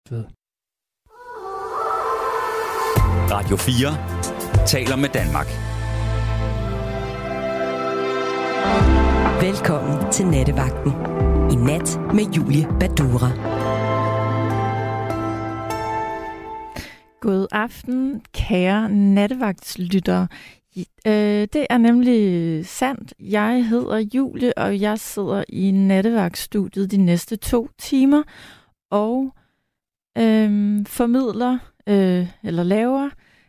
Fed. Radio 4 taler med Danmark. Velkommen til Nattevagten. I nat med Julie Badura. God aften, kære nattevagtslyttere. Det er nemlig sandt. Jeg hedder Julie, og jeg sidder i nattevagtstudiet de næste 2 timer og formidler eller laver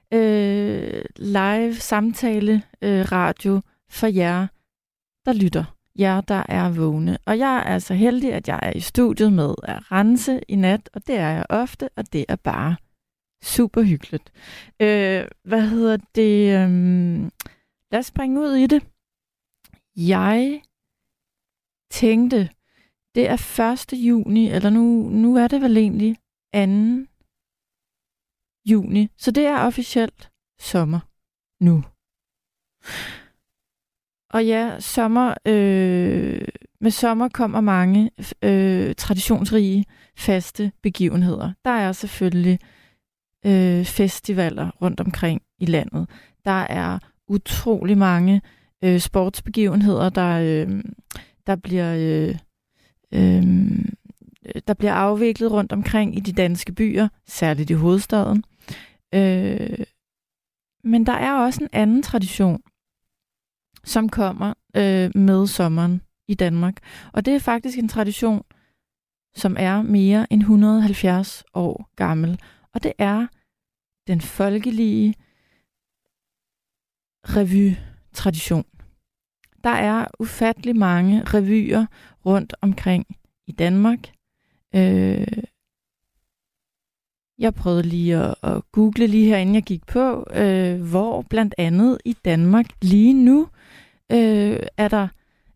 live samtale radio for jer, der lytter. Jer, der er vågne. Og jeg er så heldig, at jeg er i studiet med at rense i nat, og det er jeg ofte, og det er bare super hyggeligt. Lad os springe ud i det. Jeg tænkte, det er 1. juni, eller nu er det vel egentlig 2. juni, så det er officielt sommer nu. Og ja, med sommer kommer mange traditionsrige faste begivenheder. Der er selvfølgelig festivaler rundt omkring i landet. Der er utrolig mange sportsbegivenheder, der bliver afviklet rundt omkring i de danske byer, særligt i hovedstaden. Men der er også en anden tradition, som kommer med sommeren i Danmark. Og det er faktisk en tradition, som er mere end 170 år gammel. Og det er den folkelige revy-tradition. Der er ufattelig mange revyer rundt omkring i Danmark. Jeg prøvede lige at google lige her, inden jeg gik på, hvor blandt andet i Danmark lige nu er der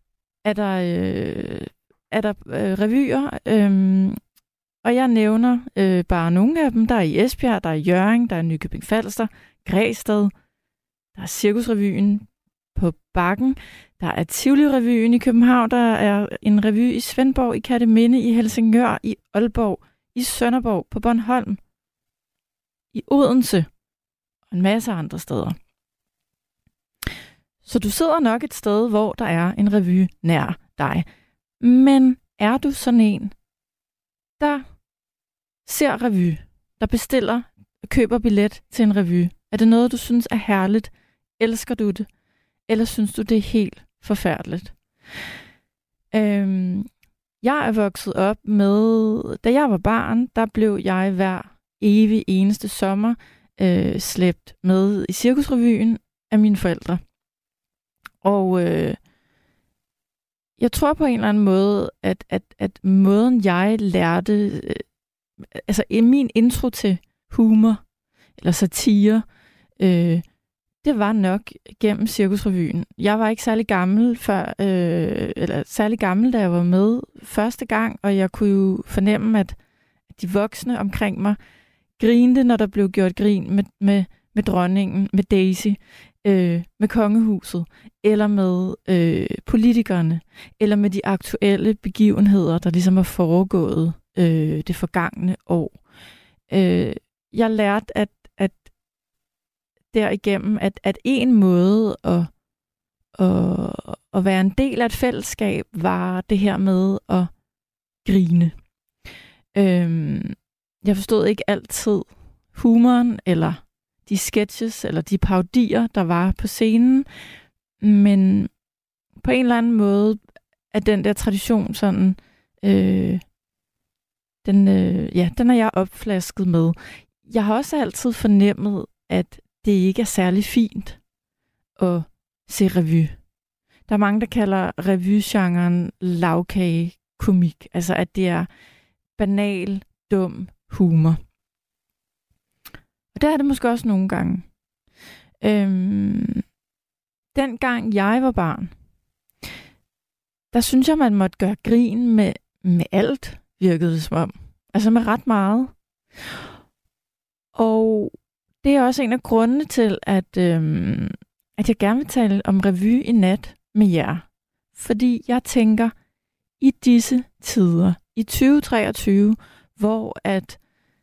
revyer. Og jeg nævner bare nogle af dem. Der er i Esbjerg, der er i Hjørring, der er Nykøbing Falster, Græsted, der er Cirkusrevyen på Bakken, der er Tivoli-revyen i København, der er en revy i Svendborg, i Kerteminde, i Helsingør, i Aalborg, i Sønderborg, på Bornholm, i Odense og en masse andre steder. Så du sidder nok et sted, hvor der er en revy nær dig. Men er du sådan en, der ser revy, der bestiller og køber billet til en revy? Er det noget, du synes er herligt? Elsker du det? Eller synes du, det er helt forfærdeligt? Jeg er vokset op med, da jeg var barn, der blev jeg hver evig eneste sommer slæbt med i Cirkusrevyen af mine forældre. Og jeg tror på en eller anden måde, at måden jeg lærte, min intro til humor eller satire, det var nok gennem Cirkusrevyen. Jeg var ikke særlig gammel da jeg var med første gang, og jeg kunne jo fornemme, at de voksne omkring mig grinte, når der blev gjort grin med dronningen, med Daisy, med kongehuset, eller med politikerne, eller med de aktuelle begivenheder, der ligesom er foregået det forgangne år. Jeg lærte, at derigennem, at en måde at være en del af et fællesskab, var det her med at grine. Jeg forstod ikke altid humoren, eller de sketches, eller de parodier, der var på scenen, men på en eller anden måde er den der tradition sådan, den er jeg opflasket med. Jeg har også altid fornemmet, at det ikke er særlig fint at se revy. Der er mange, der kalder revygenren lavkagekomik. Altså, at det er banal, dum humor. Og det er det måske også nogle gange. Dengang jeg var barn, der synes jeg, man måtte gøre grin med alt, virkede det som om. Altså med ret meget. Og det er også en af grundene til, at jeg gerne vil tale om revy i nat med jer. Fordi jeg tænker, i disse tider, i 2023, hvor at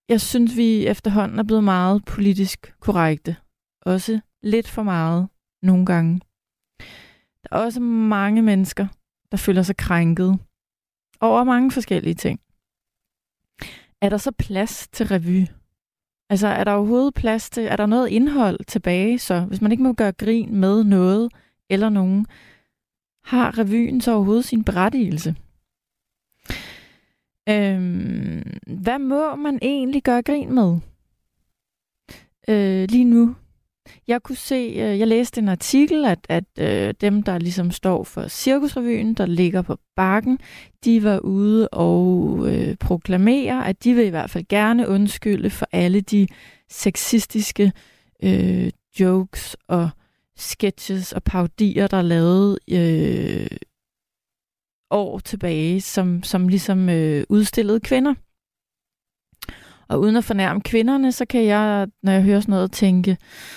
jeg synes, vi efterhånden er blevet meget politisk korrekte. Også lidt for meget nogle gange. Der er også mange mennesker, der føler sig krænket over mange forskellige ting. Er der så plads til revy? Altså, er der overhovedet plads til, er der noget indhold tilbage, så hvis man ikke må gøre grin med noget eller nogen, har revyen så overhovedet sin berettigelse? Hvad må man egentlig gøre grin med? Lige nu. Jeg læste en artikel, at dem, der ligesom står for Cirkusrevyen, der ligger på Bakken, de var ude og proklamere, at de vil i hvert fald gerne undskylde for alle de sexistiske jokes og sketches og parodier, der er lavet år tilbage, som ligesom udstillede kvinder. Og uden at fornærme kvinderne, så kan jeg, når jeg hører sådan noget, tænke,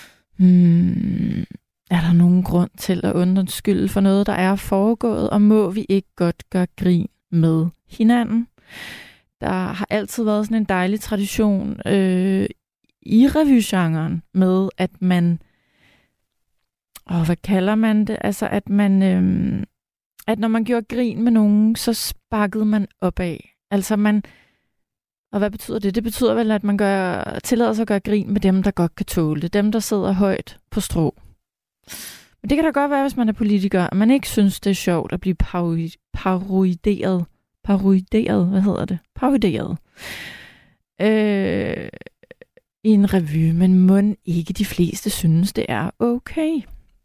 er der nogen grund til at undskylde for noget, der er foregået, og må vi ikke godt gøre grin med hinanden? Der har altid været sådan en dejlig tradition i revygenren med, at man, hvad kalder man det? Altså, at man, at når man gjorde grin med nogen, så sparkede man opad. Altså man, og hvad betyder det? Det betyder vel, at man tillader sig at gøre grin med dem, der godt kan tåle det. Dem, der sidder højt på strå. Men det kan da godt være, hvis man er politiker, at man ikke synes, det er sjovt at blive paroderet. Paroderet, hvad hedder det? Paroderet. I en revy, men mon ikke de fleste synes, det er okay.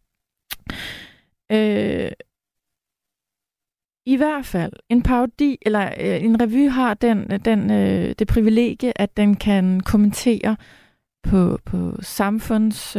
I hvert fald, en parodi, eller en revy har det privilegie, at den kan kommentere på samfunds...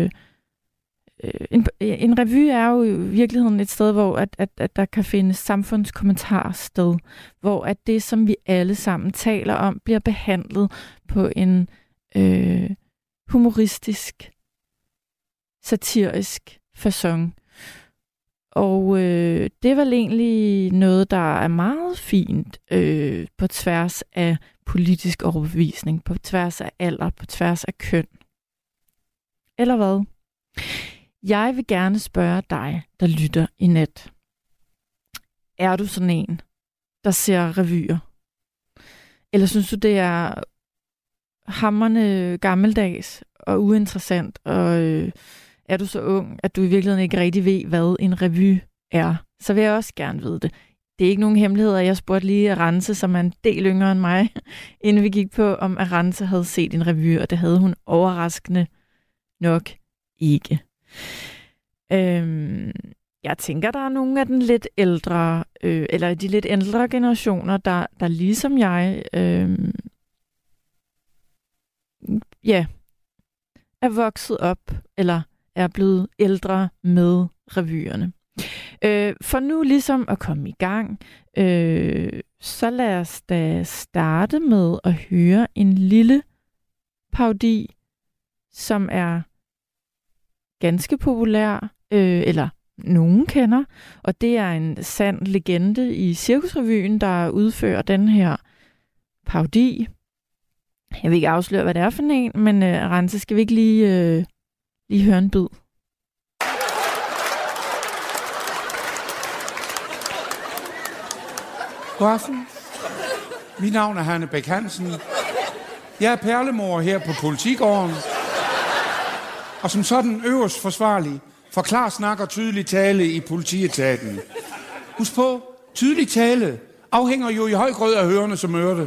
En revy er jo i virkeligheden et sted, hvor at der kan findes samfundskommentar sted, hvor at det, som vi alle sammen taler om, bliver behandlet på en humoristisk, satirisk facon. Og det er vel egentlig noget, der er meget fint på tværs af politisk overbevisning, på tværs af alder, på tværs af køn. Eller hvad? Jeg vil gerne spørge dig, der lytter i nat. Er du sådan en, der ser revyer? Eller synes du, det er hamrende gammeldags og uinteressant, og er du så ung, at du i virkeligheden ikke rigtig ved, hvad en revy er, så vil jeg også gerne vide det. Det er ikke nogen hemmelighed, at jeg spurgte lige Arantxe, som er en del yngre end mig, inden vi gik på, om Arantxe havde set en revy, og det havde hun overraskende nok ikke. Jeg tænker, der er nogle af den lidt ældre, eller de lidt ældre generationer, der ligesom jeg, er vokset op, eller er blevet ældre med revyerne. For nu ligesom at komme i gang, så lad os da starte med at høre en lille parodi, som er ganske populær, eller nogen kender, og det er en sand legende i Cirkusrevyen, der udfører den her parodi. Jeg vil ikke afsløre, hvad det er for en, men Arantxe, skal vi ikke lige høre en bid? God aften. Mit navn er Hanne Bæk Hansen. Jeg er perlemor her på Politigården. Og som sådan øverst forsvarlig for klar snak og tydelig tale i politietaten. Husk på, tydelig tale afhænger jo i høj grad af hørende som ørte.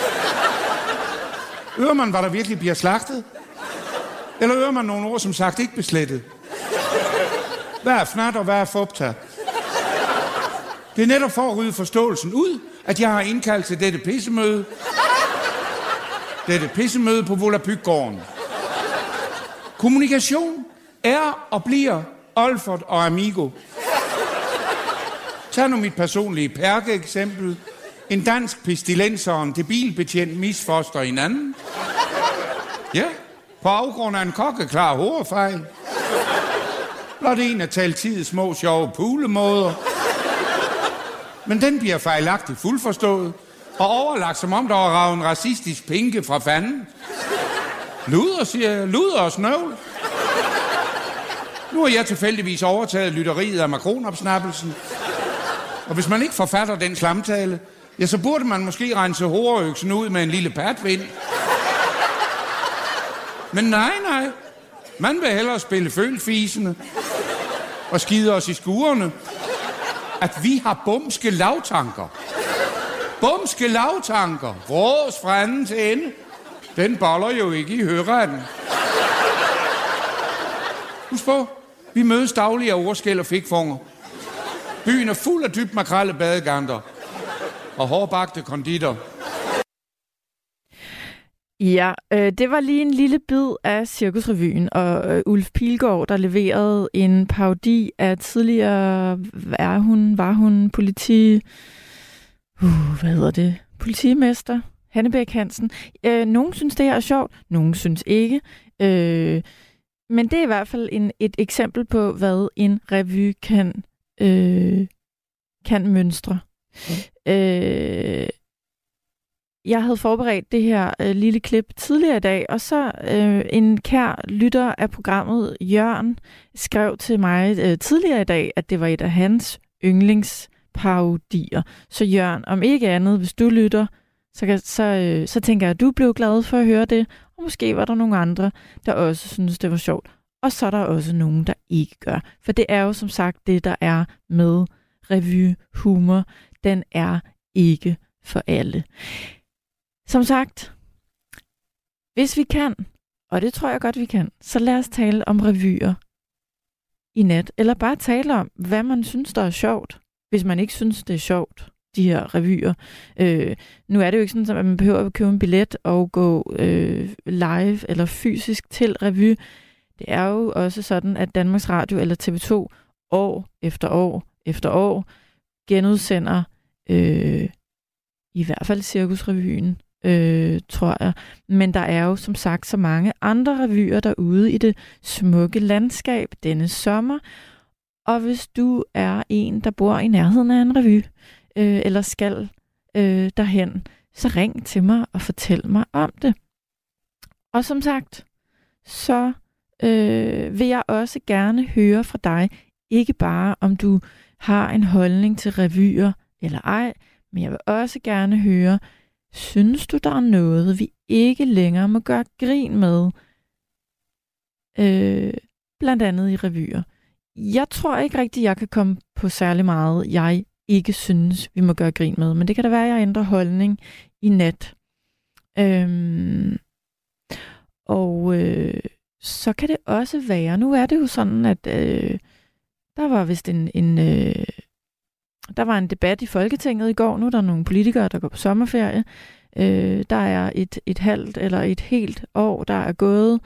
Hører man, hvad der virkelig bliver slagtet? Eller hører man nogle ord, som sagt ikke beslettet? Hvad er fnat og hvad er fopta? Det er netop for at rydde forståelsen ud, at jeg har indkaldt til dette pissemøde. Dette pissemøde på Volapykgården. Kommunikation er og bliver Olfert og Amigo. Tag nu mit personlige perke-eksempel. En dansk pestilenser og en debilbetjent misfoster hinanden. Ja, på afgrund af en kokkeklar hovedfejl. Blot en af taltidets små sjove pulemåder. Men den bliver fejlagtigt fuldforstået, og overlagt, som om der var ravet en racistisk pinke fra fanden. Luder, siger jeg. Luder og snøvl. Nu har jeg tilfældigvis overtaget lytteriet af makronopsnappelsen. Og hvis man ikke forfatter den slamtale, ja, så burde man måske rense horeøksen ud med en lille patvind. Men nej. Man vil hellere spille følfisene og skide os i skuerne. At vi har bumske lavtanker. Bumske lavtanker. Rås fra anden til ende. Den boller jo ikke i høretten. Husk på, vi mødes dagligt af ordskæld og fikfunger. Byen er fuld af dybt makrelle badeganter og hårdbagte konditor. Ja, det var lige en lille bid af Cirkusrevyen, og Ulf Pilgaard, der leverede en parodi af tidligere, var hun politimester, Hanne Bech Hansen. Nogen synes, det her er sjovt, nogen synes ikke. Men det er i hvert fald et eksempel på, hvad en revy kan mønstre. Jeg havde forberedt det her lille klip tidligere i dag, og så en kær lytter af programmet, Jørgen, skrev til mig tidligere i dag, at det var et af hans yndlingsparodier. Så Jørgen, om ikke andet, hvis du lytter, så tænker jeg, at du blev glad for at høre det, og måske var der nogle andre, der også synes det var sjovt. Og så er der også nogen, der ikke gør. For det er jo som sagt det, der er med revyhumor. Den er ikke for alle. Som sagt, hvis vi kan, og det tror jeg godt, vi kan, så lad os tale om revyer i nat. Eller bare tale om, hvad man synes, der er sjovt, hvis man ikke synes, det er sjovt, de her revyer. Nu er det jo ikke sådan, at man behøver at købe en billet og gå live eller fysisk til revy. Det er jo også sådan, at Danmarks Radio eller TV2 år efter år genudsender i hvert fald Cirkusrevyen, tror jeg. Men der er jo som sagt så mange andre revyer derude i det smukke landskab denne sommer. Og hvis du er en, der bor i nærheden af en revy, eller skal derhen, så ring til mig og fortæl mig om det. Og som sagt, så vil jeg også gerne høre fra dig, ikke bare om du har en holdning til revyer eller ej, men jeg vil også gerne høre, synes du, der er noget, vi ikke længere må gøre grin med, blandt andet i revyer? Jeg tror ikke rigtigt, jeg kan komme på særlig meget, jeg ikke synes, vi må gøre grin med, men det kan da være, at jeg ændrer holdning i nat. Så kan det også være, nu er det jo sådan, at der var vist der var en debat i Folketinget i går. Nu er der nogle politikere, der går på sommerferie. Der er et halvt eller et helt år, der er gået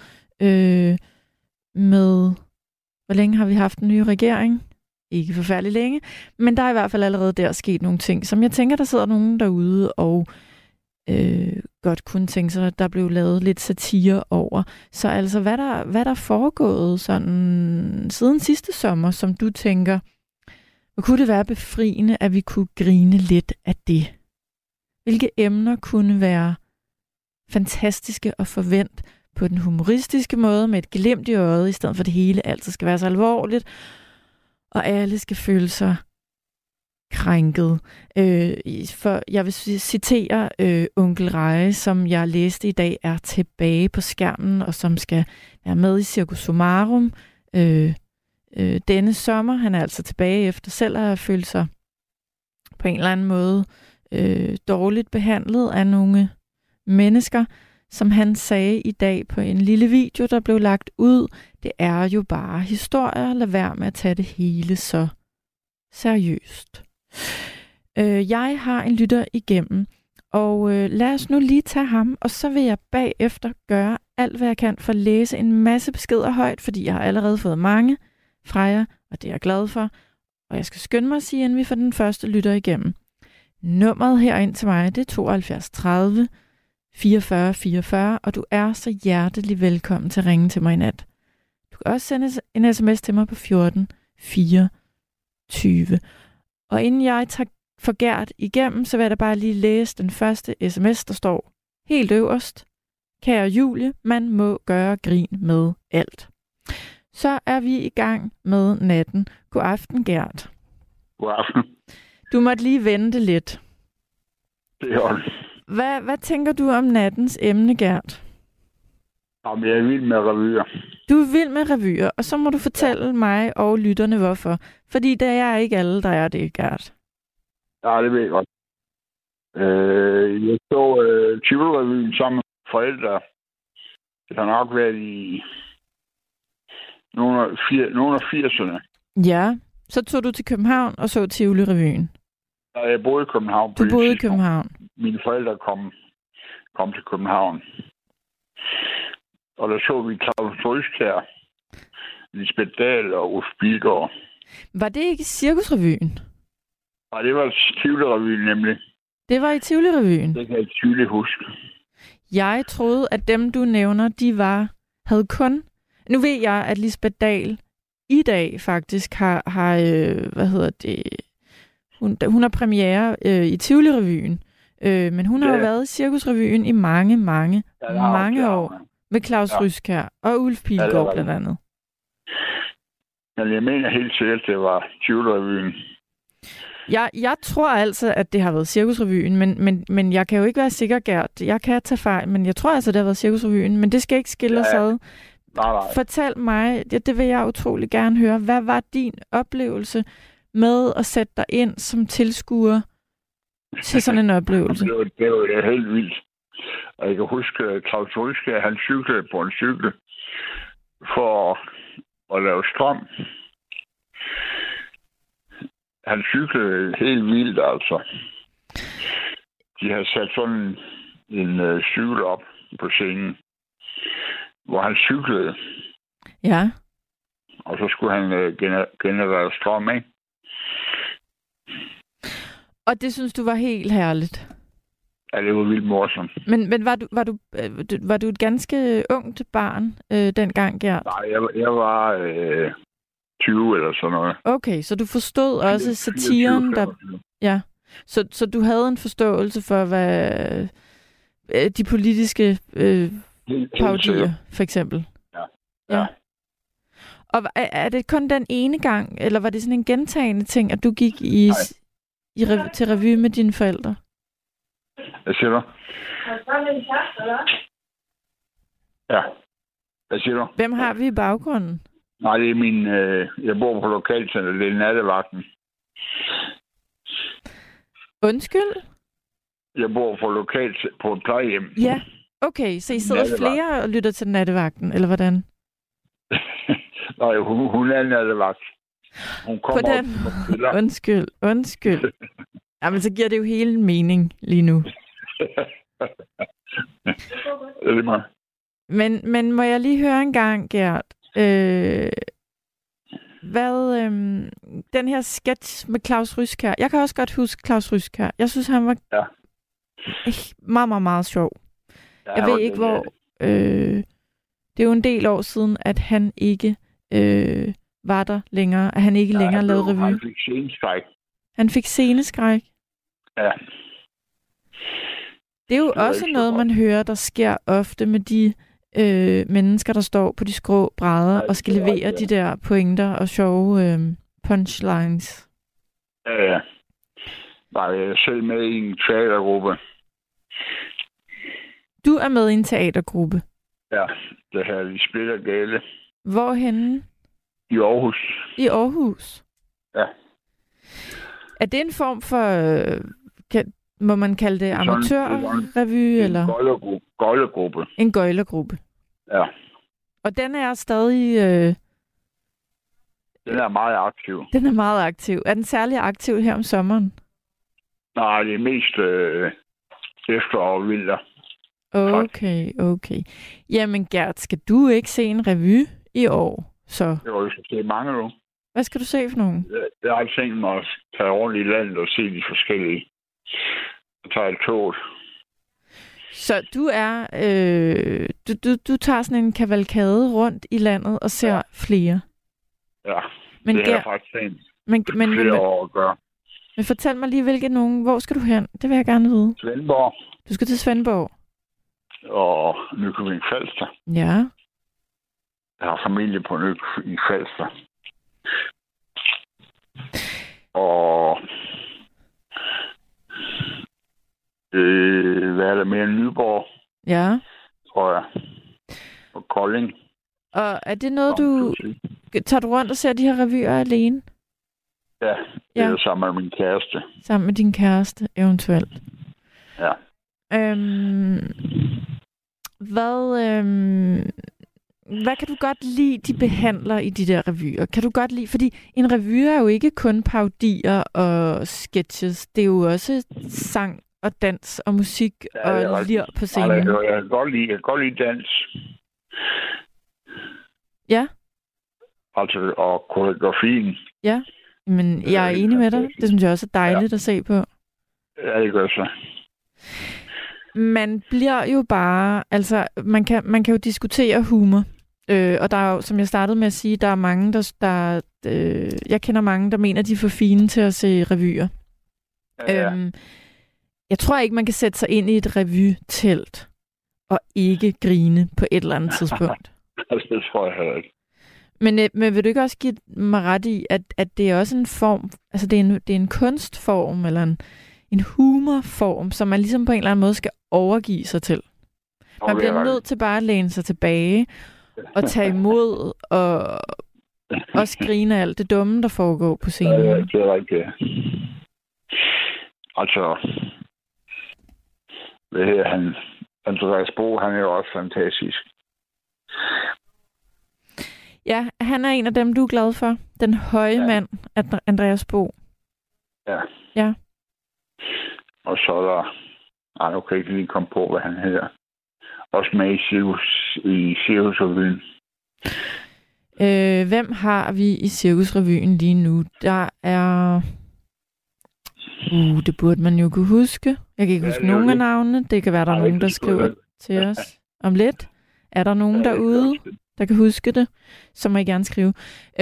med... Hvor længe har vi haft en ny regering? Ikke forfærdeligt længe. Men der er i hvert fald allerede der sket nogle ting, som jeg tænker, der sidder nogen derude og godt kunne tænke sig, at der blev lavet lidt satire over. Så altså, hvad der er foregået sådan, siden sidste sommer, som du tænker, hvor kunne det være befriende, at vi kunne grine lidt af det? Hvilke emner kunne være fantastiske at forvente på den humoristiske måde, med et glimt i øjet, i stedet for at det hele altid skal være så alvorligt, og alle skal føle sig krænket. For jeg vil citere Onkel Reje, som jeg læste i dag, er tilbage på skærmen, og som skal være med i Cirkus Summarum denne sommer. Han er altså tilbage efter selv at have følt sig på en eller anden måde dårligt behandlet af nogle mennesker. Som han sagde i dag på en lille video, der blev lagt ud, det er jo bare historier. Lad være med at tage det hele så seriøst. Jeg har en lytter igennem, og lad os nu lige tage ham, og så vil jeg bagefter gøre alt, hvad jeg kan for at læse en masse beskeder højt, fordi jeg har allerede fået mange fra jer, og det er jeg glad for. Og jeg skal skynde mig at sige, inden vi får den første lytter igennem. Nummeret herind til mig, det er 72 30 44 44, og du er så hjertelig velkommen til at ringe til mig i nat. Du kan også sende en sms til mig på 14 24. Og inden jeg tager få Gert igennem, så vil jeg da bare lige læse den første sms, der står helt øverst. Kære Julie, man må gøre grin med alt. Så er vi i gang med natten. God aften, Gert. God aften. Du måtte lige vente lidt. Det er også. Hvad tænker du om nattens emne, Gert? Jamen, jeg er vild med revyer. Du er vild med revyer, og så må du fortælle mig og lytterne, hvorfor. Fordi det er ikke alle, der er det, Gert. Ja, det ved jeg godt. Jeg så Tivoli-revyen sammen med forældre. Det har nok været i nogle af 80'erne. Ja, så tog du til København og så Tivoli-revyen. Ja, jeg boede i København. Du boede i København. Mine forældre kom til København. Og der så vi Claus Ryskjær, Lisbeth Dahl og Ulf Pilgaard. Var det ikke Cirkusrevyen? Nej, det var Tivoli-revyen nemlig. Det var i Tivoli-revyen? Det kan jeg tydeligt huske. Jeg troede, at dem, du nævner, havde kun... Nu ved jeg, at Lisbeth Dahl i dag faktisk har hun har premiere i Tivoli-revyen. Men hun har jo været i Cirkusrevyen i mange år. Med Claus Ryskjær og Ulf Pilgaard blandt andet. Men jeg mener helt sikkert, det var Tivoli-revyen. Jeg tror altså, at det har været Cirkusrevyen, men jeg kan jo ikke være sikker, Gert. Jeg kan tage fejl, men jeg tror altså, det har været Cirkusrevyen. Men det skal ikke skille os ad. Nej. Fortæl mig, det vil jeg utrolig gerne høre. Hvad var din oplevelse med at sætte dig ind som tilskuer til sådan en oplevelse? Det var helt vildt. Og jeg kan huske, at Claus Ryskjær, han cyklede på en cykel for at lave strøm. Han cyklede helt vildt, altså. De havde sat sådan en cykel op på scenen, hvor han cyklede. Ja. Og så skulle han generere strøm, ikke? Og det synes du var helt herligt? Ja, det var vildt morsomt. Men var du et ganske ungt barn dengang, Gert? Nej, jeg var 20 eller sådan noget. Okay, så du forstod også satiren, der... Ja, så du havde en forståelse for, hvad de politiske parodier, for eksempel? Ja. Og er det kun den ene gang, eller var det sådan en gentagende ting, at du gik til revy med dine forældre? Hvad siger du? Ja. Hvad siger du? Hvem har vi i baggrunden? Nej, det er min... jeg bor på lokalcenter. Det er nattevagten. Undskyld? Jeg bor på et plejehjem. Ja, okay. Så I sidder flere og lytter til nattevagten, eller hvordan? Nej, hun er nattevagt. Hun kommer op. Undskyld. Jamen, så giver det jo hele mening lige nu. Men må jeg lige høre en gang, Gert? Den her sketch med Claus Ryskjær. Jeg kan også godt huske Claus Ryskjær. Jeg synes, han var meget, meget, meget sjov. Ja, jeg ved ikke, hvor... det er jo en del år siden, at han ikke var der længere. At han ikke længere lavede revy. Han fik sceneskræk. Han fik sceneskræk? Ja. Det er jo også noget, man hører, der sker ofte med de mennesker, der står på de skrå brædder og skal levere de der pointer og sjove punchlines. Ja. Jeg er selv med i en teatergruppe. Du er med i en teatergruppe? Ja, det her de spiller gale. Hvorhenne? I Aarhus. I Aarhus? Ja. Er det en form for, må man kalde det amatørrevy? En gøjlergruppe. En gøjlergruppe? Ja. Og den er stadig... Den er meget aktiv. Den er meget aktiv. Er den særlig aktiv her om sommeren? Nej, det er mest efterår og vinter. Okay. Jamen Gert, skal du ikke se en revy i år? Så. Jo, jeg skal se mange nu. Hvad skal du se for nogen? Jeg har tænkt mig at tage rundt i landet og se de forskellige. Jeg tager toget. Så du er... du tager sådan en kavalkade rundt i landet og ser flere? Ja, men det har jeg faktisk tænkt flere år at gøre. Men fortæl mig lige, hvilke nogen. Hvor skal du hen? Det vil jeg gerne vide. Svendborg. Du skal til Svendborg. Og Nykøbing Falster. Ja. Jeg har familie på Nykøbing Falster. Og hvad er der mere? Nyborg, Ja. tror jeg. Og Kolding. Og er det noget, tager du rundt og ser de her revyer alene? Ja, eller sammen med min kæreste. Sammen med din kæreste, eventuelt. Ja. Hvad kan du godt lide, de behandler i de der revyer? Kan du godt lide, fordi en revy er jo ikke kun parodier og sketches. Det er jo også sang og dans og musik og lir på scenen. Jeg kan godt lide dans. Ja. Altså, og koreografien. Ja, men jeg er enig med dig. Det synes jeg også er dejligt at se på. Ja, det gør så. Man bliver jo bare, altså man kan jo diskutere humor, og der er jo, som jeg startede med at sige, der er mange, jeg kender mange, der mener, de er for fine til at se revyer. Ja. Jeg tror ikke, man kan sætte sig ind i et revytelt og ikke grine på et eller andet tidspunkt. Det tror jeg heller ikke. Men vil du ikke også give mig ret i, at det er også en form, altså det er en kunstform, eller en humorform, som man ligesom på en eller anden måde skal overgive sig til. Man bliver nødt til bare at læne sig tilbage og tage imod og også grine af alt det dumme, der foregår på scenen. Ja, det er rigtigt. Altså, det her, Andreas Bo, han er jo også fantastisk. Ja, han er en af dem, du er glad for. Den høje mand, Andreas Bo. Ja. Ja. Og så er der... nu kan jeg ikke lige komme på, hvad han hedder. Også med i Cirkusrevyen. Hvem har vi i Cirkusrevyen lige nu? Der er... det burde man jo kunne huske. Jeg kan ikke huske nogen af navnene. Det kan være, der er nogen, der skriver til os om lidt. Er der nogen derude, der kan huske det, så må I gerne skrive.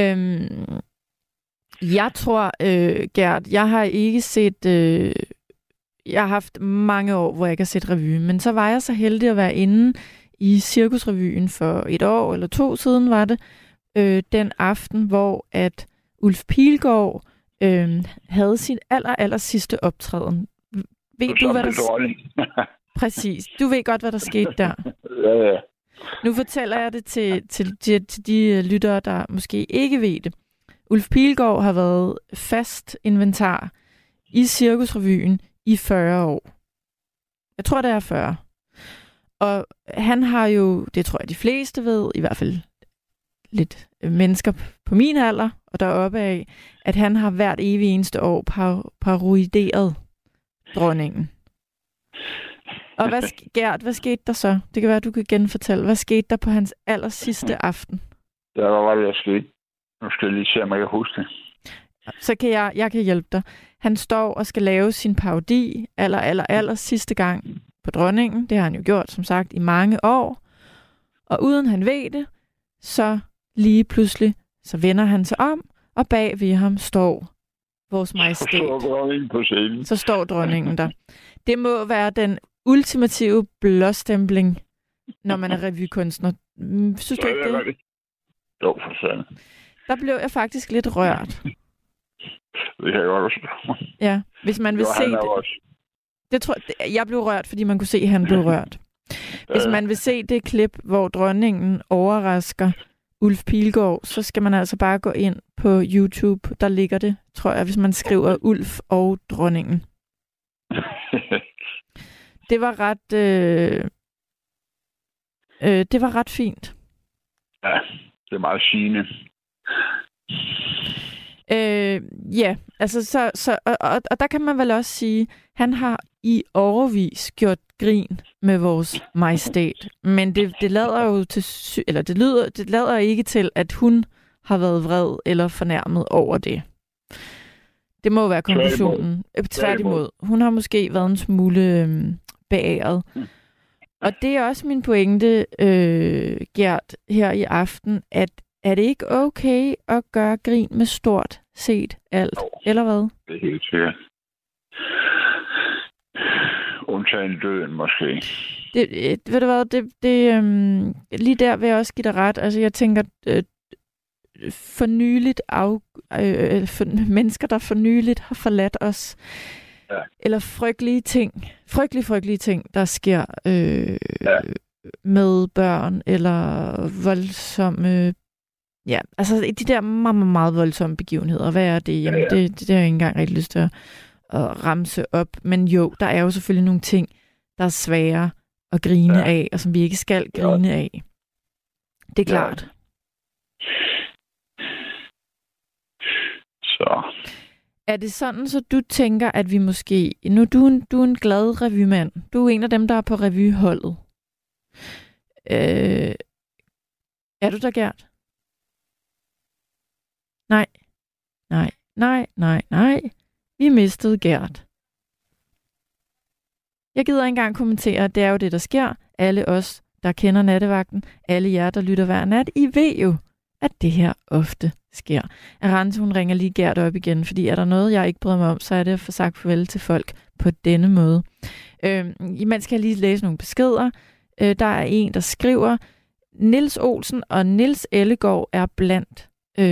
Jeg tror, Gert, jeg har ikke set... jeg har haft mange år, hvor jeg ikke har set revy, men så var jeg så heldig at være inde i Cirkusrevyen for 1 år eller 2 siden, var det, den aften, hvor at Ulf Pilgaard havde sin aller sidste optræden. Ved du, hvad der Præcis. Du ved godt, hvad der skete der. Ja. Nu fortæller jeg det til de lyttere, der måske ikke ved det. Ulf Pilgaard har været fast inventar i Cirkusrevyen i 40 år. Jeg tror, det er 40. Og han har jo, det tror jeg de fleste ved, i hvert fald lidt mennesker på min alder og deroppe af, at han har hvert evig eneste år parodieret dronningen. Og hvad skete der så? Det kan være, du kan genfortælle. Hvad skete der på hans aller sidste aften? Ja, hvad var det, der skete? Nu skal jeg lige se, om jeg kan huske det. Så kan jeg kan hjælpe dig. Han står og skal lave sin parodi aller sidste gang på dronningen. Det har han jo gjort, som sagt, i mange år. Og uden han ved det, så lige pludselig, så vender han sig om, og bag ved ham står vores majestæt. Så står dronningen der. Det må være den ultimative blåstempling, når man er revykunstner. Synes du ikke det? Jo, for sådan. Der blev jeg faktisk lidt rørt. Det har jeg også. Ja, hvis man vil se det. Jeg blev rørt, fordi man kunne se, at han blev rørt. Hvis man vil se det klip, hvor dronningen overrasker Ulf Pilgaard, så skal man altså bare gå ind på YouTube. Der ligger det, tror jeg, hvis man skriver Ulf og dronningen. Det var ret fint. Ja, det er meget sigende. Ja, altså og der kan man vel også sige, han har i årevis gjort grin med vores majestæt, men det lader jo det lader ikke til, at hun har været vred eller fornærmet over det. Det må være konklusionen. Tværtimod. Hun har måske været en smule beæret. Og det er også min pointe, Gert, her i aften, at er det ikke okay at gøre grin med stort set alt, eller hvad? Det er helt sikkert. Undtagen døden, måske. Ved du hvad, lige der vil jeg også give dig ret. Altså, jeg tænker, for nyligt mennesker, der for nyligt har forladt os, eller frygtelige ting, der sker med børn, eller voldsomme, altså de der meget, meget voldsomme begivenheder. Hvad er det? Jamen, det har jeg ikke engang rigtig lyst til at ramse op. Men jo, der er jo selvfølgelig nogle ting, der er svære at grine af, og som vi ikke skal grine af. Det er klart. Så. Er det sådan, så du tænker, at vi måske... Nu du er en glad revymand. Du er en af dem, der er på revyholdet. Er du der, Gert? Nej. Vi mistede Gert. Jeg gider ikke engang kommentere, det er jo det, der sker. Alle os, der kender nattevagten, alle jer, der lytter hver nat, I ved jo, at det her ofte sker. Arantxa, hun ringer lige Gert op igen, fordi er der noget, jeg ikke bryder mig om, så er det at få sagt farvel til folk på denne måde. Man skal lige læse nogle beskeder. Der er en, der skriver, Niels Olsen og Niels Ellegaard er blandt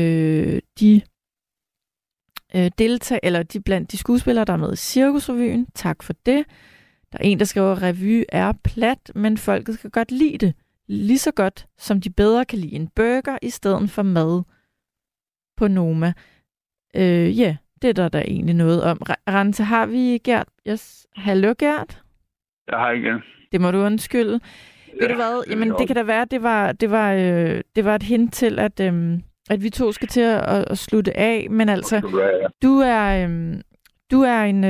blandt de skuespillere, der er med i Cirkusrevyen. Tak for det. Der er en, der skriver, revy er plat, men folket skal godt lide det. Lige så godt, som de bedre kan lide en burger i stedet for mad på Noma. Det er der egentlig noget om. Arantxa, har vi Gert? Yes. Hallo, Gert? Jeg har igen. Det må du undskylde. Ved du hvad? Jamen, det kan da være, det var et hint til, at vi to skal til at slutte af. Men altså, du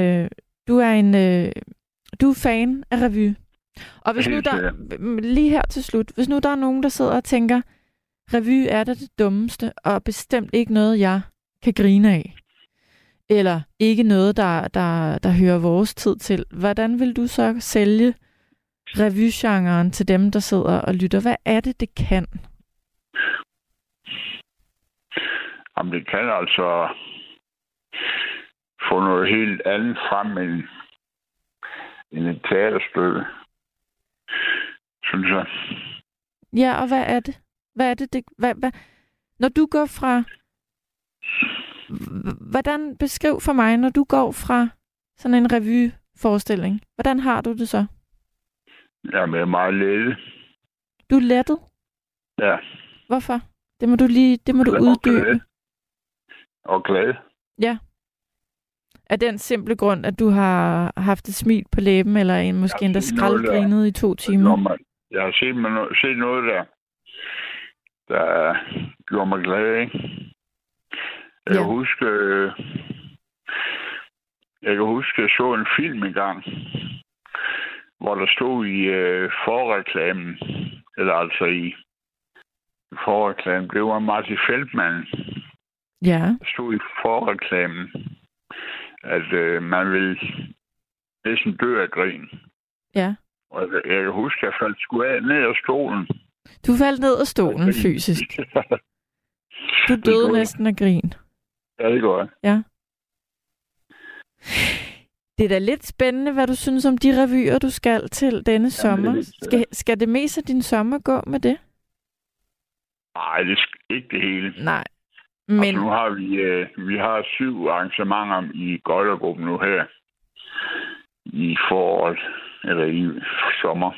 er fan af revy. Og hvis nu der, lige her til slut, hvis nu der er nogen, der sidder og tænker, revy er det dummeste, og bestemt ikke noget, jeg kan grine af, eller ikke noget, der hører vores tid til, hvordan vil du så sælge revygenren til dem, der sidder og lytter? Hvad er det kan? Jamen, det kan altså få noget helt andet frem end et teaterstykke, synes jeg. Ja, og hvad er det? Når du går fra... Hvordan beskriv for mig, når du går fra sådan en revyforestilling? Hvordan har du det så? Jamen, jeg er meget lettet. Du er lettet? Ja. Hvorfor? Det må du uddybe. Og glad. Ja. Af den simple grund, at du har haft et smil på læben, eller måske endda skraldgrinet i 2 timer? Jeg har set noget der gjorde mig glad, ikke? Jeg kan huske, jeg så en film engang, hvor der stod i forreklamen, eller altså i forreklamen, det var Martin Feldman. Ja. Der stod i forreklamen, at man vil næsten dø af grin. Ja. Og jeg kan huske, at jeg faldt sgu ned af stolen. Du faldt ned af stolen fysisk? Du døde næsten af grin? Ja, det går jeg. Ja. Det er da lidt spændende, hvad du synes om de revyer, du skal til denne sommer. Skal det mest af din sommer gå med det? Nej, det er ikke det hele. Nej. Men... Altså, nu har vi har 7 arrangementer i Gøjlergruppen nu her i foråret, eller i sommer.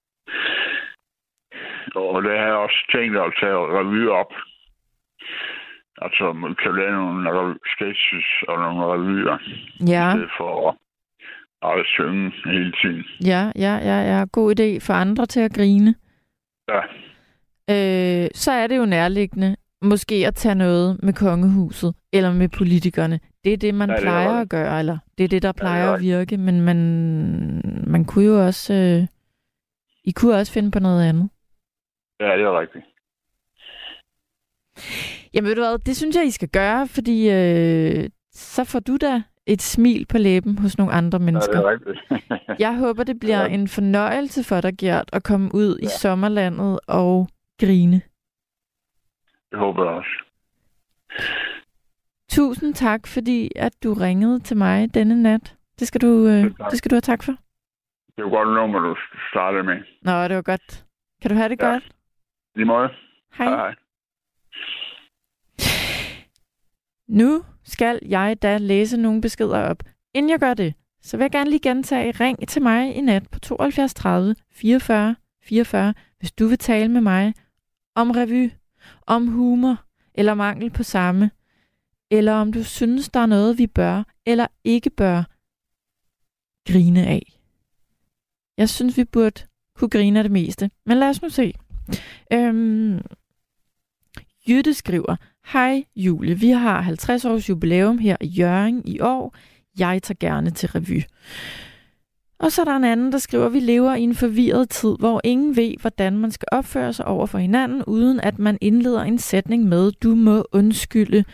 Og det har jeg også tænkt at tage revy op. Altså, man kan lave nogle sketches og nogle revyer. Ja. I stedet for at synge hele tiden. Ja. God idé for andre til at grine. Ja. Så er det jo nærliggende måske at tage noget med kongehuset eller med politikerne. Det er det, man plejer at gøre, eller det er det, der plejer at virke, men man kunne jo også... I kunne også finde på noget andet. Ja, det er rigtigt. Jamen ved du hvad, det synes jeg, I skal gøre, fordi så får du da et smil på læben hos nogle andre mennesker. Ja, det er rigtigt. Jeg håber, det bliver en fornøjelse for dig, Gert, at komme ud i sommerlandet og grine. Det håber jeg også. Tusind tak, fordi at du ringede til mig denne nat. Det skal du have tak for. Det var godt nummer, du startede med. Nå, det var godt. Kan du have det godt? Lige måde. Hej. Nu skal jeg da læse nogle beskeder op. Inden jeg gør det, så vil jeg gerne lige gentage, ring til mig i nat på 72 30 44 44, hvis du vil tale med mig om revy, om humor eller mangel på samme, eller om du synes, der er noget, vi bør eller ikke bør grine af. Jeg synes, vi burde kunne grine af det meste, men lad os nu se. Jytte skriver, hej Julie, vi har 50 års jubilæum her i Hjørring i år. Jeg tager gerne til revy. Og så er der en anden, der skriver, vi lever i en forvirret tid, hvor ingen ved, hvordan man skal opføre sig over for hinanden, uden at man indleder en sætning med, du må undskylde.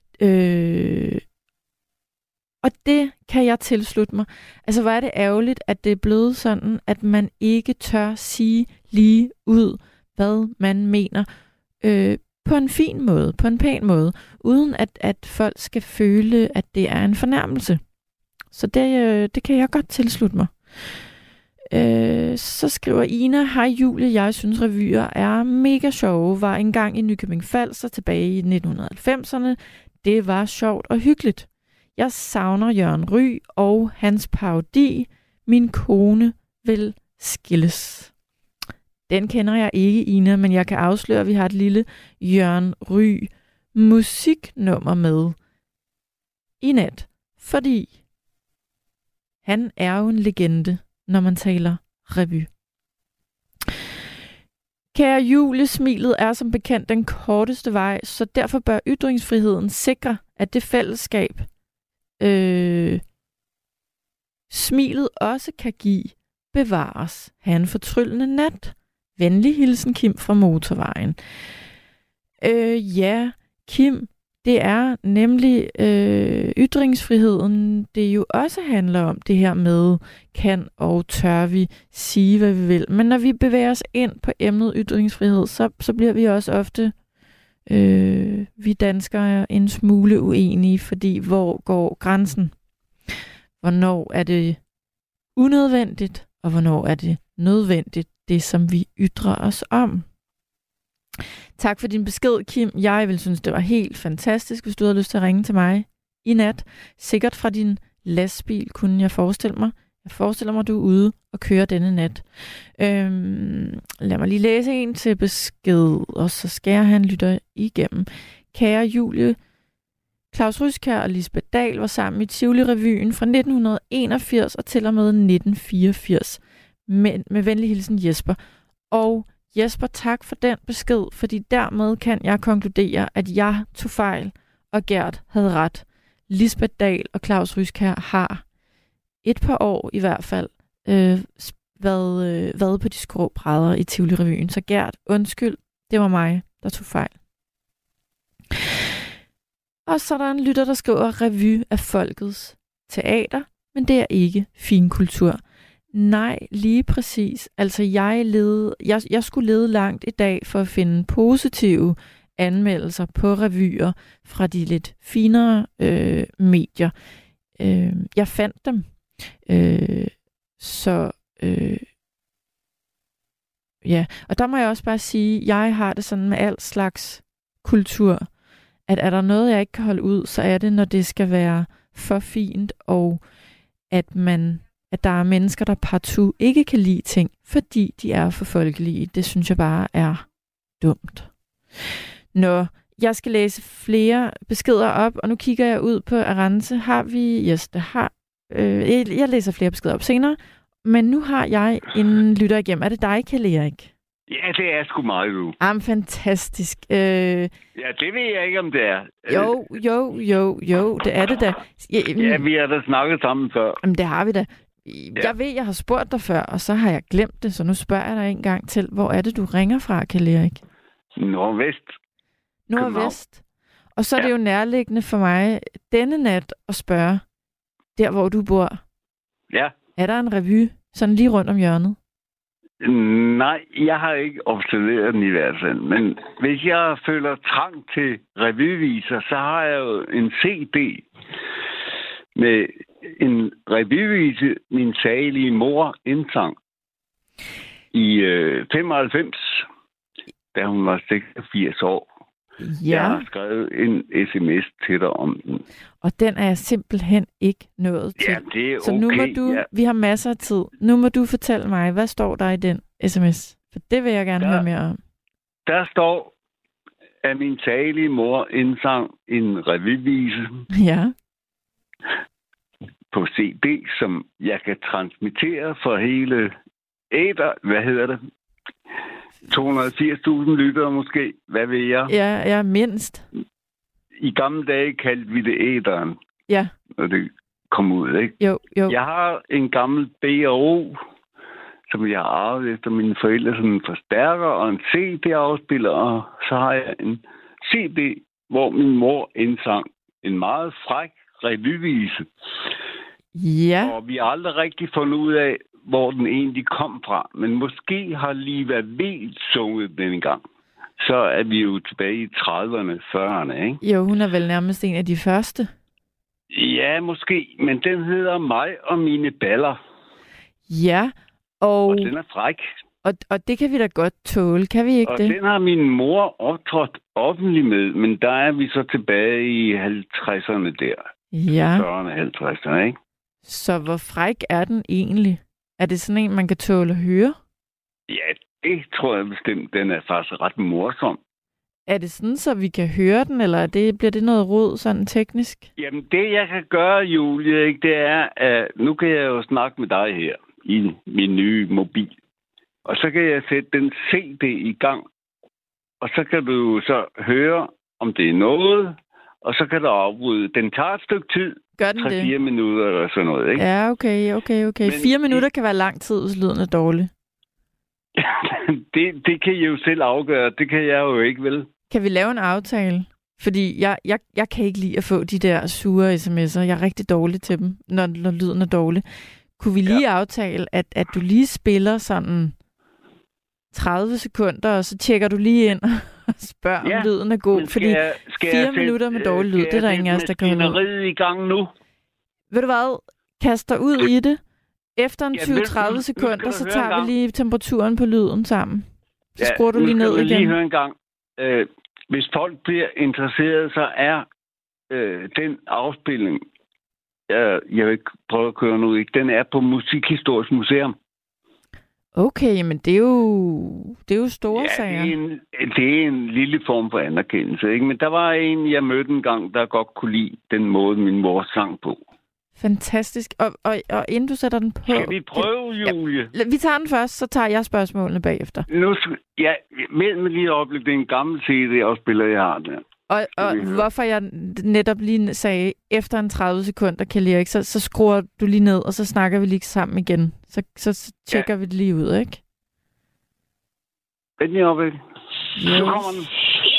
Og det kan jeg tilslutte mig. Altså, hvor er det ærgerligt, at det er blevet sådan, at man ikke tør sige lige ud, hvad man mener, på en fin måde, på en pæn måde, uden at folk skal føle, at det er en fornærmelse. Så det kan jeg godt tilslutte mig. Så skriver Ina, hej Julie, jeg synes revyer er mega sjove, var engang i Nykøbing Falster tilbage i 1990'erne. Det var sjovt og hyggeligt. Jeg savner Jørgen Ryg og hans parodi, Min kone vil skilles. Den kender jeg ikke, Ina, men jeg kan afsløre, at vi har et lille Jørgen Ryg musiknummer med i nat, fordi han er jo en legende, når man taler revy. Kære Julie, smilet er som bekendt den korteste vej, så derfor bør ytringsfriheden sikre, at det fællesskab, smilet også kan give, bevares. Ha' en fortryllende nat. Venlig hilsen, Kim fra Motorvejen. Ja, Kim, det er nemlig ytringsfriheden, det jo også handler om det her med, kan og tør vi sige, hvad vi vil. Men når vi bevæger os ind på emnet ytringsfrihed, så bliver vi også ofte, vi danskere, en smule uenige, fordi hvor går grænsen? Hvornår er det unødvendigt, og hvornår er det nødvendigt, det som vi ytrer os om? Tak for din besked, Kim. Jeg vil synes, det var helt fantastisk, hvis du havde lyst til at ringe til mig i nat. Sikkert fra din lastbil, kunne jeg forestille mig. Jeg forestiller mig, at du er ude og kører denne nat. Lad mig lige læse en til besked, og så skal han lytte igennem. Kære Julie, Claus Ryskjær og Lisbeth Dahl var sammen i Tivoli-revyen fra 1981 og til og med 1984. Med venlig hilsen Jesper. Og Jesper, tak for den besked, fordi dermed kan jeg konkludere, at jeg tog fejl, og Gert havde ret. Lisbeth Dahl og Claus Ryskjær har et par år i hvert fald været på de skrå brædder i Tivoli-revyen. Så Gert, undskyld, det var mig, der tog fejl. Og så er der en lytter, der skriver, revy af folkets teater, men det er ikke finkultur. Nej, lige præcis. Altså, jeg skulle lede langt i dag for at finde positive anmeldelser på revyer fra de lidt finere medier. Jeg fandt dem. Ja, og der må jeg også bare sige, jeg har det sådan med al slags kultur, at er der noget, jeg ikke kan holde ud, så er det, når det skal være for fint, og at der er mennesker, der partout ikke kan lide ting, fordi de er for folkelige. Det synes jeg bare er dumt. Nå, jeg skal læse flere beskeder op, og nu kigger jeg ud på Arance. Har vi... Yes, det har... jeg læser flere beskeder op senere, men nu har jeg en lytter igennem. Er det dig, Kjell Erik? Ja, det er sgu meget, du. Fantastisk. Ja, det ved jeg ikke, om det er. Jo, det er det da. Ja, vi har da snakket sammen før. Jamen, det har vi da. Jeg ved, jeg har spurgt dig før, og så har jeg glemt det, så nu spørger jeg dig en gang til. Hvor er det, du ringer fra, Kjell Erik? Nordvest. Nordvest. Og så er det jo nærliggende for mig denne nat at spørge, der hvor du bor. Ja. Er der en revy sådan lige rundt om hjørnet? Nej, jeg har ikke observeret den i hvert fald. Men hvis jeg føler trang til revyviser, så har jeg jo en CD med en revyvise, min salige mor indsang i 95, da hun var 86 år. Ja. Jeg har skrevet en sms til dig om den. Og den er jeg simpelthen ikke nået til. Ja, det er så nu må okay, du, ja. vi har masser af tid. Nu må du fortælle mig, hvad står der i den sms? For det vil jeg gerne høre mere om. Der står, at min salige mor indsang en revyvise Ja. på CD, som jeg kan transmittere for hele æter. Hvad hedder det? 280.000 lyttere måske. Hvad ved jeg? Ja, mindst. I gamle dage kaldte vi det æteren, Ja. når det kom ud, ikke? Jo. Jeg har en gammel B&O, som jeg har arvet efter mine forældre, sådan en forstærker og en CD-afspiller, og så har jeg en CD, hvor min mor indsang en meget fræk revyvise. Ja. Og vi har aldrig rigtig fundet ud af, hvor den egentlig kom fra. Men måske har Liva V sunget den en gang. Så er vi jo tilbage i 30'erne, 40'erne, ikke? Jo, hun er vel nærmest en af de første. Ja, måske. Men den hedder Mig og mine baller. Ja, og den er fræk. Og det kan vi da godt tåle, kan vi ikke og det? Og den har min mor optrådt offentligt med, men der er vi så tilbage i 50'erne der. Ja. 40'erne, 50'erne, ikke? Så hvor fræk er den egentlig? Er det sådan en, man kan tåle at høre? Ja, det tror jeg bestemt. Den er faktisk ret morsom. Er det sådan, så vi kan høre den, eller bliver det noget rod sådan teknisk? Jamen, det jeg kan gøre, Julie, ikke, det er, at nu kan jeg jo snakke med dig her i min nye mobil. Og så kan jeg sætte den CD i gang. Og så kan du så høre, om det er noget. Og så kan du afbryde. Den tager et stykke tid. Gør den 3-4 minutter eller sådan noget, ikke? Ja, okay. Men 4 minutter kan være lang tid, hvis lyden er dårlig. det kan I jo selv afgøre. Det kan jeg jo ikke, vel? Kan vi lave en aftale? Fordi jeg kan ikke lide at få de der sure sms'er. Jeg er rigtig dårlig til dem, når lyden er dårlig. Kunne vi lige aftale, at du lige spiller sådan 30 sekunder, og så tjekker du lige ind og spørger, om lyden er god? Fordi 4 minutter med dårlig lyd, det er der ingen af os, der kan holde ud. I gang nu. Ved du hvad? Kast dig ud i det. Efter en 20-30 sekunder, så tager vi lige temperaturen på lyden sammen. Så skruer du lige ned igen. Lige høre en gang. Hvis folk bliver interesseret, så er den afspilning, jeg vil ikke prøve at køre nu, ikke? Den er på Musikhistorisk Museum. Okay, men det er jo store sager. Det er en lille form for anerkendelse, ikke? Men der var en, jeg mødte en gang, der godt kunne lide den måde, min mor sang på. Fantastisk. Og inden du sætter den på... Skal vi prøve, Julie? Ja, vi tager den først, så tager jeg spørgsmålene bagefter. Med lige opleve, det er en gammel CD-afspiller, jeg har der. Og hvorfor jeg netop lige sagde, efter en 30 sekunder, Kjell Erik, så skruer du lige ned, og så snakker vi lige sammen igen. Så tjekker vi det lige ud, ikke? Vent lige op, ikke? Så kommer den.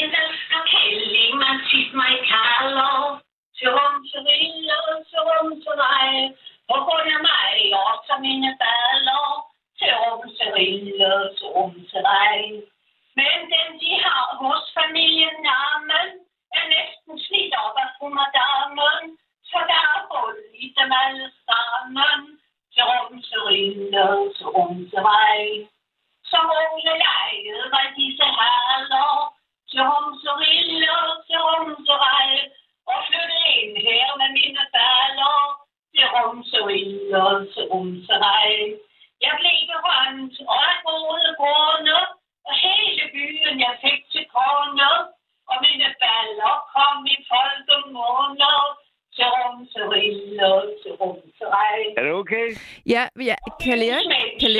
Men den de har hos familienavnen er næsten slidt op af frumadamen, så der er hul i dem alle sammen. Til rumserillesumsevej. Som Ole lejede var disse haller. Til rumserillesumsevej. Og flyttede ind her med mine baller. Til rumserillesumsevej. Jeg blev berømt og af gode grunde. Og hele byen jeg fik til kone, og mine baller kom i folkemåner, til rumserille, til rumserej. Er det okay? Ja, Kjell Erik. Kjell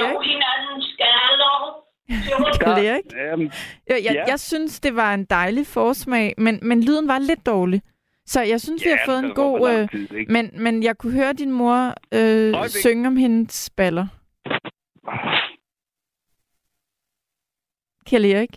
Erik. Jeg synes, det var en dejlig forsmag, men lyden var lidt dårlig. Så jeg synes, vi har fået en god... men jeg kunne høre din mor synge om hendes baller. Kjell Erik?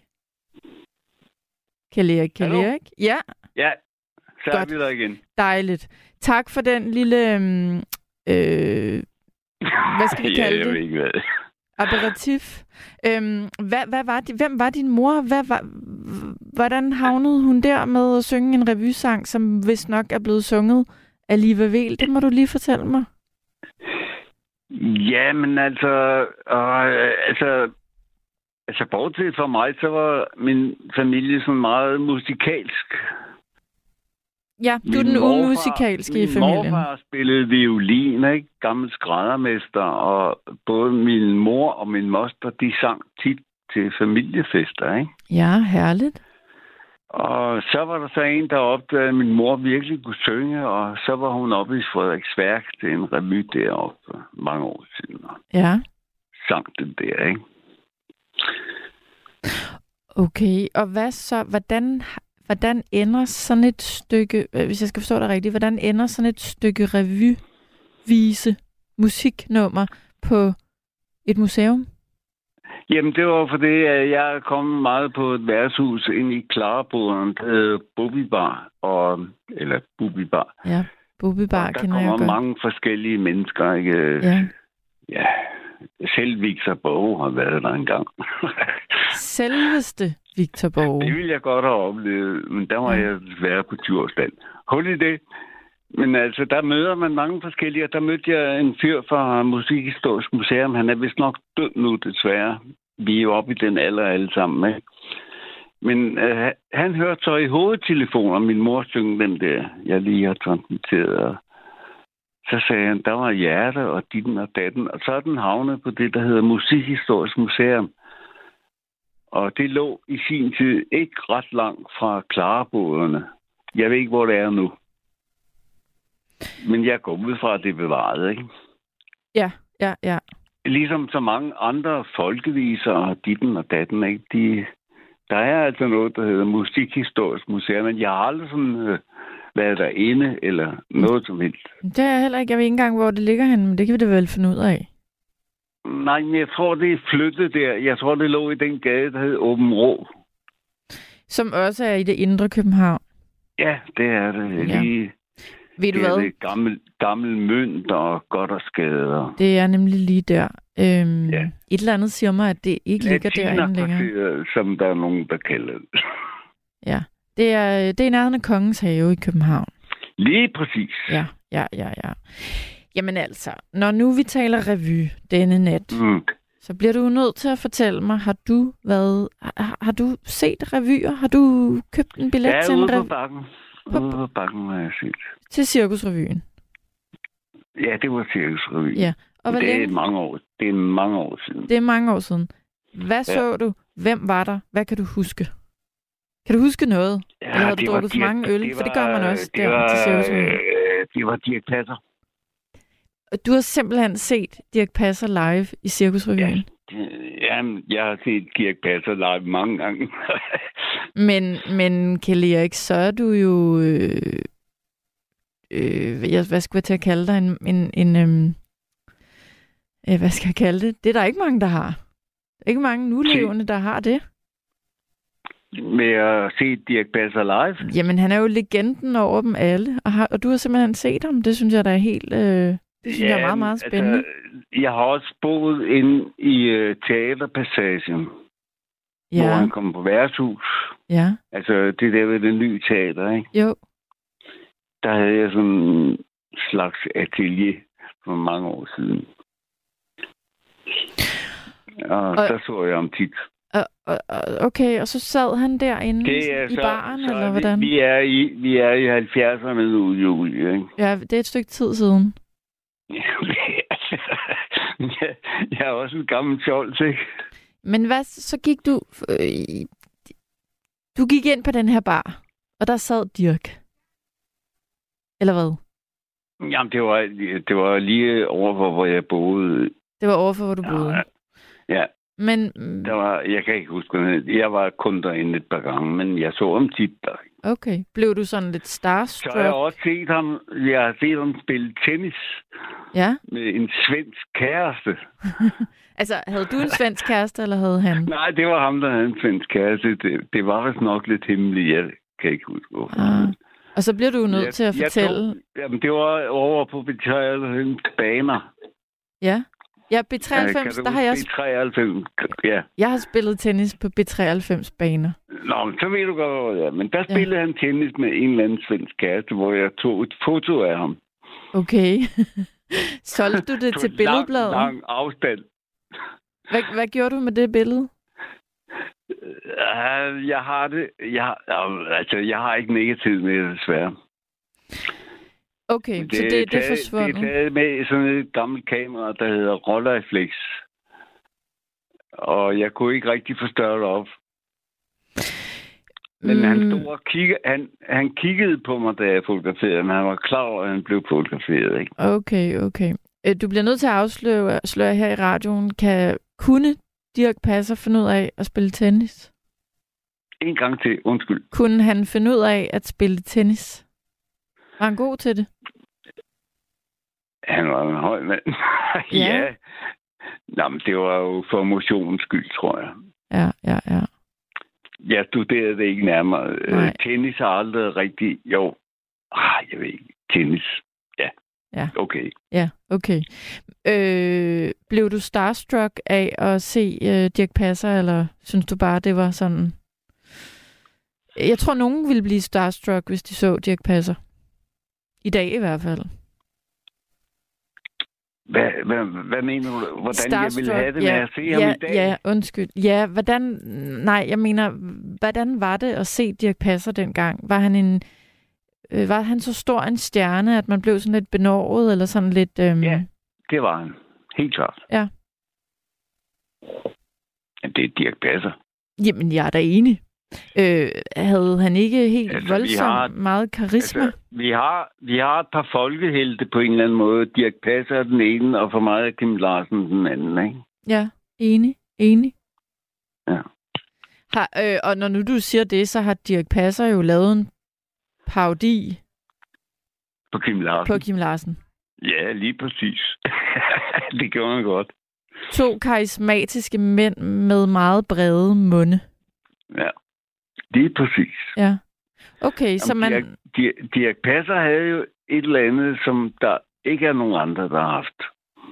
Ja. Ja, så er vi der igen. Dejligt. Tak for den lille... hvad skal vi kalde det? Jeg ved ikke hvad. Aperitif. Hvem var din mor? Hvordan havnede hun der med at synge en revysang, som vist nok er blevet sunget af Liva Weel? Det må du lige fortælle mig. Ja, men altså bortset fra mig, så var min familie sådan meget musikalsk. Ja, du er den umusikalske i familien. Min morfar spillede violin, ikke? Gammel skræddermester, og både min mor og min moster, de sang tit til familiefester, ikke? Ja, herligt. Og så var der så en, der opdagede, at min mor virkelig kunne synge, og så var hun oppe i Frederiksværk til en revy deroppe for mange år siden. Ja. Sang den der, ikke? Okay, og hvad så, hvordan ender sådan et stykke, hvis jeg skal forstå det rigtigt, hvordan ender sådan et stykke revyvise musiknummer på et museum? Jamen, det var fordi, at jeg kom meget på et værtshus ind i Klareboderen, der hedder Bubibar, eller Bubibar. Ja, Bubibar kender jeg godt. Der kommer mange forskellige mennesker, ikke? Ja. Selv Victor Borge har været der engang. Selveste Victor Borge. Det ville jeg godt have oplevet, men der var jeg desværre på Djursland. Hold i det. Men altså, der møder man mange forskellige, og der mødte jeg en fyr fra Musikhistorisk Museum. Han er vist nok død nu, desværre. Vi er jo oppe i den alder alle sammen, ikke? Men han hørte så i hovedtelefoner, min mor syngte den der, jeg lige har transmitteret. Så sagde han, der var hjerte og ditten og datten, og så er den havnet på det, der hedder Musikhistorisk Museum. Og det lå i sin tid ikke ret langt fra Klareboderne. Jeg ved ikke, hvor det er nu. Men jeg går ud fra, at det er bevaret, ikke? Ja. Ligesom så mange andre folkeviser og ditten og datten, ikke? Der er altså noget, der hedder Musikhistorisk Museum, men jeg har aldrig sådan været derinde eller noget som helst. Det er jeg heller ikke. Jeg ved ikke engang, hvor det ligger henne, men det kan vi da vel finde ud af. Nej, men jeg tror, det er flyttet der. Jeg tror, det lå i den gade, der hed Åben Rå. Som også er i det indre København. Ja, det er det. Ja. Lige, ved du hvad? Det er gammel Mønt og Goddersgade. Det er nemlig lige der. Et eller andet siger mig, at det ikke ligger derinde længere. Som der er nogen, der kalder det. Ja, det er nærmere Kongens Have i København. Lige præcis. Ja. Jamen altså, når nu vi taler revy denne nat, så bliver du nødt til at fortælle mig, har du set revyer? Har du købt en billet til en revy? Ja, ude på Bakken har jeg set. Til Cirkusrevyen? Ja, det var Cirkusrevyen. Ja. Og det er mange år siden. Det er mange år siden. Hvad så du? Hvem var der? Hvad kan du huske? Kan du huske noget? Ja, eller havde du drukket for mange øl? For det gør man også der til Cirkusrevyen. Det var Dirch Passer. Du har simpelthen set Dirch Passer live i Cirkusrevyen? Ja, jeg har set Dirch Passer live mange gange. men Kjell Erik, så er du jo... hvad skal jeg til at kalde dig? Hvad skal jeg kalde det? Det er der ikke mange, der har. Ikke mange nulevende, der har det. Med at se Dirch Passer live? Jamen, han er jo legenden over dem alle. Og du har simpelthen set ham. Det synes jeg, der er helt... det synes jeg er meget, meget spændende. Altså, jeg har også boet inde i Teaterpassagen. Ja. Hvor han kom på værtshus. Ja. Altså, det der ved det nye teater, ikke? Jo. Der havde jeg sådan en slags atelier for mange år siden. Og der så jeg om tit. Okay, og så sad han derinde i baren, eller hvordan? Vi er i 70'erne nu, Julie, ikke? Ja, det er et stykke tid siden. Jeg er også en gammel fjols, ikke? Men hvad, så gik du... Du gik ind på den her bar, og der sad Dirch. Eller hvad? Jamen, det var lige overfor, hvor jeg boede. Det var overfor, hvor du boede? Ja. Men... jeg kan ikke huske det. Jeg var kun derinde et par gange, men jeg så ham tit der. Okay. Blev du sådan lidt starstruck? Så har jeg også set ham. Jeg har set ham spille tennis. Ja? Med en svensk kæreste. Altså, havde du en svensk kæreste, eller havde han? Nej, det var ham, der havde en svensk kæreste. Det var vist nok lidt hemmeligt. Jeg kan ikke huske, hvorfor. Og så bliver du nødt til at fortælle... Jamen, det var over på Betrædelens baner. Ja. Ja, B93, der har jeg... B93, ja. Jeg har spillet tennis på B93-baner. Nå, så ved du godt, ja. Men der spillede han tennis med en eller anden svensk kæreste, hvor jeg tog et foto af ham. Okay. Solgte du det til Billedbladet? Lang afstand. Hvad gjorde du med det billede? Jeg har det. Jeg har ikke negativt med det, desværre. Okay, så det er forsvundet. Det er taget med sådan et gammelt kamera, der hedder Rolleiflex. Og jeg kunne ikke rigtig få større op. Men han stod og han kiggede på mig, da jeg fotograferede, men han var klar over, at han blev fotograferet. Ikke? Okay. Du bliver nødt til at afsløre her i radioen. Kunne Dirch Passer finde ud af at spille tennis? En gang til, undskyld. Kunne han finde ud af at spille tennis? Var han god til det? Han var en høj mand. Ja. Nå, men det var jo for motionens skyld, tror jeg. Ja. Jeg studerede det ikke nærmere. Tennis har aldrig rigtig... Jo. Jeg ved ikke. Tennis. Ja. Okay. Ja, okay. Blev du starstruck af at se Dirch Passer, eller synes du bare, det var sådan... Jeg tror, nogen ville blive starstruck, hvis de så Dirch Passer. I dag i hvert fald. Hvad mener du? Hvordan starstruck, jeg ville have det med at se ham i dag? Ja, undskyld. Ja, hvordan var det at se Dirch Passer dengang? Var han så stor en stjerne, at man blev sådan lidt benåret, eller sådan lidt... Ja, det var han. Helt klart. Ja. Det er Dirch Passer. Jamen, jeg er da enig. Havde han ikke helt voldsomt meget karisma? Vi har et par folkehelte på en eller anden måde. Dirch Passer er den ene, og for mig er Kim Larsen den anden, ikke? Ja, enig. Ja. Og når nu du siger det, så har Dirch Passer jo lavet en parodi på Kim Larsen. Ja, lige præcis. Det gjorde han godt. 2 karismatiske mænd med meget brede munde. Ja, lige præcis. Ja. Okay, så man... Dirch Passer havde jo et eller andet, som der ikke er nogen andre, der har haft.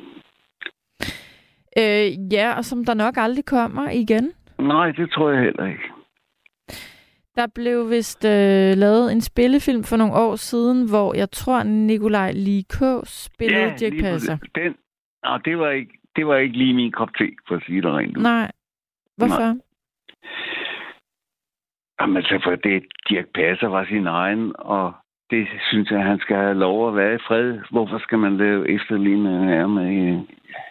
Ja, og som der nok aldrig kommer igen. Nej, det tror jeg heller ikke. Der blev vist lavet en spillefilm for nogle år siden, hvor jeg tror, Nikolaj Likå spillede Dirch Passer. Det var ikke lige min kop te, for at sige det rent ud. Nej. Hvorfor? Nej. Jamen, så for det Dirch Passer var sin egen, og det synes jeg, han skal have lov at være i fred. Hvorfor skal man lave efterlignende her med...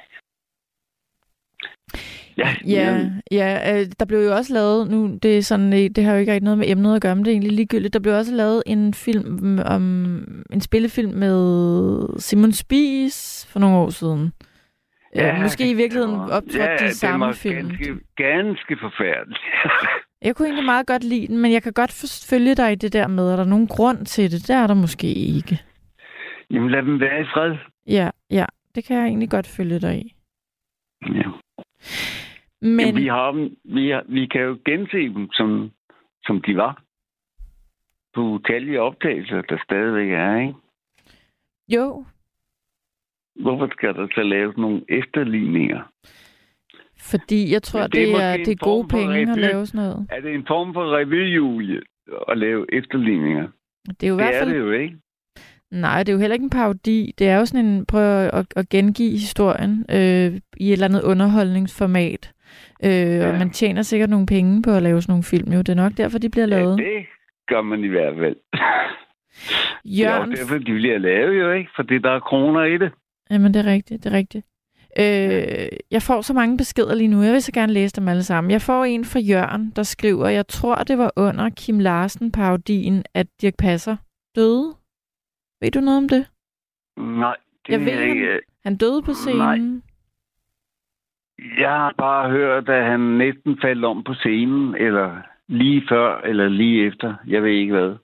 Ja, der blev jo også lavet, nu det er sådan, det har jo ikke rigtig noget med emnet at gøre, men det er egentlig ligegyldigt. Der blev også lavet en spillefilm med Simon Spies for nogle år siden. Ja, måske i virkeligheden optrådte de samme film. Ganske forfærdeligt. Jeg kunne egentlig meget godt lide den, men jeg kan godt følge dig i det der med, er der nogen grund til det? Der er der måske ikke. Jamen lad dem være i fred. Ja, det kan jeg egentlig godt følge dig i. Ja. Men vi kan jo gense dem, som de var. På utallige optagelser, der stadigvæk er, ikke? Jo. Hvorfor skal der så laves nogle efterligninger? Fordi jeg tror, det er gode penge at lave sådan noget. Er det en form for revyjule at lave efterligninger? Det er jo i hvert fald... det jo ikke. Nej, det er jo heller ikke en parodi. Det er jo sådan en prøv at gengive historien i et eller andet underholdningsformat. Og man tjener sikkert nogle penge på at lave sådan nogle film. Jo, det er nok derfor, de bliver lavet. Ja, det gør man i hvert fald. Jørgen... Det er derfor, de bliver lavet jo, ikke? Fordi der er kroner i det. Jamen, det er rigtigt. Jeg får så mange beskeder lige nu. Jeg vil så gerne læse dem alle sammen. Jeg får en fra Jørgen, der skriver, jeg tror, det var under Kim Larsen-parodien, at Dirch Passer døde. Ved du noget om det? Nej, det jeg ved ikke. Han døde på scenen. Nej. Jeg har bare hørt, at han næsten faldt om på scenen, eller lige før, eller lige efter. Jeg ved ikke hvad.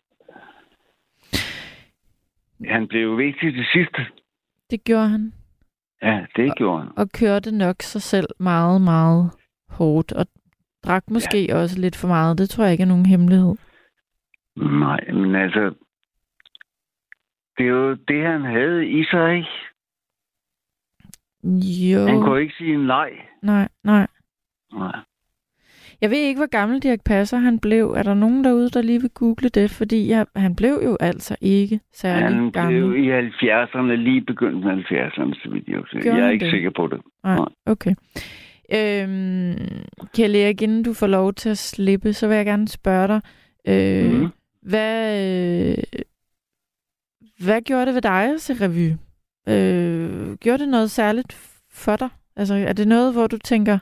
Han blev vigtig til sidst. Det gjorde han. Ja, det gjorde han. Og kørte nok sig selv meget, meget hårdt, og drak måske også lidt for meget. Det tror jeg ikke er nogen hemmelighed. Nej, men altså... Det er jo det, han havde i sig, ikke? Jo. Han kunne ikke sige nej. Nej. Nej. Jeg ved ikke, hvor gammel Dirch Passer han blev. Er der nogen derude, der lige vil google det? Fordi han blev jo altså ikke særlig gammel. Han blev i 70'erne, lige begyndt med 70'erne, så vidt jeg siger. Jeg er ikke sikker på det. Nej, okay. Kjell Erik, inden du får lov til at slippe, så vil jeg gerne spørge dig, hvad gjorde det ved dig at se revy? Gjorde det noget særligt for dig? Altså, er det noget, hvor du tænker,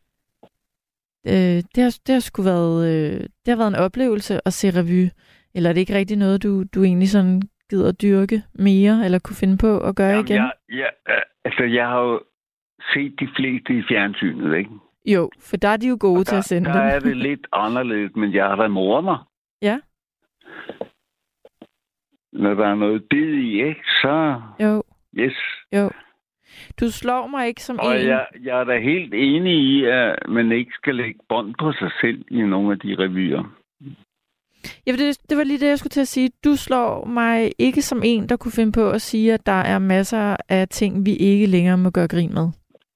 det har været en oplevelse at se revy, eller er det ikke rigtig noget, du egentlig sådan gider dyrke mere, eller kunne finde på at gøre igen? Jeg har jo set de fleste i fjernsynet, ikke? Jo, for der er de jo gode til at sende dem. Der er det lidt anderledes, men jeg har da moret mig. Ja. Når der er noget bid i, ikke? Så... Jo. Yes. Jo. Du slår mig ikke som og en... jeg er da helt enig i, at man ikke skal lægge bånd på sig selv i nogle af de revyer. Ja, det var lige det, jeg skulle til at sige. Du slår mig ikke som en, der kunne finde på at sige, at der er masser af ting, vi ikke længere må gøre grin med.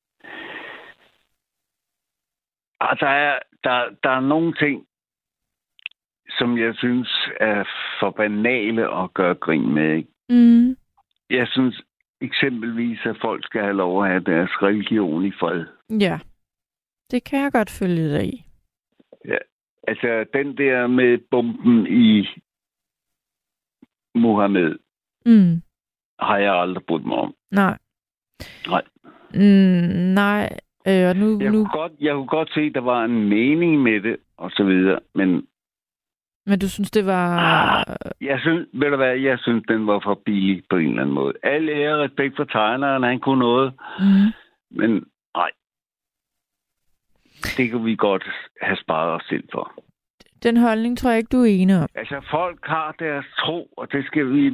Der er nogle ting, som jeg synes er for banale at gøre grin med. Ikke? Mm. Jeg synes eksempelvis, at folk skal have lov at have deres religion i fred. Ja, det kan jeg godt følge dig i. Ja, altså den der med bomben i Mohammed, har jeg aldrig brudt mig om. Nej. Nej. Nej. Jeg kunne godt se, at der var en mening med det, og så videre, men du synes, det var... Jeg synes, den var for billig på en eller anden måde. Al ære respekt for tegneren, han kunne noget. Men nej. Det kunne vi godt have sparet os selv for. Den holdning tror jeg ikke, du er enig om. Altså, folk har deres tro, og det skal vi...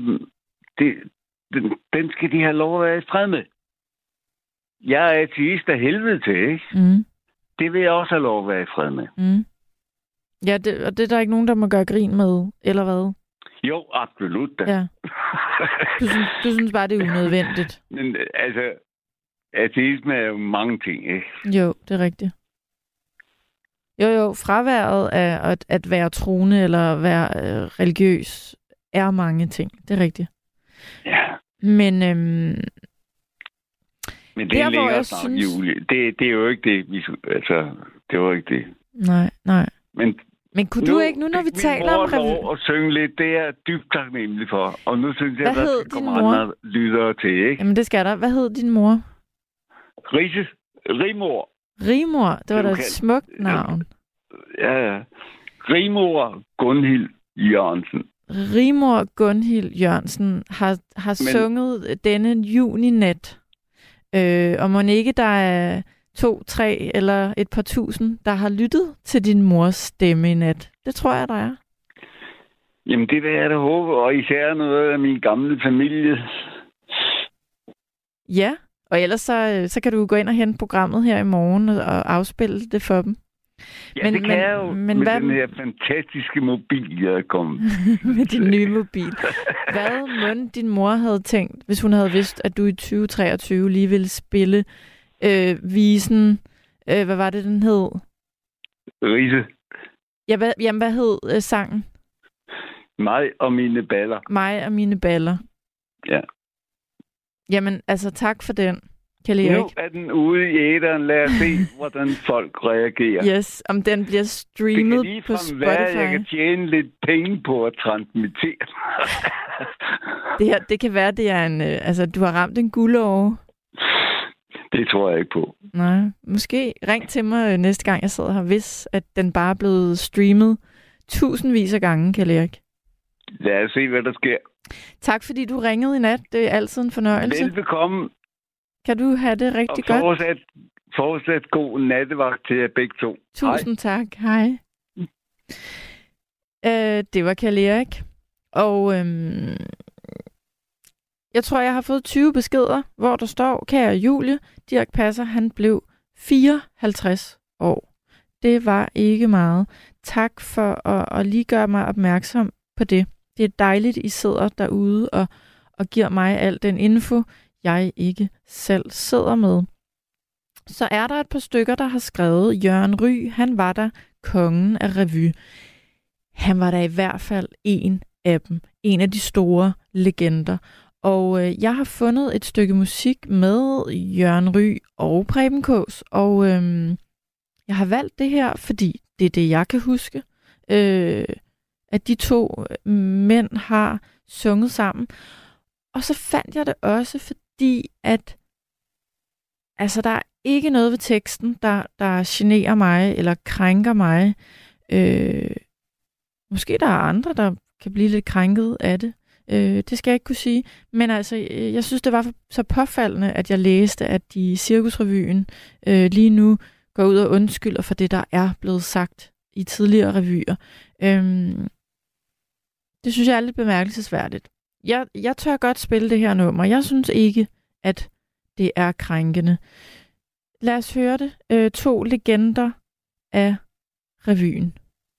Den skal de have lov at være i fred med. Jeg er ateist af helvede til, ikke? Det vil jeg også have lov at være i fred med. Ja, og det er der ikke nogen, der må gøre grin med, eller hvad? Jo, absolut da. Ja. Du synes bare, det er unødvendigt. Men altså, ateisme er jo mange ting, ikke? Jo, det er rigtigt. Jo, fraværet af at være troende eller være religiøs er mange ting. Det er rigtigt. Ja. Men det er længere snart, Julie. Det er jo ikke det, det var ikke det. Nej. Men kunne du ikke, nu når vi taler om revy... Min mor at synge lidt, det er dybt taknemmelig for. Og nu synes jeg, der skal komme andre lyttere til, ikke? Jamen, det skal der. Hvad hed din mor? Rigmor. Rigmor? Det var da et smukt navn. Ja. Rigmor Gunhild Jørgensen. Rigmor Gunhild Jørgensen har sunget denne juninat. Og må ikke, der er 2, 3 eller et par tusind, der har lyttet til din mors stemme i nat. Det tror jeg, der er. Jamen, det vil jeg da håbe, og især noget af min gamle familie. Ja, og ellers så kan du gå ind og hente programmet her i morgen og afspille det for dem. Ja, det kan jeg jo med den her fantastiske mobil, jeg er kommet. Med din nye mobil. Hvad mon din mor havde tænkt, hvis hun havde vidst, at du i 2023 lige ville spille visen... hvad var det, den hed? Rise. Ja, hvad hed sangen? Mig og mine baller. Mig og mine baller. Ja. Jamen, altså tak for den, Kjell Erik. Nu er den ude i æteren. Lad os se, hvordan folk reagerer. Yes, om den bliver streamet på Spotify. Jeg kan tjene lidt penge på at transmittere. Det kan være, det er en... du har ramt en guldåre. Det tror jeg ikke på. Nej, måske ring til mig næste gang, jeg sidder her, hvis at den bare er blevet streamet tusindvis af gange, Kjell Erik. Lad os se, hvad der sker. Tak, fordi du ringede i nat. Det er altid en fornøjelse. Velbekomme. Kan du have det rigtig godt? Og fortsat god nattevagt til jer begge to. Tusind tak. Hej. Det var Kjell Erik. Og jeg tror, jeg har fået 20 beskeder, hvor der står, kære Julie, Dirch Passer, han blev 54 år. Det var ikke meget. Tak for at lige gøre mig opmærksom på det. Det er dejligt, I sidder derude og giver mig al den info, jeg ikke selv sidder med. Så er der et par stykker, der har skrevet, Jørgen Ryg, han var der kongen af revy. Han var der i hvert fald en af dem. En af de store legender. Og jeg har fundet et stykke musik med Jørgen Ryg og Preben Kaas. Og jeg har valgt det her, fordi det er det, jeg kan huske. At de to mænd har sunget sammen. Og så fandt jeg det også, fordi at altså, der er ikke noget ved teksten, der generer mig eller krænker mig. Måske der er andre, der kan blive lidt krænket af det. Det skal jeg ikke kunne sige. Men altså, jeg synes, det var så påfaldende, at jeg læste, at de i Cirkusrevyen lige nu går ud og undskylder for det, der er blevet sagt i tidligere revyer. Det synes jeg er lidt bemærkelsesværdigt. Jeg tør godt spille det her nummer. Jeg synes ikke, at det er krænkende. Lad os høre det. 2 legender af revyen.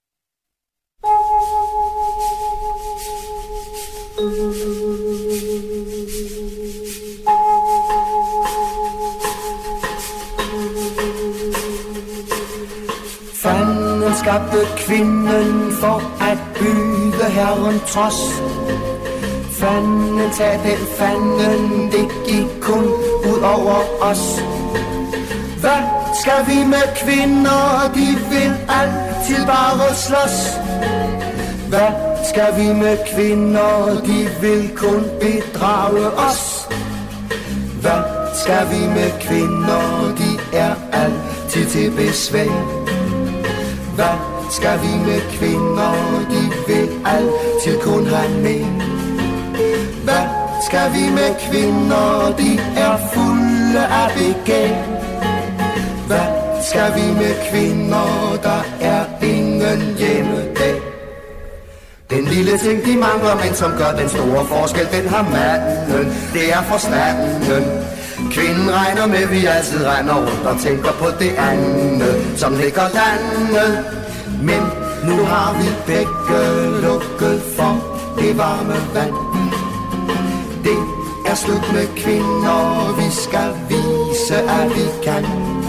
Fanden skabte kvinden for at byde herren trods. Fanden tag den fanden, det gik kun ud over os. Hvad skal vi med kvinder, de vil altid bare slås. Hvad skal vi med kvinder, de vil kun bedrage os. Hvad skal vi med kvinder, de er altid til besvær. Hvad skal vi med kvinder, de vil altid kun have med. Hvad skal vi med kvinder, de er fulde af begær. Hvad skal vi med kvinder, der er ingen hjemme dag. Den lille ting de mangler, men som gør den store forskel, den har manden, det er forstanden. Kvinden regner med, vi altid render rundt og tænker på det andet, som ligger landet. Men nu har vi begge lukket for det varme vand. Det er slut med kvinder, vi skal vise, at vi kan.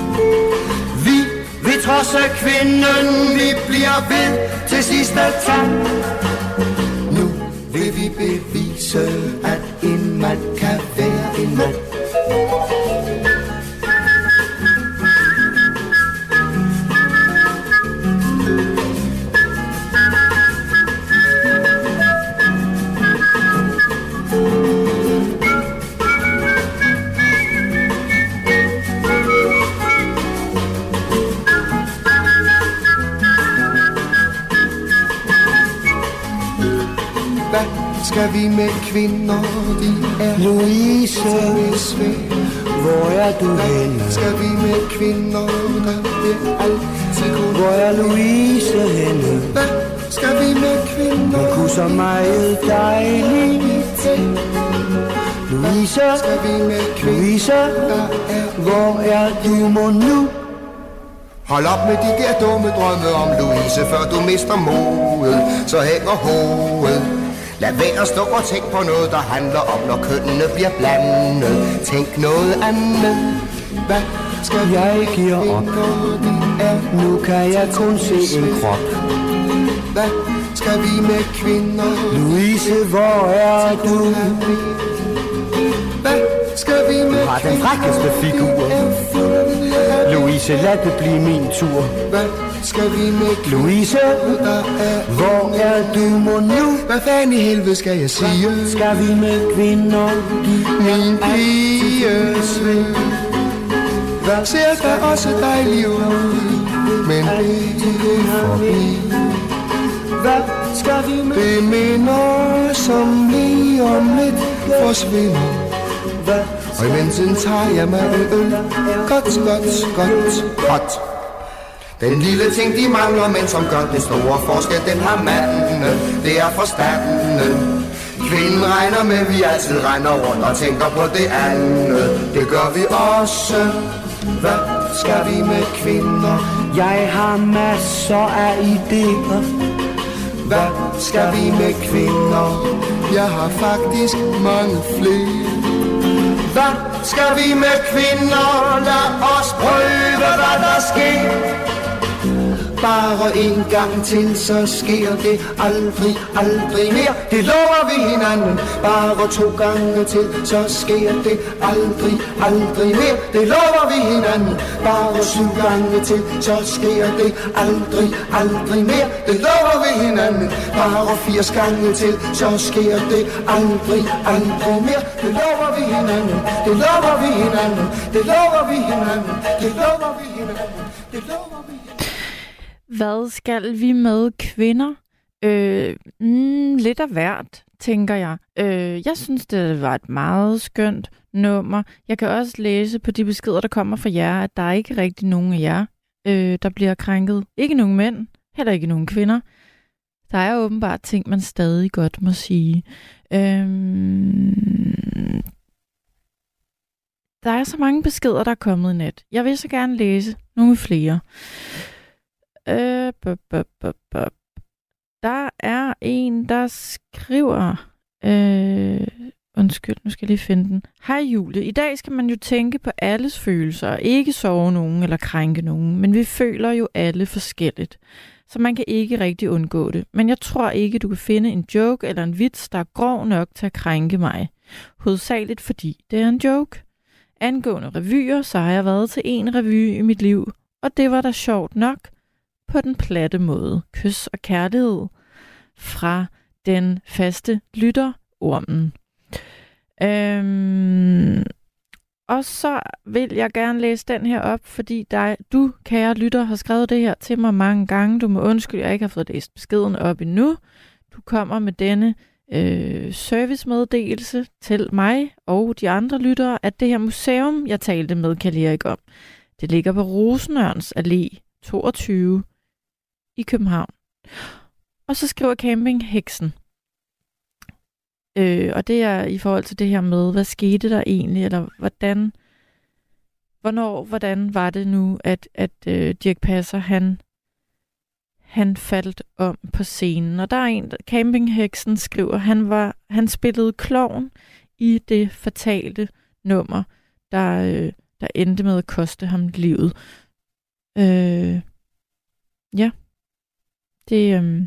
Vi trodse kvinden, vi bliver ved til sidste tand. Nu vil vi bevise, at en mand kan være en mand. Skal vi med kvinder, de er Louise, hvor er du henne? Skal vi med kvinder, der vil altid kun. Hvor er Louise henne? Hvad skal vi med kvinder? Hun kunne så meget dejligt. Louise, skal vi med kvinder, hvor er du mon nu? Hold op med de der dumme drømme om Louise, før du mister modet, så hænger hovedet. Lad være at stå og tænk på noget, der handler om, når kønnene bliver blandet. Tænk noget andet. Hvad skal jeg giver op? Nu kan jeg kun se en krop. Hvad skal vi med kvinder? Louise, hvor er du? Hvad skal vi med kvinder? Du har den frækkeste figur. Louise, lad det blive min tur. Hvad skal vi med Louise, hvor er du mon nu? Hvad fanden i helvede skal jeg sige? Hvad skal vi med kvinder? Min pige Hvad ser der også dejlig ud? Men det er forbi. Hvad skal vi med? Det minder som lige om lidt forsvinder. Og imens tager jeg mig en øl. Godt. Den lille ting de mangler, men som gør det store forskel, den har manden, det er forstanden. Kvinden regner med, vi altid render rundt og tænker på det andet. Det gør vi også. Hvad skal vi med kvinder? Jeg har masser af idéer. Hvad skal vi med kvinder? Jeg har faktisk mange flere. Hvad skal vi med kvinder? Lad os prøve, hvad der sker. Bare en gang til, så sker det aldrig, aldrig mere. Det lover vi hinanden. Bare 2 gange til, så sker det aldrig, aldrig mere. Det lover vi hinanden. Bare 7 gange til, så sker det aldrig, aldrig mere. Det lover vi hinanden. Bare 80 gange til, så sker det aldrig, aldrig mere. Det lover vi hinanden. Det lover vi hinanden. Det lover vi hinanden. Det lover vi hinanden. Det lover vi hinanden. Hvad skal vi med kvinder? Lidt af hvert, tænker jeg. Jeg synes, det var et meget skønt nummer. Jeg kan også læse på de beskeder, der kommer fra jer, at der er ikke rigtig nogen af jer, der bliver krænket. Ikke nogen mænd, heller ikke nogen kvinder. Der er åbenbart ting, man stadig godt må sige. Der er så mange beskeder, der er kommet i nat. Jeg vil så gerne læse nogle flere. Der er en, der skriver... undskyld, nu skal jeg lige finde den. Hej Julie, i dag skal man jo tænke på alles følelser, og ikke sove nogen eller krænke nogen, men vi føler jo alle forskelligt. Så man kan ikke rigtig undgå det. Men jeg tror ikke, du kan finde en joke eller en vits, der er grov nok til at krænke mig. Hovedsageligt fordi det er en joke. Angående revyer, så har jeg været til en revy i mit liv, og det var da sjovt nok på den platte måde. Kys og kærlighed fra den faste lytter, Ormen. Og så vil jeg gerne læse den her op, fordi du, kære lytter, har skrevet det her til mig mange gange. Du må undskylde, at jeg ikke har fået læst beskeden op endnu. Du kommer med denne servicemeddelelse til mig og de andre lyttere, at det her museum, jeg talte med Kjell Erik om, det ligger på Rosenørns Allé 22 i København. Og så skriver Campingheksen. Og det er i forhold til det her med, hvad skete der egentlig, eller hvordan var det nu, at Dirch Passer, han faldt om på scenen. Og der er en, Campingheksen skriver, han spillede klovn i det fatale nummer, der endte med at koste ham livet. Ja. Det,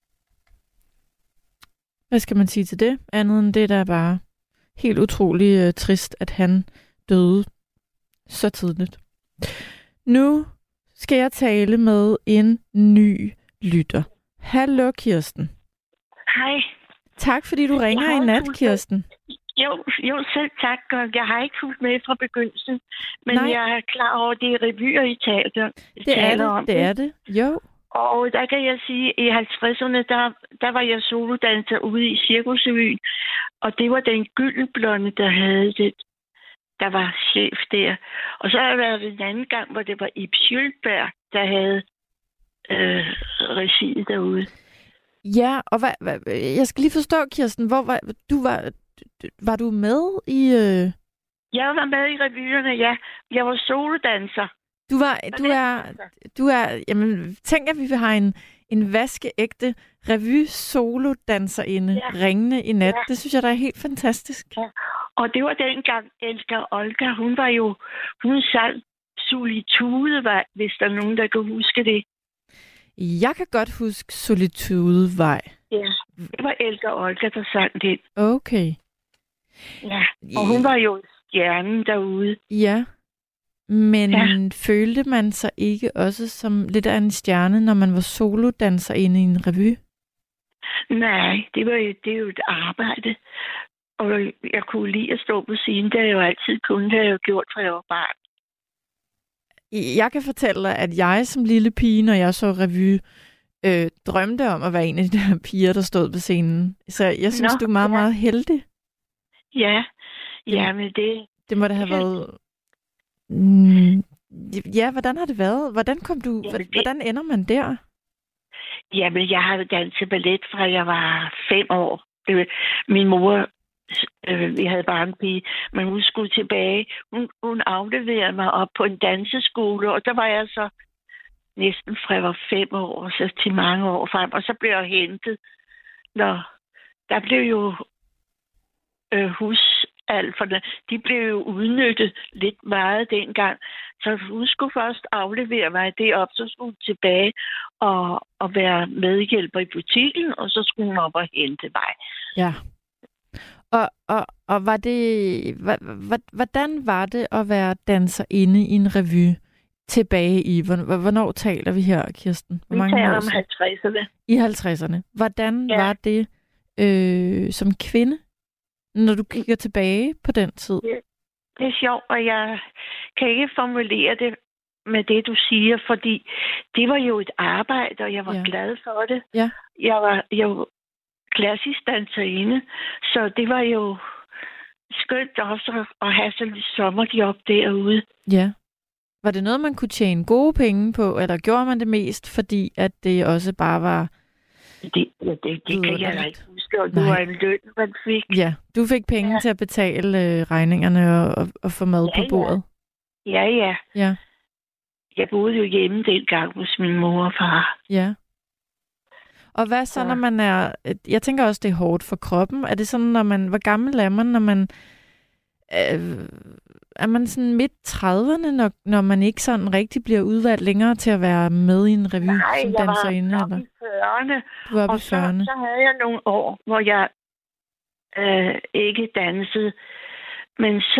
hvad skal man sige til det? Andet end det, der er bare helt utrolig trist, at han døde så tidligt. Nu skal jeg tale med en ny lytter. Hallo, Kirsten. Hej. Tak, fordi du ringer i nat, Kirsten. Jo, selv tak. Jeg har ikke fulgt med fra begyndelsen, men Nej. jeg er klar over, at det er revyer, I taler om. Det er det. Jo. Og der kan jeg sige, at i 50'erne, der var jeg solodanser ude i Cirkusrevyen, og det var den Gyldenblonde, der havde det, der var chef der. Og så har der været en anden gang, hvor det var Ib Schønberg, der havde regiet derude. Ja, og jeg skal lige forstå, Kirsten, hvor var du med i... Jeg var med i revyerne, ja. Jeg var solodanser. Jamen, tænk, at vi har en vaskeægte revy-solodanserinde ringende i nat. Ja. Det synes jeg, der er helt fantastisk. Ja. Og det var dengang, Elsker Olga, hun sang Solitudevej, hvis der er nogen, der kan huske det. Jeg kan godt huske Solitudevej. Ja, det var Elsker Olga, der sang det. Okay. Ja, og hun var jo stjernen derude. Ja. Men følte man sig ikke også som lidt af en stjerne, når man var solodanser inde i en revy? Nej, det er jo et arbejde. Og jeg kunne lide at stå på scenen. Det har jeg jo altid kunnet. Det har jeg jo gjort, fra jeg var barn. Jeg kan fortælle dig, at jeg som lille pige, når jeg så revy, drømte om at være en af de der piger, der stod på scenen. Så jeg synes, du er meget, meget heldig. Ja, men det... Det må da have været... Ja, hvordan har det været? Hvordan ender man der? Jamen, jeg har danset ballet fra jeg var 5 år. Min mor, vi havde bare en pige, men hun skulle tilbage. Hun afleverede mig op på en danseskole, og der var jeg så næsten fra jeg var 5 år, og så til mange år frem. Og så blev jeg hentet. Der blev jo alferne, de blev jo udnyttet lidt meget dengang. Så hun skulle først aflevere mig det op, så skulle hun tilbage og være medhjælper i butikken, og så skulle hun op og hente mig. Ja. Og var det, hvordan var det at være danserinde i en revy tilbage i? Hvornår taler vi her, Kirsten? Vi taler om 50'erne. I 50'erne. Hvordan var det som kvinde, når du kigger tilbage på den tid? Det er sjovt, og jeg kan ikke formulere det med det, du siger, fordi det var jo et arbejde, og jeg var glad for det. Ja. Jeg var jo klassisk danserinde, så det var jo skønt også at have sådan et sommerjob derude. Ja. Var det noget, man kunne tjene gode penge på, eller gjorde man det mest, fordi at det også bare var... Det kan jeg ikke huske, og det var en løn, man fik. Ja, du fik penge til at betale regningerne og få mad på bordet. Ja. Jeg boede jo hjemme dengang hos min mor og far. Ja. Og hvad så, når man er... Jeg tænker også, det er hårdt for kroppen. Er det sådan, når man... Hvor gammel er man, når man... Er man sådan midt 30'erne, når man ikke sådan rigtig bliver udvalgt længere til at være med i en revy som danserinde? Nej, jeg var i 40'erne. Du var og i 40'erne. Så havde jeg nogle år, hvor jeg ikke dansede. Men så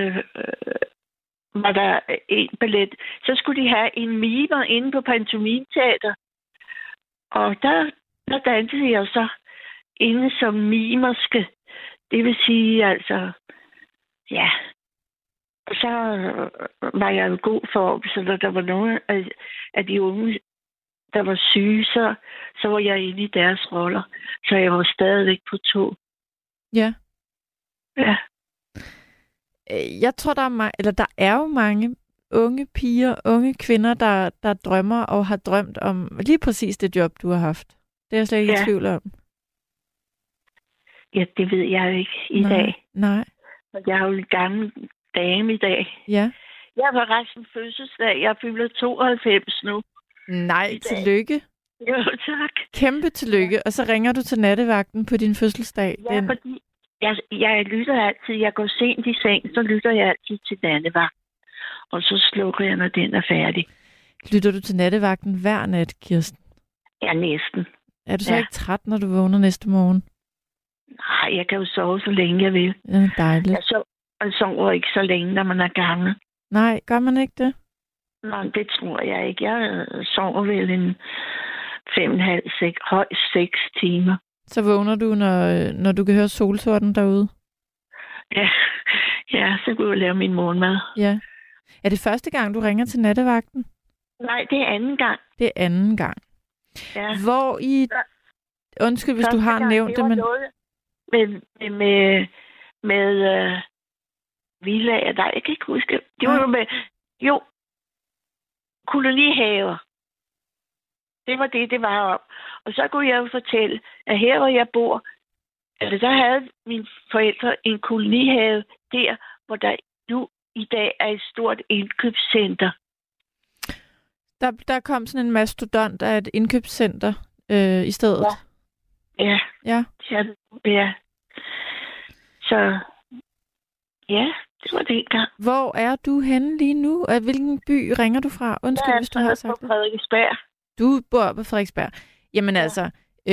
var der en ballet. Så skulle de have en mimer inde på Pantomimeteater. Og der dansede jeg så inde som mimerske. Det vil sige altså... Ja. Og så var jeg jo god for, så når der var nogle af de unge, der var syge, så var jeg inde i deres roller. Så jeg var stadigvæk på tå. Ja. Ja. Jeg tror, der er jo mange unge piger, unge kvinder, der drømmer og har drømt om lige præcis det job, du har haft. Det er jeg slet ikke i tvivl om. Ja, det ved jeg jo ikke i dag. Nej. Jeg er jo en gammel dame i dag. Ja. Jeg var resten fødselsdag. Jeg fylder 92 nu. Nej, tillykke. Jo, tak. Kæmpe tillykke. Og så ringer du til nattevagten på din fødselsdag. Ja, fordi jeg lytter altid. Jeg går sent i seng, så lytter jeg altid til nattevagten. Og så slukker jeg, når den er færdig. Lytter du til nattevagten hver nat, Kirsten? Ja, næsten. Er du så ikke træt, når du vågner næste morgen? Nej, jeg kan jo sove så længe jeg vil. Ja, dejligt. Jeg sover ikke så længe, når man er gammel. Nej, gør man ikke det? Nej, det tror jeg ikke. Jeg sover vel en 5,5, højst 6 timer. Så vågner du, når du kan høre solsorten derude? Ja, så kan jeg lave min morgenmad. Ja. Er det første gang, du ringer til nattevagten? Nej, det er anden gang. Det er anden gang. Ja. Hvor i... Undskyld, hvis du har nævnt det, men... Med villager, der jeg kan ikke huske. Det var jo med... Jo, kolonihaver. Det var det var om. Og så kunne jeg jo fortælle, at her hvor jeg bor, der havde mine forældre en kolonihave der, hvor der nu i dag er et stort indkøbscenter. Der kom sådan en mastodont af et indkøbscenter i stedet. Ja. Så ja, det var det engang. Hvor er du henne lige nu? Hvilken by ringer du fra? Undskyld, hvis du har sagt det. Jeg er på Frederiksberg. Du bor på Frederiksberg. Jamen altså,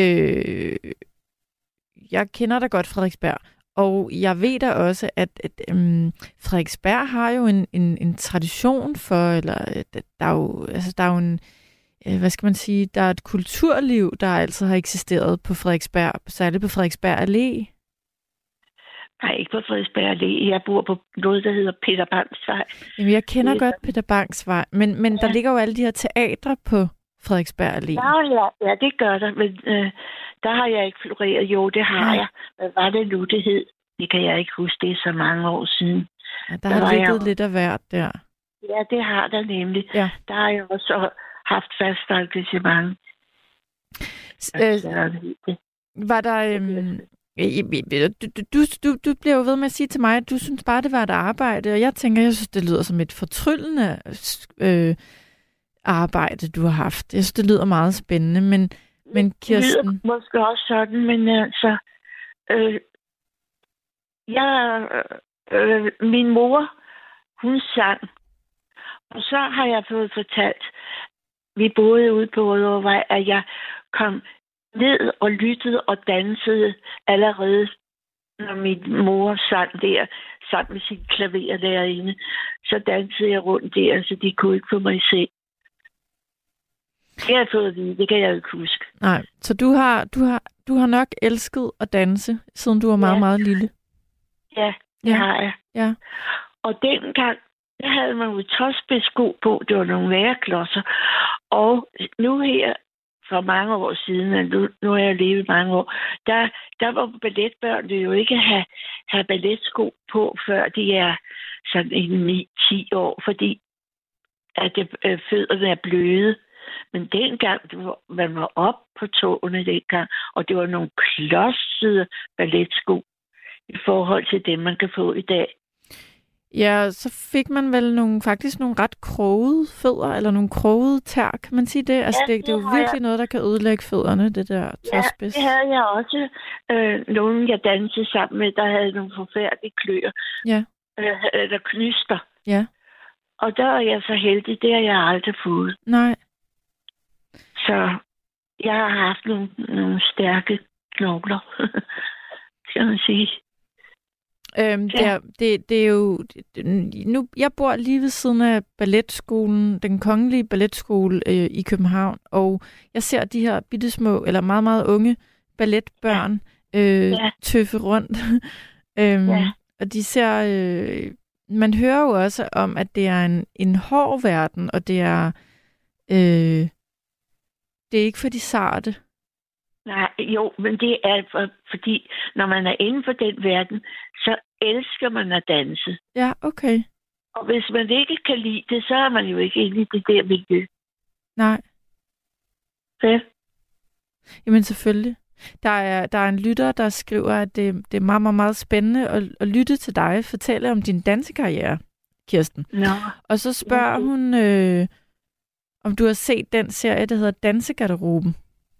jeg kender da godt Frederiksberg. Og jeg ved da også, at Frederiksberg har jo en tradition for, eller der er jo en, hvad skal man sige, der er et kulturliv, der altid har eksisteret på Frederiksberg, særligt på Frederiksberg Allé. Nej, ikke på Frederiksberg Allé. Jeg bor på noget, der hedder Peter Bangs Vej. Jamen, jeg kender godt Peter Bangs Vej, men der ligger jo alle de her teatre på Frederiksberg Allé. Ja, det gør der, men der har jeg ikke floreret. Jo, det har jeg. Hvad var det nu, det hed? Det kan jeg ikke huske, det er så mange år siden. Ja, der har ligget lidt af hvert der. Ja, det har der nemlig. Ja. Der har jeg også haft fast engagement. Var der... Du bliver jo ved med at sige til mig, at du synes bare, det var et arbejde, og jeg synes, det lyder som et fortryllende arbejde, du har haft. Jeg synes, det lyder meget spændende, men Kirsten... Det lyder måske også sådan, men altså... Min mor, hun sang. Og så har jeg fået fortalt, vi boede ude på Rødovre, at jeg kom ned og lyttede og dansede allerede, når min mor sang der, sang med sit klaver derinde. Så dansede jeg rundt der, så de kunne ikke få mig se. Det har jeg fået at vide, det kan jeg ikke huske. Nej, så du har nok elsket at danse, siden du var meget, meget lille. Ja, det har jeg. Ja. Og dengang, der havde man jo tåspidssko på, det var nogle væreklodser. Og nu her, for mange år siden, nu har jeg levet mange år, der var balletbørn jo ikke have balletsko på, før de er sådan 9-10 år, fordi at fødderne er bløde. Men dengang, man var op på tåene dengang, og det var nogle klodsede balletsko i forhold til dem, man kan få i dag. Ja, så fik man vel faktisk nogle ret krogede fødder, eller nogle krogede tær, kan man sige det? Altså, ja, det er jo virkelig noget, der kan ødelægge fødderne, det der tåspids. Ja, det havde jeg også. Nogen, jeg dansede sammen med, der havde nogle forfærdelige kløer. Ja. Eller knyster. Ja. Og der er jeg så heldig, det har jeg aldrig fået. Nej. Så jeg har haft nogle stærke knogler, kan man sige. Det er jo... Nu, jeg bor lige ved siden af balletskolen, den kongelige balletskole i København, og jeg ser de her bittesmå, eller meget, meget unge balletbørn tøffe rundt. Og de ser... man hører jo også om, at det er en hård verden, og det er... det er ikke for de sarte. Nej, jo, men det er fordi, når man er inden for den verden, så elsker man at danse. Ja, okay. Og hvis man ikke kan lide det, så er man jo ikke inde i det der miljø. Nej. Ja. Jamen selvfølgelig. Der er en lytter, der skriver, at det er meget, meget, meget spændende at lytte til dig fortælle om din dansekarriere, Kirsten. Nå. Og så spørger hun, om du har set den serie, der hedder Dansegarderoben.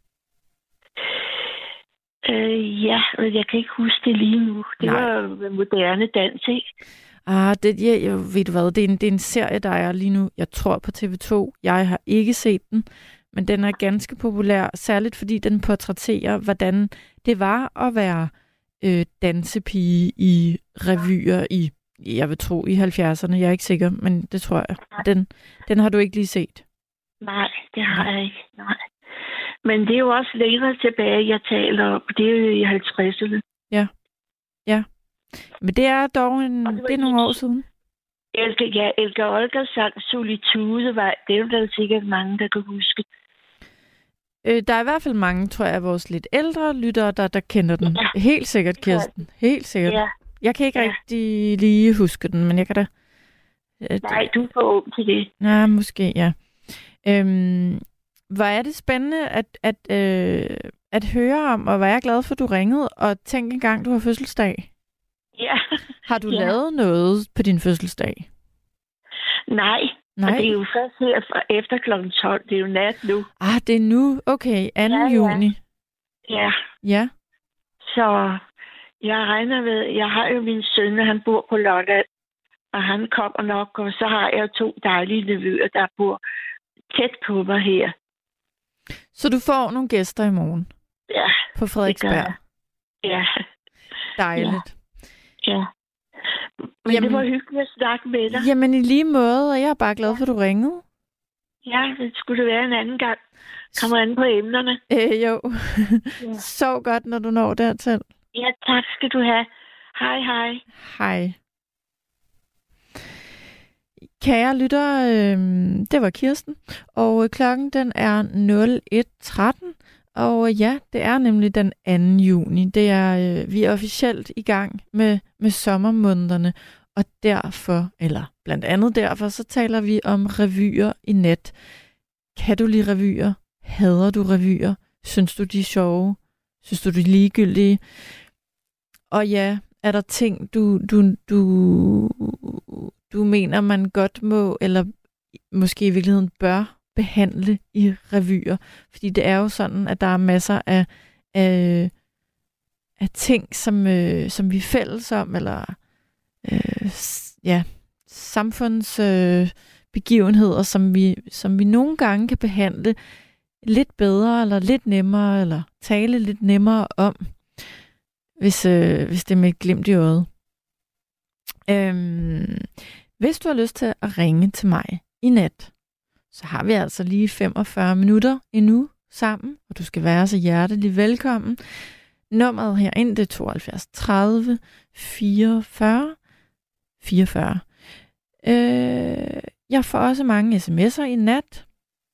Ja, men jeg kan ikke huske det lige nu. Det var moderne dans, ikke? Ved du hvad, det er en serie, der er lige nu, jeg tror på TV2. Jeg har ikke set den, men den er ganske populær, særligt fordi den portrætterer, hvordan det var at være dansepige i revyer i, jeg vil tro, i 70'erne. Jeg er ikke sikker, men det tror jeg. Den har du ikke lige set? Nej, det har jeg ikke. Nej. Men det er jo også længere tilbage, jeg taler om. Det er jo i 50'erne. Ja. Ja. Men det er dog det er nogle år siden. Elke Olga sang Solitude. Det er jo der sikkert mange, der kan huske. Der er i hvert fald mange, tror jeg, af vores lidt ældre lyttere, der kender den. Ja. Helt sikkert, Kirsten. Helt sikkert. Ja. Jeg kan ikke rigtig lige huske den, men jeg kan da... Nej, du er for ung til det. Ja, måske, ja. Hvor er det spændende at høre om, og hvor er jeg glad for, at du ringede, og tænk engang, du har fødselsdag. Ja. Har du lavet noget på din fødselsdag? Nej. Og det er jo først her efter kl. 12. Det er jo nat nu. Det er nu? Okay, 2. juni. Ja. Ja. Så jeg regner med, jeg har jo min søn, han bor på Lolland, og han kommer nok, og så har jeg 2 dejlige nevøer, der bor tæt på mig her. Så du får nogle gæster i morgen? Ja. På Frederiksberg? Ja. Dejligt. Ja. Men det var hyggeligt at snakke med dig. Jamen i lige måde, og jeg er bare glad for, at du ringede. Ja, det skulle det være en anden gang. Kommer an på emnerne. Jo. Sov godt, når du når dertil. Ja, tak skal du have. Hej, hej. Hej. Kære lytter, det var Kirsten, og klokken den er 01:13, og ja, det er nemlig den 2. juni. Det er, vi er officielt i gang med sommermånederne, og derfor, eller blandt andet derfor, så taler vi om revyer i net. Kan du lide revyer? Hader du revyer? Synes du, de er sjove? Synes du, de er ligegyldige? Og ja, er der ting, du mener, man godt må, eller måske i virkeligheden bør behandle i revyer? Fordi det er jo sådan, at der er masser ting, som vi er fælles om, eller samfundsbegivenheder, som vi nogle gange kan behandle lidt bedre, eller lidt nemmere, eller tale lidt nemmere om, hvis det er med et glimt i øjet. Hvis du har lyst til at ringe til mig i nat, så har vi altså lige 45 minutter endnu sammen, og du skal være så hjertelig velkommen. Nummeret herind, det er 72 30 44 44. Jeg får også mange sms'er i nat.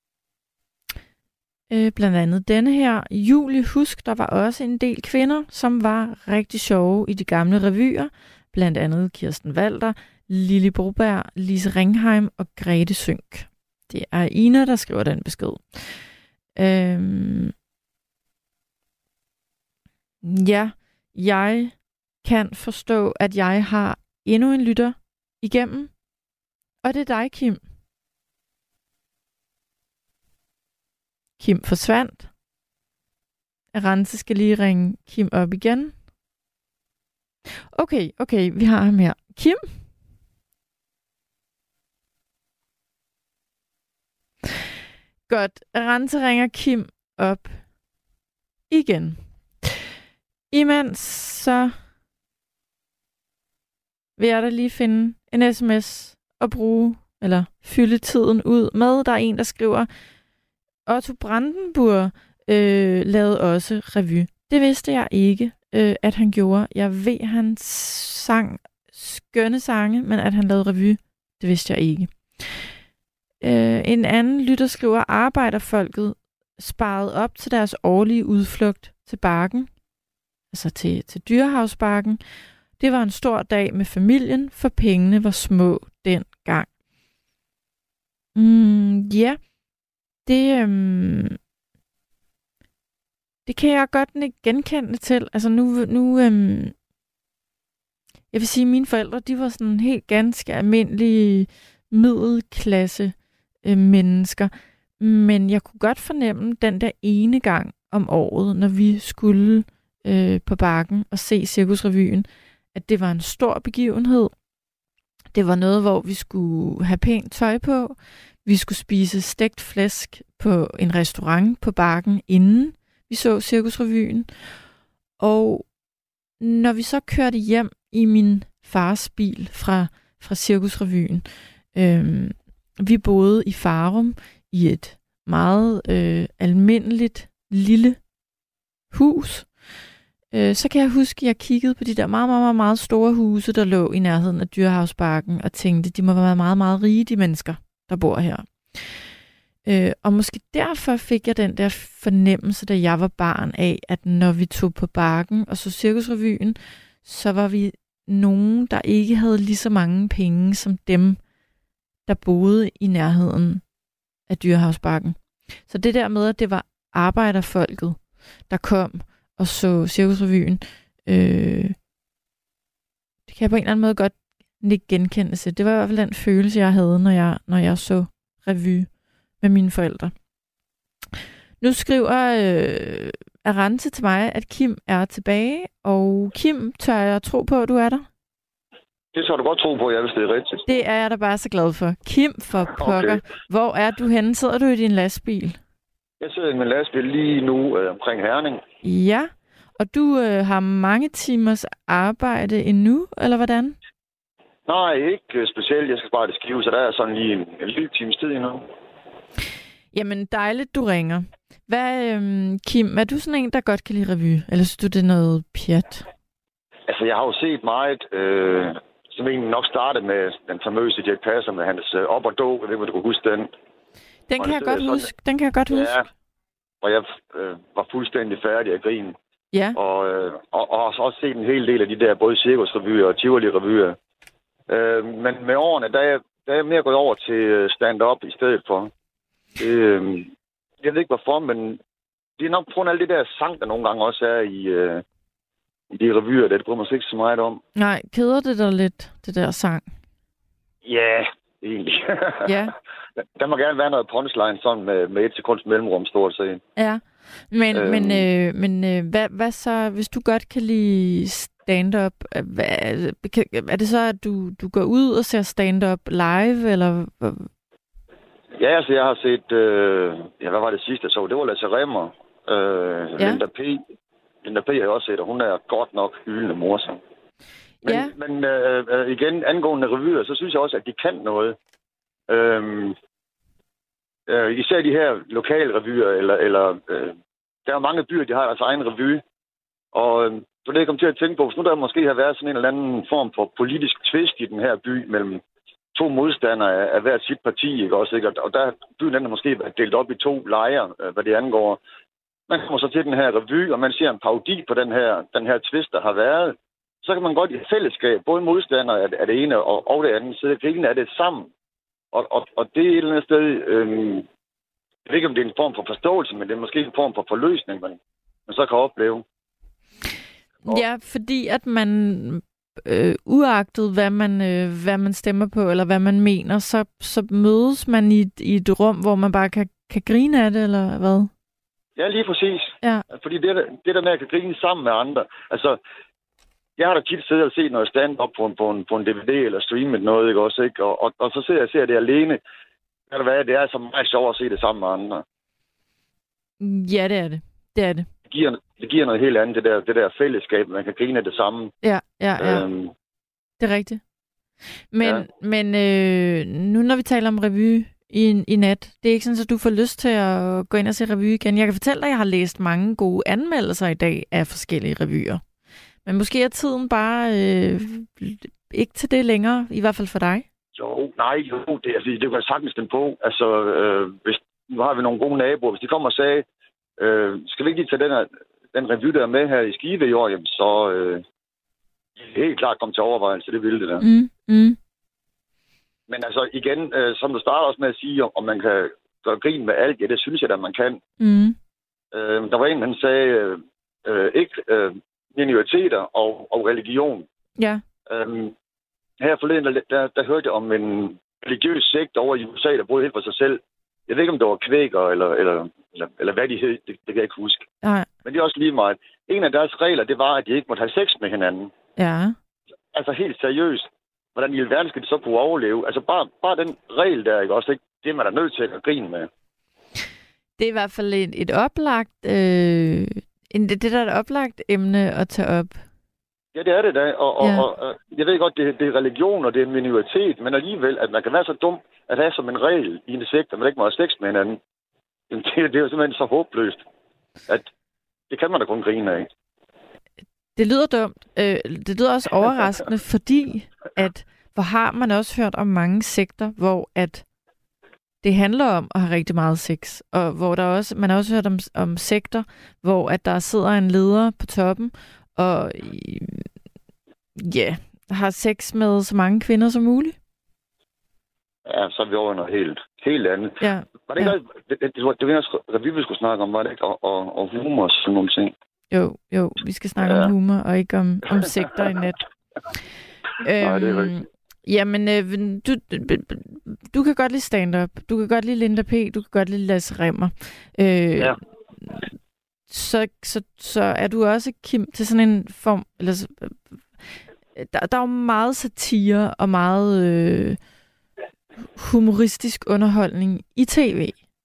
Blandt andet denne her. Julie, husk, der var også en del kvinder, som var rigtig sjove i de gamle revyer. Blandt andet Kirsten Walter, Lili Broberg, Lise Ringheim og Grete Synk. Det er Ina, der skriver den besked. Ja, jeg kan forstå, at jeg har endnu en lytter igennem. Og det er dig, Kim. Kim forsvandt. Arantxe skal lige ringe Kim op igen. Okay, vi har ham her. Kim? Godt. Arantxe ringer Kim op igen. Imens så vil jeg da lige finde en sms og bruge, eller fylde tiden ud med. Der er en, der skriver, Otto Brandenburg lavede også revy. Det vidste jeg ikke, at han gjorde. Jeg ved, han sang skønne sange, men at han lavede revy, det vidste jeg ikke. En anden lytter skriver, arbejderfolket sparede op til deres årlige udflugt til Bakken, altså til Dyrehavsbakken. Det var en stor dag med familien, for pengene var små dengang. Ja, det kan jeg godt genkende til. Altså nu jeg vil sige, at mine forældre, de var sådan helt ganske almindelige middelklasse mennesker. Men jeg kunne godt fornemme den der ene gang om året, når vi skulle på Bakken og se Cirkusrevyen, at det var en stor begivenhed. Det var noget, hvor vi skulle have pænt tøj på. Vi skulle spise stegt flæsk på en restaurant på Bakken, inden vi så Cirkusrevyen. Og når vi så kørte hjem i min fars bil fra Cirkusrevyen, vi boede i Farum i et meget almindeligt lille hus. Så kan jeg huske, at jeg kiggede på de der meget, meget, meget store huse, der lå i nærheden af Dyrehavsbakken, og tænkte, de må være meget, meget rige, de mennesker, der bor her. Og måske derfor fik jeg den der fornemmelse, da jeg var barn af, at når vi tog på Bakken og så Cirkusrevyen, så var vi nogen, der ikke havde lige så mange penge som dem, der boede i nærheden af Dyrehavsbakken. Så det der med, at det var arbejderfolket, der kom og så Cirkusrevyen, det kan jeg på en eller anden måde godt ikke genkende sig. Det var i hvert fald den følelse, jeg havde, når jeg så revy med mine forældre. Nu skriver Arantxe til mig, at Kim er tilbage, og Kim, tør jeg tro på, at du er der? Det skal du godt tro på, hvis det er rigtigt. Det er jeg da bare så glad for. Kim, for pokker. Okay. Hvor er du henne? Sidder du i din lastbil? Jeg sidder i min lastbil lige nu omkring Herning. Ja, og du har mange timers arbejde endnu, eller hvordan? Nej, ikke specielt. Jeg skal bare det skive, så der er sådan lige en lille times tid endnu. Jamen, dejligt, du ringer. Kim, er du sådan en, der godt kan lide revy? Eller synes du, det er noget pjat? Altså, jeg har jo set meget, som egentlig nok startede med den famøse Dirch Passer med hans op og dog, det må du kunne huske den. Den kan jeg godt huske. Ja, og jeg var fuldstændig færdig af grinen. Ja. Og har også set en hel del af de der både cirkusrevyer og Tivoli-revyer. Men med årene, der er jeg mere gået over til stand-up i stedet for. Jeg ved ikke hvorfor, men det er nok på grund af alle de der sang, der nogle gange også er i de revyer, det bryder man sig ikke så meget om. Nej, keder det dig lidt, det der sang? Ja, egentlig. Ja, der må gerne være noget punchline sådan med 1 sekunds mellemrum, stort set. Ja, men hvad så, hvis du godt kan lide stand-up, er det så, at du går ud og ser stand-up live, eller? Ja, altså jeg har set, hvad var det sidste, så det var Lasse Remmer, Linda P. Linda P. har jeg også set, og hun er godt nok hyldende morsom. Men igen, angående revyer, så synes jeg også, at de kan noget. Især de her lokale revyer, eller der er mange byer, de har deres egen revy. Og så det kom til at tænke på, hvis nu der måske har været sådan en eller anden form for politisk tvist i den her by mellem 2 modstandere af hvert sit parti, ikke også, ikke? Og der byen den måske været delt op i 2 lejre, hvad det angår. Man kommer så til den her revy, og man ser en parodi på den her tvist, der har været. Så kan man godt i fællesskab, både modstandere af det ene og det andet, sidde og grine af det sammen. Og det er et eller andet sted, jeg ved ikke, om det er en form for forståelse, men det er måske en form for forløsning, man så kan opleve. Ja, fordi at man, uagtet hvad man stemmer på, eller hvad man mener, så mødes man i et rum, hvor man bare kan grine af det, eller hvad? Ja, lige præcis. Ja. Fordi det der med at kan grine sammen med andre, altså, jeg har da tit siddet og set noget stand-up på en DVD eller streamet noget, ikke også, ikke? Og så sidder jeg og ser det alene. Det er så meget sjovt at se det sammen med andre. Ja, det er det. Det er det. Det giver noget helt andet, det der fællesskab, man kan grine af det samme. Ja. Det er rigtigt. Men nu når vi taler om revy i nat, det er ikke sådan, at du får lyst til at gå ind og se revy igen. Jeg kan fortælle dig, at jeg har læst mange gode anmeldelser i dag af forskellige revyer. Men måske er tiden bare ikke til det længere, i hvert fald for dig. Det kan jeg sagtens stemme på. Altså, hvis nu har vi nogle gode naboer. Hvis de kommer og sagde, skal vi ikke lige tage den revy, der er med her i Skive i år, jamen, så helt klart komme til overvejelse. Det ville det der. Men altså igen, som du starter også med at sige, om man kan gøre grin med alt, ja, det synes jeg, at man kan. Der var en, han sagde, ikke minoriteter og religion. Ja. Her forleden, der hørte jeg om en religiøs sekt over i USA, der boede helt for sig selv. Jeg ved ikke, om det var kvæker, eller hvad de hed, det kan jeg ikke huske. Nej. Men det er også lige meget. En af deres regler, det var, at de ikke måtte have sex med hinanden. Ja. Altså helt seriøst. Hvordan i alverden skal de så kunne overleve? Altså bare den regel der, ikke også, ikke? Det er man da nødt til at grine med. Det er i hvert fald et oplagt, det der er et oplagt emne at tage op. Ja, det er det da. Og jeg ved godt, det er religion, og det er en minoritet, men alligevel, at man kan være så dum, at have som en regel i en sekt, at man ikke må have sex med hinanden. Det er jo simpelthen så håbløst, at det kan man da kun grine af. Det lyder dumt. Det lyder også overraskende, fordi hvor har man også hørt om mange sekter, hvor at det handler om at have rigtig meget sex, og hvor man har også hørt om sekter, hvor at der sidder en leder på toppen, og har sex med så mange kvinder som muligt. Ja, så er vi over noget helt andet. Ja. Var det ikke det var også, vi skulle snakke om, var det ikke? Og humor og sådan nogle ting. Jo, vi skal snakke om humor, og ikke om sekter i net. Nej, det er rigtigt. Jamen, du kan godt lide stand-up. Du kan godt lide Linda P. Du kan godt lide Lasse Remmer. Ja. Så er du også, Kim, til sådan en form... Eller, der er jo meget satire og meget humoristisk underholdning i tv.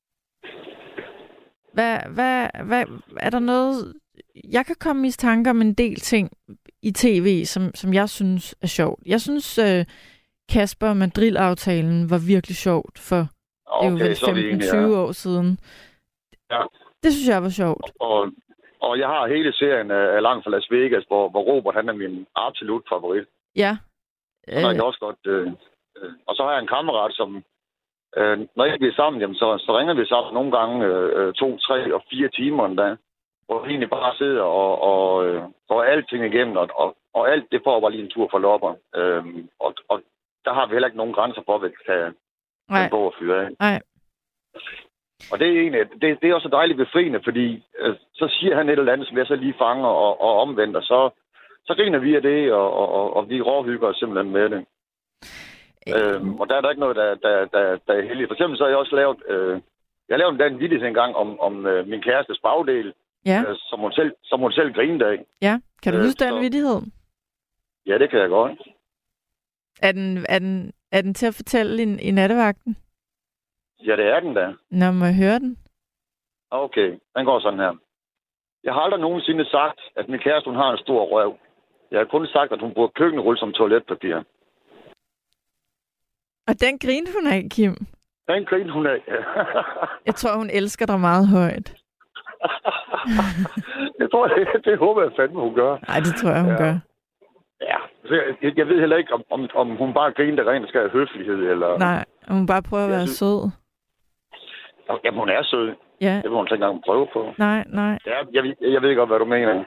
Hvad er der noget... Jeg kan komme i tanke om en del ting i tv, som jeg synes er sjovt. Jeg synes, Kasper og Madrid-aftalen var virkelig sjovt for det er jo vel 15-20 år siden. Ja. Det synes jeg var sjovt. Og jeg har hele serien af Langt fra Las Vegas, hvor Robert, han er min absolut favorit. Ja. Og også godt. Og så har jeg en kammerat, som når ikke vi er sammen, jamen, så ringer vi sammen nogle gange 2, 3 og 4 timer endda. Hvor vi egentlig bare sidder og går alting igennem, og alt det får bare lige en tur for lopper. Og der har vi heller ikke nogen grænser for, hvad vi kan gå og fyre af. Nej. Og det er egentlig, det er også dejligt befriende, fordi så siger han et eller andet, som jeg så lige fanger og omvendt, og så griner vi af det, og vi råhygger os simpelthen med det. Og der er der ikke noget, der er heldigt. For eksempel så har jeg også lavet... jeg lavede en vittighed engang om min kærestes bagdel, som hun selv grinede af. Ja, kan du huske den vittighed? Ja, det kan jeg godt. Er den til at fortælle i nattevagten? Ja, det er den da. Nå, må jeg høre den? Okay, den går sådan her. Jeg har aldrig nogensinde sagt, at min kæreste hun har en stor røv. Jeg har kun sagt, at hun bruger køkkenrulle som toiletpapir. Og den grinte hun af, Kim? Den grinte hun af. Jeg tror, hun elsker dig meget højt. Jeg tror, det håber jeg fandme, hun gør. Nej, det tror jeg, hun gør. Ja, jeg ved heller ikke, om hun bare griner der rent skal have høflighed, eller... Nej, hun bare prøver at være sød. Jamen, hun er sød. Ja. Det må hun ikke engang prøve på. Nej. Ja, jeg ved godt, hvad du mener.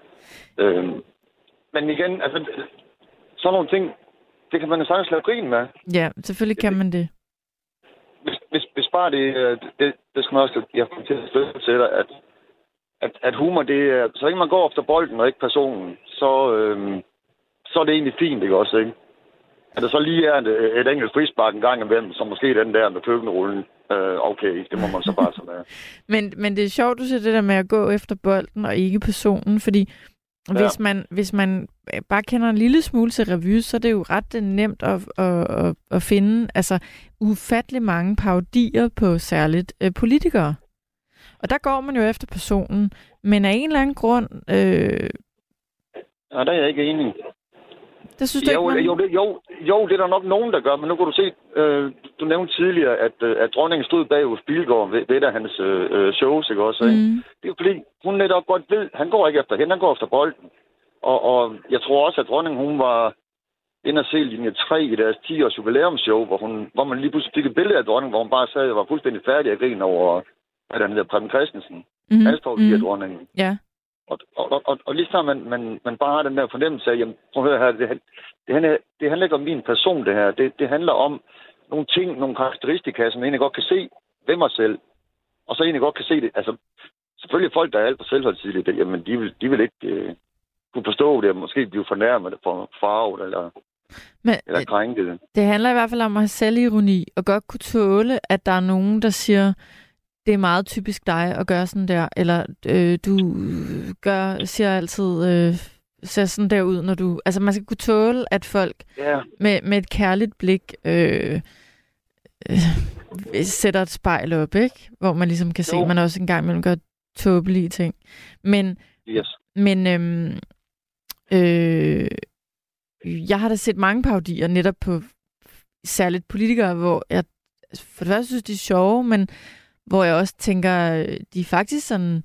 Men igen, altså, sådan nogle ting, det kan man jo sagtens lave grin med. Ja, selvfølgelig kan man det. Hvis bare det skal man også, jeg kommer til at støtte til dig, at humor, det er, så længe man går efter bolden og ikke personen, så er det egentlig fint, ikke også, ikke? At der så lige er et enkelt frispark en gang imellem, som måske den der med køkkenrullen, okay, det må man så bare sådan være. Men det er sjovt, du siger det der med at gå efter bolden og ikke personen, fordi hvis man bare kender en lille smule til revy, så er det jo ret nemt at finde altså ufattelig mange parodier på særligt politikere. Og der går man jo efter personen, men af en eller anden grund... Ja, der er jeg ikke enig. Det synes du ikke, jo, det er der nok nogen, der gør, men nu kan du se, du nævnte tidligere, at dronningen stod bag hos Bilgaard ved et af hans shows, ikke også? Ikke? Det er jo fordi, hun netop godt ved, han går ikke efter hende, han går efter bolden. Og jeg tror også, at dronningen, hun var inde at se linje 3 i deres 10-års jubilæumsshow, hvor man lige pludselig fik et billede af dronningen, hvor hun bare sad og var fuldstændig færdig at grine over, hvad der hedder, Preben Christensen. Hans favoriet af dronningen. Ja. Og lige så man bare har den der fornemmelse af, jamen, prøv at høre her, det handler ikke om min person, det her. Det handler om nogle ting, nogle karakteristika, som jeg egentlig godt kan se ved mig selv. Og så egentlig godt kan se det. Altså, selvfølgelig folk, der er alt for selvhøjtidelige, jamen, de vil ikke kunne forstå det, og måske blive fornærmet for farvet eller krænket. Det handler i hvert fald om at have selvironi, og godt kunne tåle, at der er nogen, der siger... Det er meget typisk dig at gøre sådan der, eller du siger altid, ser sådan der ud, når du... Altså, man skal kunne tåle, at folk med et kærligt blik sætter et spejl op, ikke? Hvor man ligesom kan se, at man også engang imellem gør tåbelige ting. Men jeg har da set mange parodier netop på særligt politikere, hvor jeg for det første synes, de er sjove, men hvor jeg også tænker, de er faktisk sådan...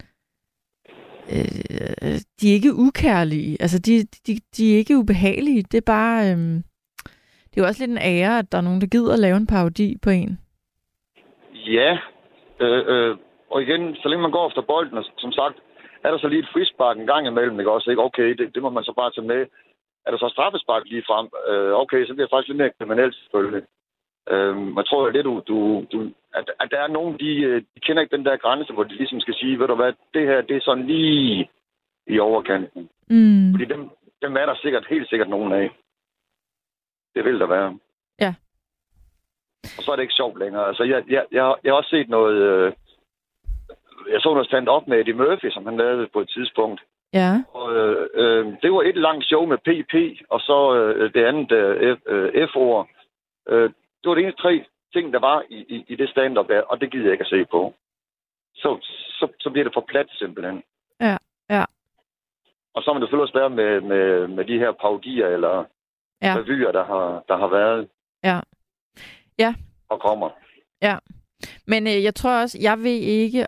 de er ikke ukærlige. Altså, de er ikke ubehagelige. Det er bare... det er jo også lidt en ære, at der er nogen, der gider at lave en parodi på en. Ja. Og igen, så længe man går efter bolden, og som sagt, er der så lige et frispark en gang imellem, ikke også? Ikke? Okay, det må man så bare tage med. Er der så straffespark lige frem? Okay, så bliver det faktisk lidt mere kriminelt, selvfølgelig. Jeg tror, det at der er nogen, de kender ikke den der grænse, hvor de ligesom skal sige, ved du hvad, det her, det er sådan lige i overkanten. Fordi dem er der helt sikkert nogen af. Det vil der være. Ja. Og så er det ikke sjovt længere. Altså, jeg har også set noget... jeg så noget stand-up med Eddie Murphy, som han lavede på et tidspunkt. Ja. Og det var et langt show med PP, og så det andet F-ord. Det var det eneste 3 ting, der var i det stand-up der, og det gider jeg ikke at se på. Så bliver det for plat simpelthen. Ja. Og så må det selvfølgelig også være med de her parodier eller revyer, der har været. Ja. Og kommer. Ja. Men jeg tror også, jeg ved ikke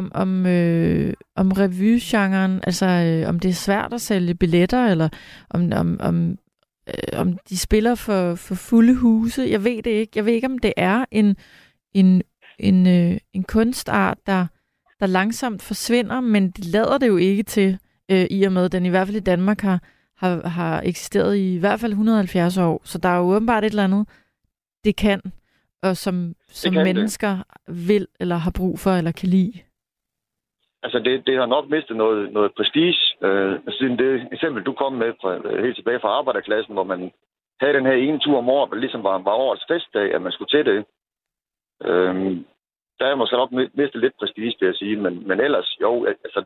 om revygenren, altså om det er svært at sælge billetter, eller om de spiller for fulde huse. Jeg ved det ikke. Jeg ved ikke, om det er en kunstart, der langsomt forsvinder, men det lader det jo ikke til, i og med, at den i hvert fald i Danmark har eksisteret i hvert fald 170 år. Så der er jo åbenbart et eller andet, det kan, og som mennesker vil, eller har brug for, eller kan lide. Altså, det har nok mistet noget prestige, siden det eksempel, du kom med helt tilbage fra arbejderklassen, hvor man havde den her ene tur om året, der ligesom var årets festdag, at man skulle til det. Der er måske nok mistet lidt prestige, vil jeg sige, men ellers, jo, altså,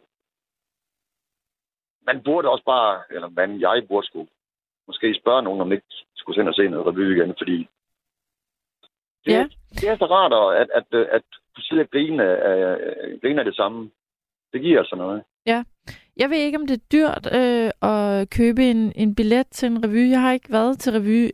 man burde også bare, jeg burde sgu måske spørge nogen, om ikke skulle sende og se noget revy igen, fordi det er så rart, at du sidder og griner af det samme. Det giver altså noget. Ja. Jeg ved ikke, om det er dyrt at købe en billet til en revy. Jeg har ikke været til revy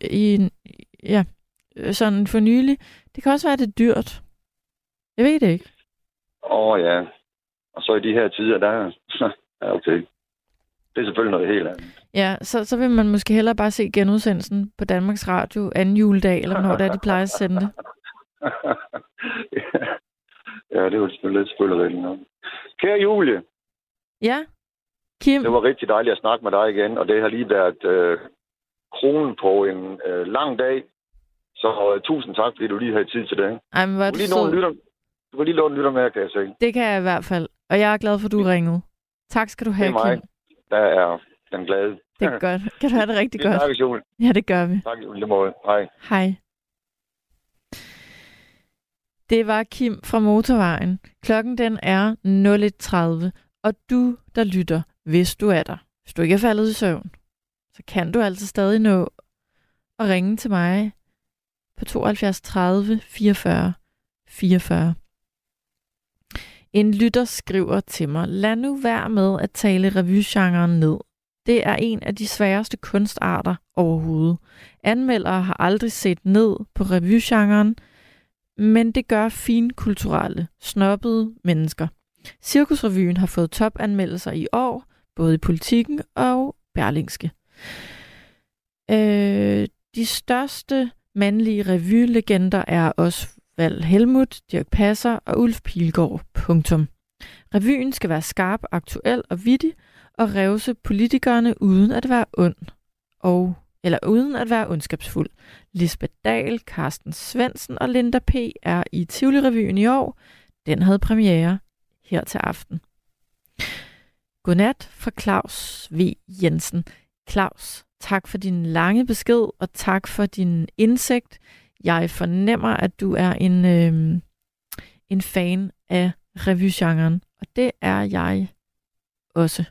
sådan for nylig. Det kan også være, det er dyrt. Jeg ved det ikke. Ja. Og så i de her tider, der er okay. Det er selvfølgelig noget helt andet. Ja, så vil man måske hellere bare se genudsendelsen på Danmarks Radio anden juledag, eller når det er, de plejer at sende det. Ja, det var selvfølgelig rigtig nok. Kære Julie. Ja, Kim. Det var rigtig dejligt at snakke med dig igen, og det har lige været kronen på en lang dag. Så tusind tak, fordi du lige havde tid til det. Ej, men var du kan lige låne lytter med, kan jeg sige. Det kan jeg i hvert fald, og jeg er glad for, at du ringede. Tak skal du have, Kim. Det er mig, der er den glade. Det er godt. Kan du have det rigtig godt? Tak, Julie. Ja, det gør vi. Tak, Julie. Måde. Hej. Hej. Det var Kim fra Motorvejen. Klokken den er 01:30, og du, der lytter, hvis du er der, hvis du ikke er faldet i søvn, så kan du altså stadig nå at ringe til mig på 72 30 44 44. En lytter skriver til mig: lad nu være med at tale revygenren ned. Det er en af de sværeste kunstarter overhovedet. Anmeldere har aldrig set ned på revygenren, men det gør finkulturelle, snobbede mennesker. Cirkusrevyen har fået topanmeldelser i år, både i Politiken og Berlingske. De største mandlige revylegender er Osvald Helmuth, Dirch Passer og Ulf Pilgaard. Punktum. Revyen skal være skarp, aktuel og vittig, og revse politikerne uden at være uden at være ondskabsfuld. Lisbeth Dahl, Carsten Svendsen og Linda P. er i Tivoli-revyen i år. Den havde premiere her til aften. Godnat fra Claus V. Jensen. Claus, tak for din lange besked, og tak for din indsigt. Jeg fornemmer, at du er en fan af revygenren, og det er jeg også.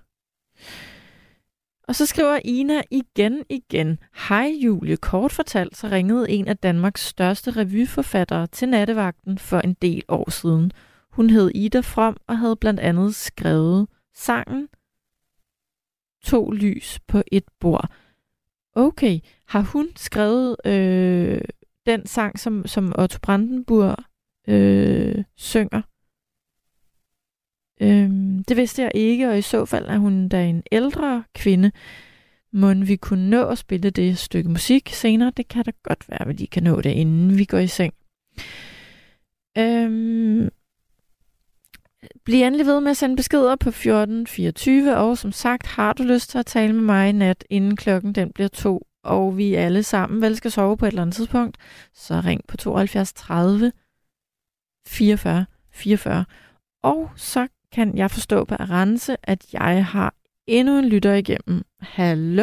Og så skriver Ina igen. Hej Julie, kort fortalt, så ringede en af Danmarks største revyforfattere til nattevagten for en del år siden. Hun hed Ida From og havde blandt andet skrevet sangen 2 lys på et bord. Okay, har hun skrevet den sang, som Otto Brandenburg synger? Det vidste jeg ikke, og i så fald er hun da en ældre kvinde. Mon vi kunne nå at spille det stykke musik senere? Det kan da godt være, at vi kan nå det, inden vi går i seng. Bliv endelig ved med at sende beskeder på 1424, og som sagt, har du lyst til at tale med mig i nat, inden klokken den bliver 2, og vi alle sammen vel skal sove på et eller andet tidspunkt, så ring på 72 30 44 44. Og så kan jeg forstå på Arance, at jeg har endnu en lytter igennem. Hallo?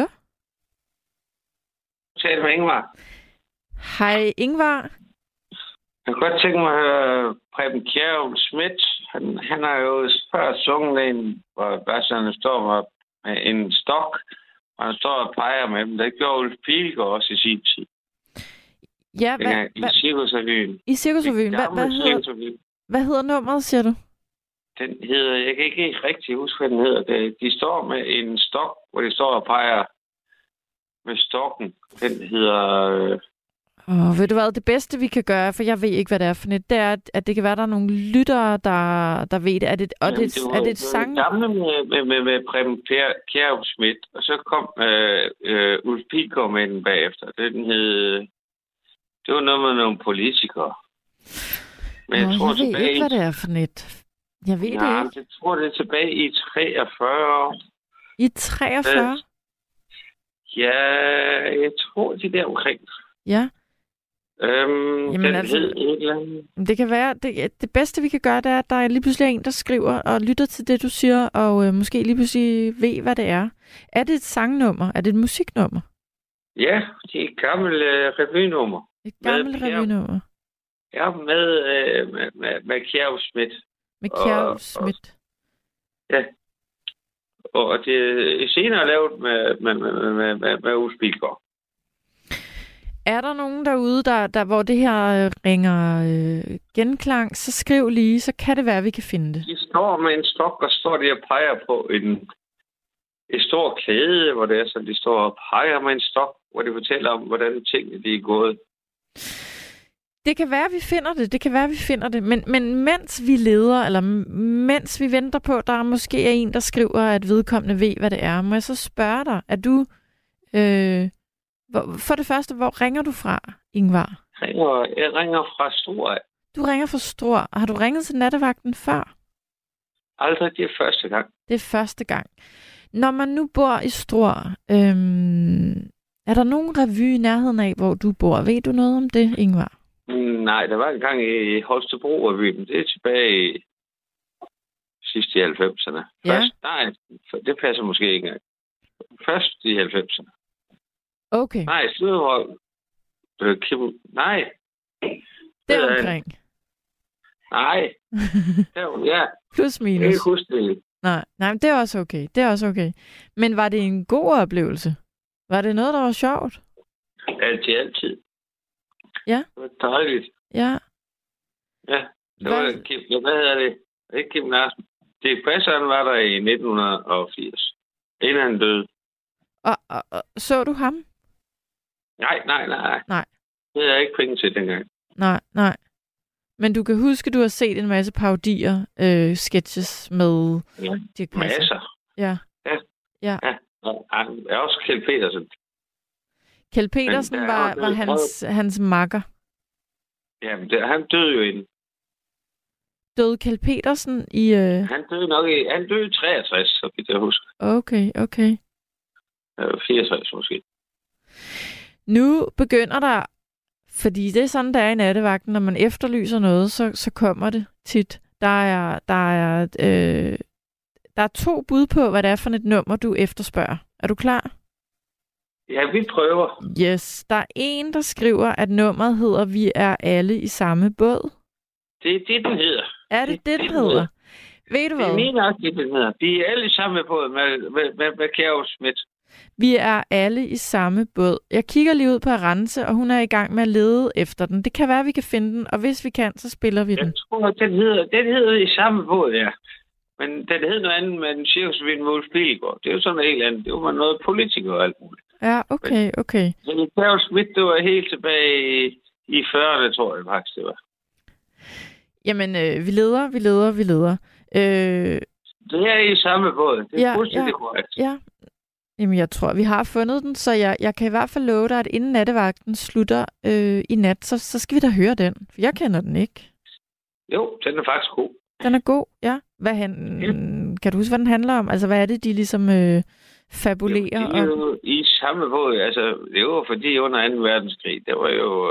Tale med Ingvar. Hej Ingvar. Jeg kunne godt tænke mig at høre Preben Kjærulf Schmidt. Han har jo før sunget en, hvor han står med en stok, og han står og peger med dem. Det gjorde Ulf Pilgaard også i sin tid. Ja, i Cirkusrevyen. I Cirkusrevyen? Hvad hedder nummeret, siger du? Den hedder, jeg kan ikke rigtig huske, hvad den hedder. De står med en stok, hvor de står og peger med stokken. Den hedder... ved du hvad, det bedste vi kan gøre, for jeg ved ikke, hvad det er for net, det er, at det kan være, der er nogle lyttere, der ved det. Er det et sang? Det var gamle med Preben Kjærulf Schmidt, og så kom Ulf Pilgaard med den bagefter. Den hed... Det var noget med nogle politikere. Men jeg ved ikke, hvad det er for net. Jeg ved det ikke. Jeg tror, det er tilbage i 43 år. I 43? Ja, jeg tror, det er der omkring. Ja. Jamen altså, det kan være, det bedste vi kan gøre, det er, at der er lige pludselig en, der skriver og lytter til det, du siger, og måske lige pludselig ved, hvad det er. Er det et sangnummer? Er det et musiknummer? Ja, det er et gammelt revynummer. Et gammelt revynummer? Ja, med Kjærulf Schmidt. Med Kjærulf Schmidt? Ja. Og det er senere lavet med Uffe Pilgaard. Er der nogen derude, der hvor det her ringer genklang, så skriv lige, så kan det være, at vi kan finde det. De står med en stok, og står de og peger på et stort klæde, hvor det er så, de står og peger med en stok, hvor de fortæller om, hvordan tingene de er gået. Det kan være, at vi finder det. Men mens vi leder, eller mens vi venter på, der er måske en, der skriver, at vedkommende ved, hvad det er. Må jeg så spørge dig, er du... for det første, hvor ringer du fra, Ingvar? Jeg ringer fra Struer. Du ringer fra Struer. Har du ringet til nattevagten før? Aldrig, det er første gang. Det er første gang. Når man nu bor i Struer, er der nogen revy i nærheden af, hvor du bor? Ved du noget om det, Ingvar? Nej, der var en gang i Holstebro-revyen. Det er tilbage i sidst i 90'erne. Ja. Nej, det passer måske ikke engang. Først i 90'erne. Okay. Nej, Slødhold. Nej. Det er omkring. Nej. Ja. Plus minus. Jeg kan ikke huske det. Nej, men det er også okay. Det er også okay. Men var det en god oplevelse? Var det noget, der var sjovt? Altid. Ja. Det var dejligt. Ja. Ja. Det var Kim. Hvad hedder det? Ikke Kim Larsen. Det passeren var der i 1980. Inden han døde. Og så du ham? Nej. Det havde jeg ikke penge til dengang. Nej. Men du kan huske, du har set en masse parodier, sketches med Dirch Passer. Masser. Ja. Og også Kjeld Petersen. Kjeld Petersen var hans makker. Jamen, han døde jo inden. Døde Kjeld Petersen i... Han døde i 63, så vidt jeg husker. Okay. 64 måske. Nu begynder der, fordi det er sådan, der er i nattevagten, når man efterlyser noget, så kommer det tit. Der er 2 bud på, hvad det er for et nummer, du efterspørger. Er du klar? Ja, vi prøver. Yes. Der er en, der skriver, at nummeret hedder Vi er alle i samme båd. Det er det, den hedder. Er det den hedder? Ved du hvad? Det mener også, det den hedder. Vi er alle i samme båd med Kjærulf Schmidt. Vi er alle i samme båd. Jeg kigger lige ud på Arance, og hun er i gang med at lede efter den. Det kan være, vi kan finde den, og hvis vi kan, så spiller vi den. Jeg tror, den hedder i samme båd, ja. Men den hed noget andet med en cirkusvin med Uffe Pilgaard. Det er jo sådan noget helt andet. Det var noget politiker og alt muligt. Ja, okay. Men Kjærulf Schmidt, det var helt tilbage i 40'erne, tror jeg faktisk, det var. Jamen, vi leder. Det er i samme båd. Det er fuldstændig korrekt. Ja. Jamen, jeg tror, vi har fundet den, så jeg kan i hvert fald love dig, at inden nattevagten slutter i nat, så skal vi da høre den. For jeg kender den ikke. Jo, den er faktisk god. Den er god, ja. Kan du huske, hvad den handler om? Altså, hvad er det, de ligesom fabulerer om? Det er jo i samme båd. Altså, det var fordi under 2. verdenskrig, der var jo...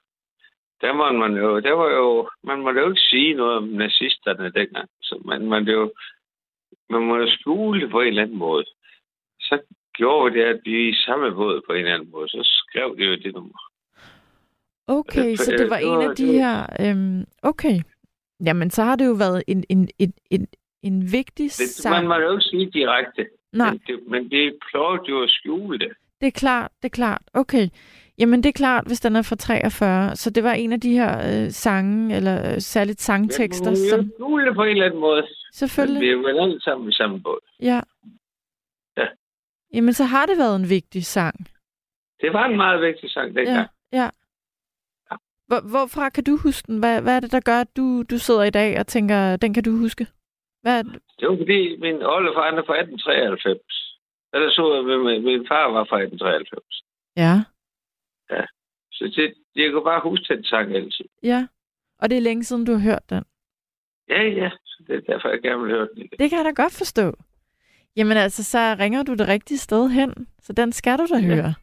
man måtte jo ikke sige noget om nazisterne dengang. Så man må jo skjule det på en eller anden måde. Så gjorde det, at vi i samme båd på en eller anden måde. Så skrev det jo det nummer. Okay, så det var en af de her... Okay. Jamen, så har det jo været en vigtig sang. Man må jo ikke sige direkte. Nej. Men det prøvede jo at skjule det. Det er klart. Okay. Jamen, det er klart, hvis den er fra 43. Så det var en af de her sange, eller særligt sangtekster, som... Men skjule det på en eller anden måde. Selvfølgelig. Men vi er jo alle sammen i samme båd. Ja. Jamen, så har det været en vigtig sang. Det var en meget vigtig sang dengang. Ja. Hvorfra kan du huske den? Hvad er det, der gør, at du sidder i dag og tænker, den kan du huske? Hvad er det? Det var fordi, min oldefar er fra 1893. Eller så min far var fra 1893. Ja. Ja. Så jeg kan bare huske den sang altid. Ja. Og det er længe siden, du har hørt den? Ja. Så det er derfor, jeg gerne vil høre den igen. Det kan jeg da godt forstå. Jamen altså, så ringer du det rigtige sted hen. Så den skal du da høre.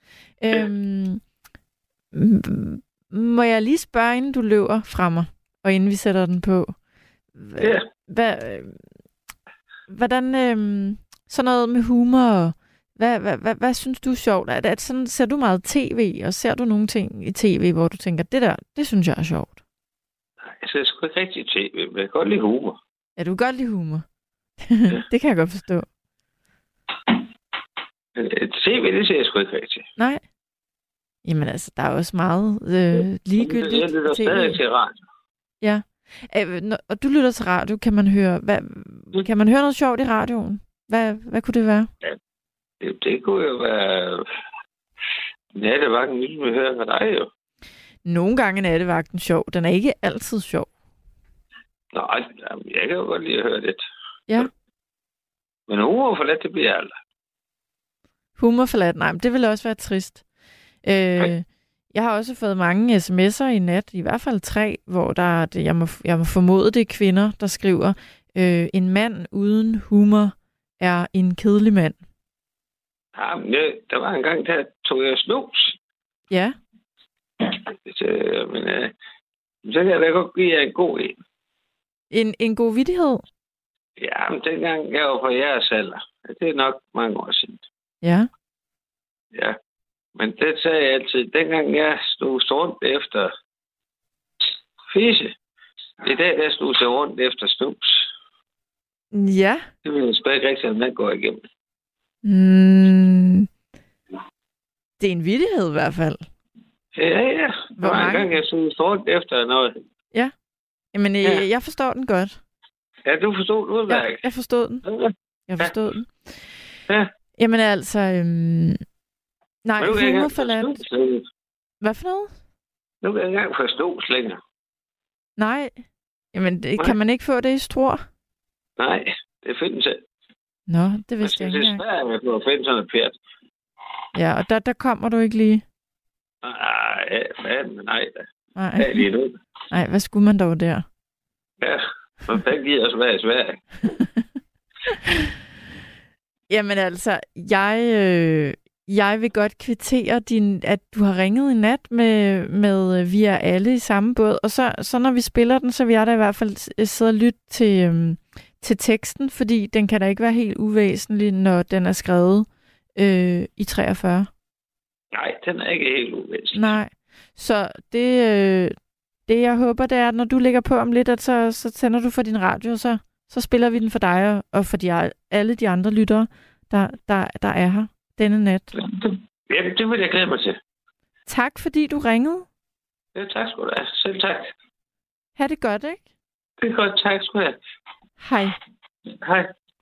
Må jeg lige spørge, inden du løber fra mig, og inden vi sætter den på? Hvordan sådan noget med humor, Hvad synes du er sjovt? Er det sådan, ser du meget tv, og ser du nogle ting i tv, hvor du tænker, det synes jeg er sjovt? Jeg ser sgu ikke rigtig tv, men jeg kan godt lide humor. Ja, du kan godt lide humor. Ja. Det kan jeg godt forstå. TV, det ser jeg sgu ikke rigtig. Nej. Jamen altså, der er også meget ligegyldigt. Jeg lytter stadig til radio. Ja. Og du lytter til radio, kan man høre noget sjovt i radioen? Hvad kunne det være? Ja, det kunne jo være nattevagten, ligesom vi hører med dig jo. Nogle gange er nattevagten sjov. Den er ikke altid sjov. Nej, jeg kan jo godt lide at høre det. Ja. Men humor for let, det bliver aldrig. Humor for let? Nej, men det vil også være trist. Jeg har også fået mange sms'er i nat, i hvert fald 3, hvor jeg må formode, det er kvinder, der skriver, en mand uden humor er en kedelig mand. Ja, men der var en gang, der tog jeg snus. Ja. Så kan jeg da godt give jer en god en. En god vittighed? Ja, men dengang jeg var på jeres alder. Det er nok mange år siden. Ja. Ja. Men det sagde jeg altid. Dengang jeg stod rundt efter fisse. I dag, der stod jeg rundt efter snus. Ja. Det vil jeg sgu ikke rigtig, at man går igennem. Det er en vittighed i hvert fald. Ja. Hvor mange gange jeg stod rundt efter noget. Ja. Jamen, jeg forstår den godt. Ja, du forstod den udmærket. Ja, jeg forstod den. Jeg forstod den. Ja. Jamen altså, nej, humor for land. Hvad for noget? Nu kan jeg ikke engang forstå længere. Nej. Jamen, kan man ikke få det i Struer? Nej, det findes ikke. Nå, det vidste jeg ikke engang. Det er svært at finde sådan et pjat. Ja, og der kommer du ikke lige? Nej. Nej. Lige nu. Nej, hvad skulle man dog der? Ja, så den giver os være i Sverige. Jamen altså, jeg vil godt kvittere at du har ringet i nat med vi er alle i samme båd. Og så når vi spiller den, så vil jeg da i hvert fald sidde og lytte til teksten, fordi den kan da ikke være helt uvæsentlig, når den er skrevet i 43. Nej, den er ikke helt uvæsentlig. Nej, så det jeg håber, det er, at når du lægger på om lidt, at så tænder du for din radio, og så spiller vi den for dig og for alle de andre lyttere, der er her denne nat. Ja, det vil jeg glæde mig til. Tak, fordi du ringede. Ja, tak skal du have. Selv tak. Ha' det godt, ikke? Det er godt. Tak skal du have. Hej. Hej.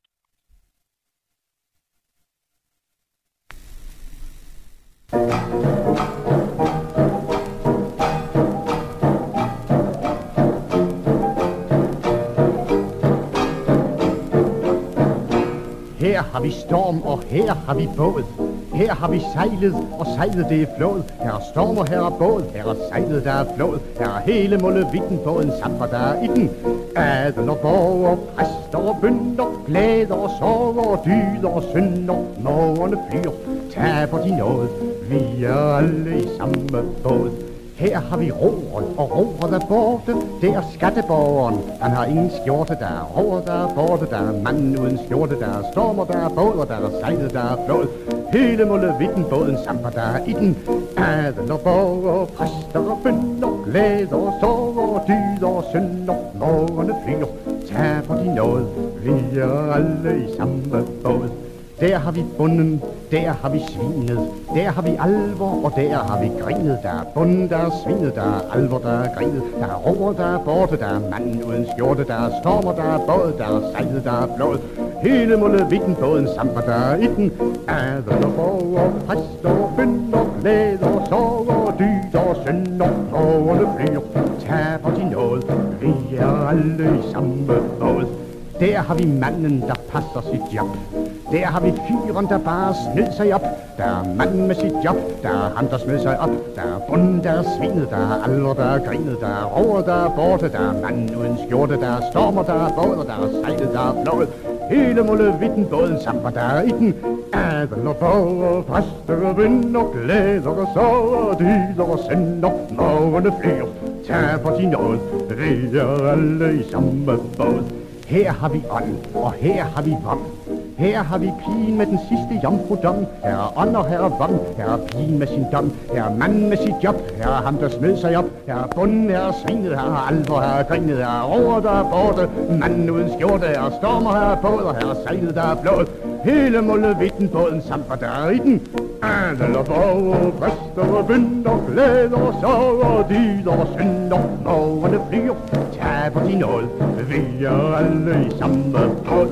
Her har vi storm, og her har vi båd. Her har vi sejlet, og sejlet det er flåd. Her er storm, og her er båd. Her er sejlet, der er flåd. Her er hele Målevitten båden samt, der er i den. Adel og borger, præster og bønder, glæder og sorger, og dyder og synder. Mågerne flyr, taber de noget. Vi er alle i samme båd. Her har vi roret, og roret er borte. Det er skatteborgeren, han har ingen skjorte. Der er roret, der er borte. Der er manden uden skjorte. Der er stormer, der er båd, og der er sejlet, der er flåd. Hele Målevitten båden samper, der er i den. Adel og borger, præster og bønder, glæder og sorger, og dyder og synder. Mågerne flyr, taber de noget. Vi er alle i samme båd. Der har vi bunden, der har vi svinet, der har vi alvor, og der har vi grinet. Der er bunden, der er svinet, der er alvor, der er grinet. Der er roer, der er borte, der er manden uden skjorte. Der er stormer, der er båd, der er sejlet, der er flåd. Hele Målevitten båden samper, der er i den. Adel og borger, præster og bønder, glæder og sorger, og dyder og synder. Mågerne flyr, taber de noget. Vi er alle i samme båd. Der har vi manden, der passer sit job. Der har vi fyren, der bare snød sig op. Der er manden med sit job, der er ham, der snød sig op. Der er bunden, der er svinet, der er alvor, der er grinet. Der er roer, der er borte, der er manden uden skjorte. Der er stormer, der er båd, og der er sejlet, der er flåd. Hele Målevitten båden samper, der er i den. Adel og borger, præster og venner, glæder og sorger, og dyder og synder. Mågerne flyr, taber de noget. Vi er alle i samme båd. Her har vi ånd, og her har vi vold. Her har vi pigen med den sidste jomfrudom. Her er ånd og her er vom. Her er pigen med sin dom. Her er manden med sit job. Her er ham, der smed sig op. Her er bunden, her er svinet. Her er alvor, her er grinet. Her er roer, der er borte. Manden uden skjorte. Her er stormer, her er båd. Og her er sejlet, der er blået. Hele mullevitten, båden samt hvad der er i den. Adel og borger, brister og bønder, glæder og sorger, dyder og synder. Mågerne flyr, taber de noget. Vi er alle i samme båd.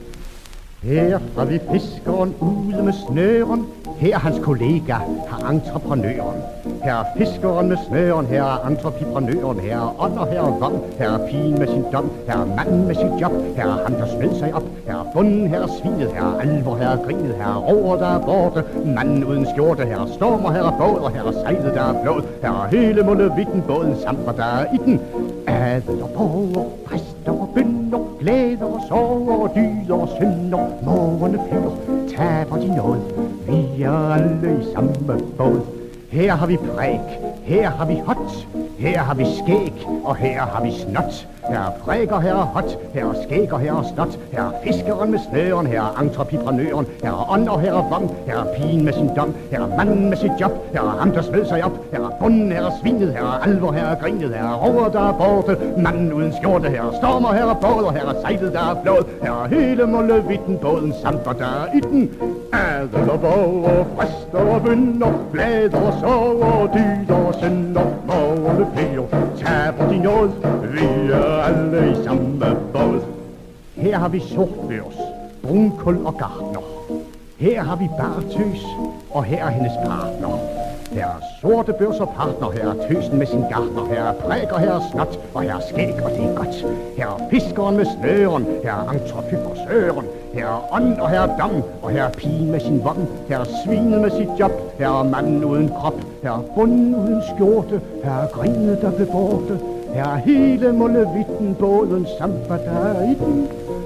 Her har vi fiskeren ude med snøren. Her hans kollega har entreprenøren. Her er fiskeren med snøren. Her er entreprenøren. Her er ånd og her er vom. Her er pigen med sin dom. Her er manden med sit job. Her er ham, der smed sig op. Her er bunden, her er svinet. Her er alvor, her er grinet. Her er roer, der er borte. Manden uden skjorte. Her er stormer, her er båd. Og her er sejlet, der er blod. Her er hele mullevitten, båden samt hvad der er i den. Adel og borger, præster og bønder, glæder og sorger, dyder og synder. Mågerne flyr, taber de noget. Vi er alle i samme båd. Her har vi præg, her har vi hot, her har vi skæg, og her har vi snot. Her er præg, og her er hot, her er skæg, og her er snot. Her er fiskeren med snøren, her er entreprenøren. Her er ånd, og her er vom, her er pigen med sin dom. Her er manden med sit job, her er ham, der smed sig op. Her er bunden, her er svinet, her er alvor, her er grinet. Her er roer, der er borte, manden uden skjorte. Her er stormer, her er båd, og her er sejlet, der er blod. Her er hele mullevitten, båden samt hvad der er i den. Adel og borger, præster og bønder, glæder og sorger, dyder og synder. Mågerne flyr, taber de noget. Vi er alle i samme båd. Her har vi sortbørs, brunkul og gartner. Her har vi bartøs, og her er hendes partner. Her er sorte børs og partner, her er tøsen med sin gartner. Her er præg, og her er snot, og her er skæg, og det er godt. Her er fiskeren med snøren, her er entreprenøren. Her er ånd, og her er dom, og her er pigen med sin vom. Her er svinet med sit job, her er manden uden krop. Her er bunden uden skjorte, her er grinet, der blev borte. Her er hele mullevitten, båden samt hvad der er i den.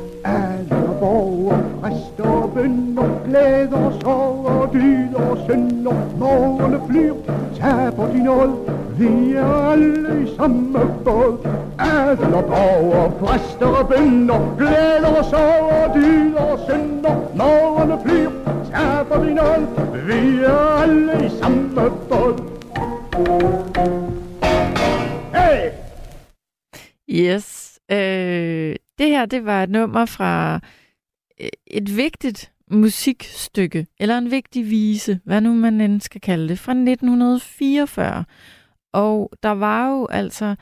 Alle borger, præster og bønder, glæder og sorger, dyder og synder. Mågerne flyr, taber de noget. Vi er alle i samme båd. Alle borger, præster og bønder, glæder og sorger, dyder og synder. Mågerne flyr, taber de noget. Vi er alle i samme båd. Hey! Yes. Det her, det var et nummer fra et vigtigt musikstykke, eller en vigtig vise, hvad nu man end skal kalde det, fra 1944. Og der var jo altså...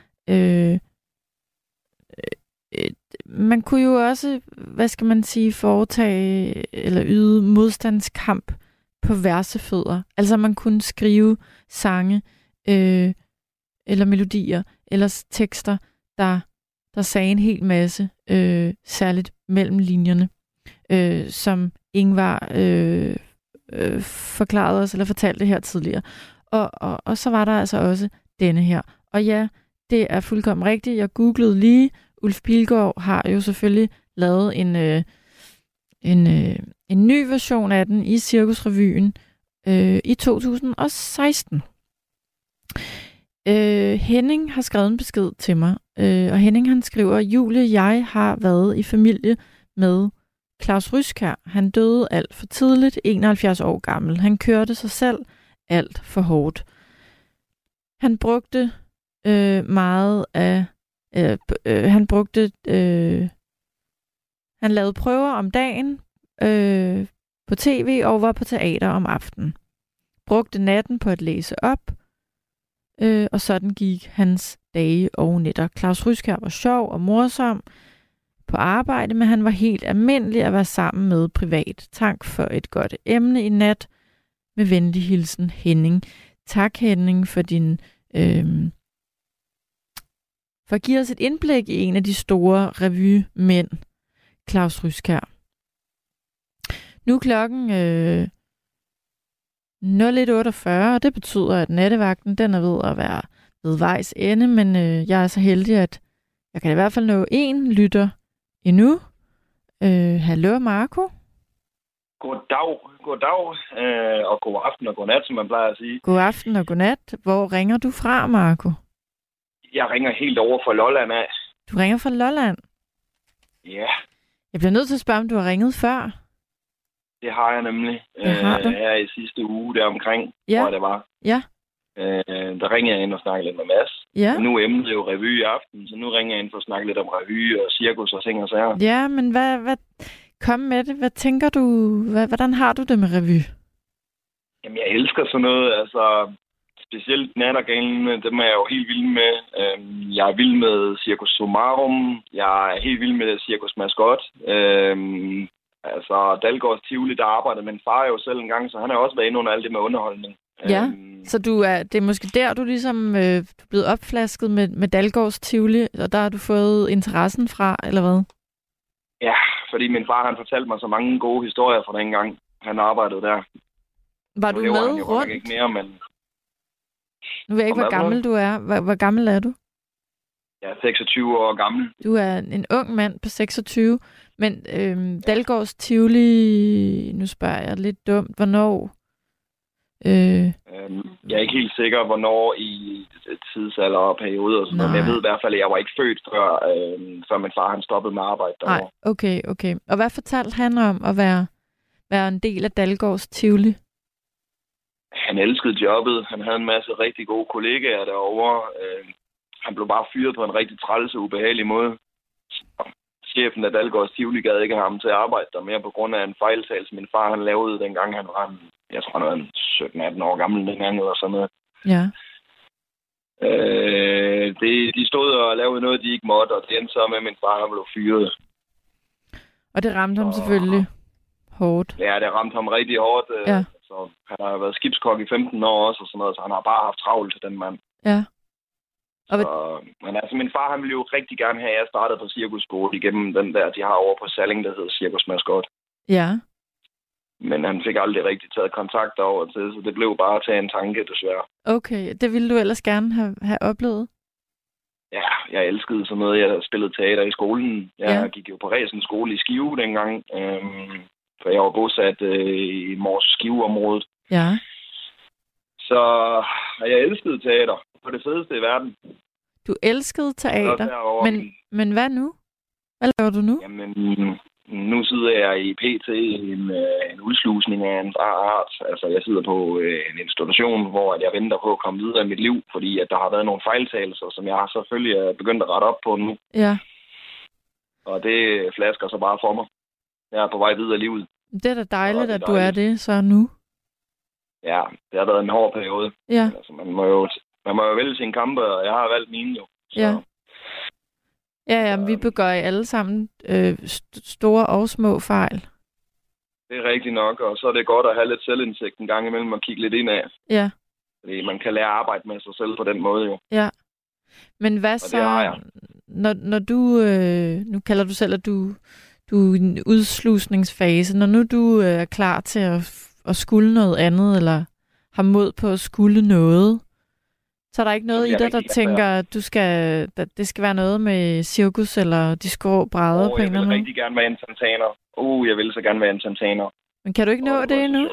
man kunne jo også, hvad skal man sige, foretage eller yde modstandskamp på versefødder. Altså man kunne skrive sange eller melodier eller tekster, der sagde en hel masse, særligt mellem linjerne, som Ingvar forklarede os, eller fortalte her tidligere. Og så var der altså også denne her. Og ja, det er fuldkommen rigtigt. Jeg googlede lige. Ulf Pilgaard har jo selvfølgelig lavet en ny version af den i Cirkusrevyen i 2016. Henning har skrevet en besked til mig, og Henning han skriver, Julie, jeg har været i familie med Klaus Ryskjær. Han døde alt for tidligt, 71 år gammel. Han kørte sig selv alt for hårdt. Han brugte meget af... Han lavede prøver om dagen på tv og var på teater om aftenen. Brugte natten på at læse op, og sådan gik hans dage og nætter. Klaus Ryskjær var sjov og morsom på arbejde, men han var helt almindelig at være sammen med privat. Tak for et godt emne i nat. Med venlig hilsen, Henning. Tak, Henning, for din... for at give os et indblik i en af de store revymænd, Klaus Ryskjær. Nu er klokken 01.48, og det betyder, at nattevagten den er ved at være ved vejs ende, men jeg er så heldig, at jeg kan i hvert fald nå en lytter endnu. Hallo, Marco. Goddag, og god aften og godnat, som man plejer at sige. God aften og godnat. Hvor ringer du fra, Marco? Jeg ringer helt over fra Lolland af. Du ringer fra Lolland? Ja. Jeg bliver nødt til at spørge, om du har ringet før. Det har jeg nemlig. Her i sidste uge deromkring, hvor det var. Ja. Der ringede jeg ind og snakkede lidt med Mads. Ja. Nu er emnet jo revy i aften, så nu ringer jeg ind for at snakke lidt om revy og cirkus og ting og sager. Ja, men hvad kom med det. Hvad tænker du? Hvordan har du det med revy? Jamen, jeg elsker sådan noget. Altså, specielt Nattergalen, dem er jeg jo helt vild med. Jeg er vild med Cirkus Sumarum. Jeg er helt vild med Cirkus Mascot. Altså, Dalgårds Tivoli, der arbejdede min far jo selv en gang, så han har også været inde under alt det med underholdning. Ja, så det er måske der, du ligesom du er blevet opflasket med Dalgårds Tivoli, og der har du fået interessen fra, eller hvad? Ja, fordi min far, han fortalte mig så mange gode historier fra den gang, han arbejdede der. Var du med rundt? Ikke mere, men... Nu ved jeg ikke, hvor gammel du er. Hvor gammel er du? Jeg er 26 år gammel. Du er en ung mand på 26, men Dalgårds Tivoli, nu spørger jeg lidt dumt, hvornår? Jeg er ikke helt sikker, hvornår i tidsalder og perioder og sådan noget, men jeg ved i hvert fald, at jeg var ikke født, før min far han stoppede med arbejde derovre. Nej, okay. Og hvad fortalte han om at være en del af Dalgårds Tivoli? Han elskede jobbet. Han havde en masse rigtig gode kollegaer derovre. Han blev bare fyret på en rigtig træls og ubehagelig måde. Chefen af Dalgårds Tivoli gad ikke have ham til at arbejde der mere på grund af en fejltagelse. Min far han lavede dengang han var jeg tror, han var 17-18 år gammel dengang eller sådan noget. Ja. De stod og lavede noget, de ikke måtte, og det endte så med, at min far han blev fyret. Og det ramte ham selvfølgelig hårdt. Ja, det ramte ham rigtig hårdt. Ja. Så han har været skibskok i 15 år også, og sådan noget, så han har bare haft travlt, den mand. Ja. Men altså, min far han ville jo rigtig gerne have, at jeg startede på cirkusskole igennem den der, de har over på Salling, der hedder Cirkus Mascot. Ja. Men han fik aldrig rigtig taget kontakt over til, så det blev bare at tage en tanke, desværre. Okay, det ville du ellers gerne have oplevet? Ja, jeg elskede sådan noget. Jeg spillede teater i skolen. Jeg gik jo på Ræsen skole i Skive dengang, for jeg var bosat i Mors Skive-området. Ja. Så jeg elskede teater. Det var det fedeste i verden. Du elskede teater, men hvad nu? Hvad laver du nu? Jamen, nu sidder jeg i PT, en udslusning af en art. Altså, jeg sidder på en institution, hvor jeg venter på at komme videre i mit liv, fordi at der har været nogle fejltagelser, som jeg selvfølgelig er begyndt at rette op på nu. Ja. Og det flasker så bare for mig. Jeg er på vej videre i livet. Det er da dejligt, at du er det så nu. Ja, det har været en hård periode. Ja. Altså, man må jo vælge sine kampe, og jeg har valgt mine jo. Så. Ja. Ja, vi begår alle sammen store og små fejl. Det er rigtigt nok, og så er det godt at have lidt selvindsigt en gang imellem og kigge lidt indad. Ja. Fordi man kan lære at arbejde med sig selv på den måde jo. Ja. Men hvad så, når du, nu kalder du selv, at du er i en udslusningsfase, når nu du er klar til at skulle noget andet, eller har mod på at skulle noget, så er der ikke noget i dig, der tænker, at det skal være noget med cirkus eller de skrå brædder på en eller anden måde? Jeg vil rigtig gerne være en tantaner. Jeg vil så gerne være en tantaner. Men kan du ikke nå det endnu?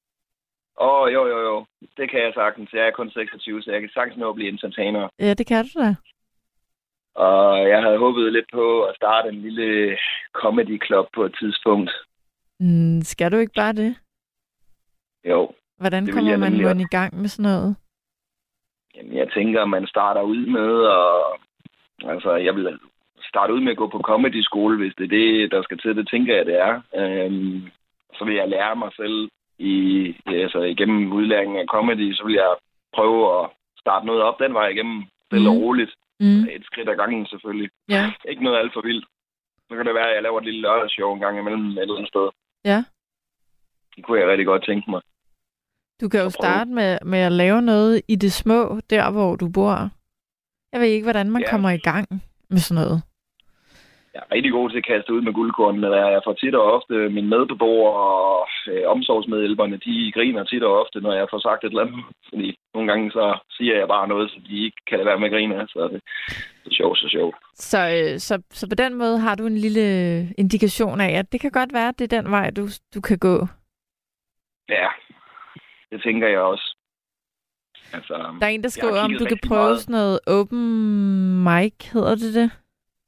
Jo. Det kan jeg sagtens. Jeg er kun 26, så jeg kan sagtens nå at blive en tantaner. Ja, det kan du da. Og jeg havde håbet lidt på at starte en lille comedy club på et tidspunkt. Skal du ikke bare det? Jo. Hvordan kommer man i gang med sådan noget? Jamen, jeg tænker, at man starter ud med, og altså, jeg vil starte ud med at gå på comedy-skole, hvis det er det, der skal til. Det tænker jeg, det er. Så vil jeg lære mig selv igennem udlæringen af comedy, så vil jeg prøve at starte noget op den vej igennem, stille og roligt. Et skridt ad gangen selvfølgelig. Ja. Ikke noget alt for vildt. Så kan det være, at jeg laver et lille lørdagsshow en gang imellem et eller andet sted. Ja. Det kunne jeg rigtig godt tænke mig. Du kan jo starte med at lave noget i det små, der hvor du bor. Jeg ved ikke, hvordan man kommer i gang med sådan noget. Jeg er rigtig god til at kaste ud med guldkornene. Jeg får tit og ofte mine medbeboere og omsorgsmedhjælperne, de griner tit og ofte, når jeg får sagt et eller andet. Fordi nogle gange så siger jeg bare noget, så de ikke kan lade være med at grine. Så det er så sjovt. Så på den måde har du en lille indikation af, at det kan godt være, at det er den vej, du kan gå. Ja, det tænker jeg også. Altså, der er en, der skriver, om du kan prøve sådan noget open mic, hedder det?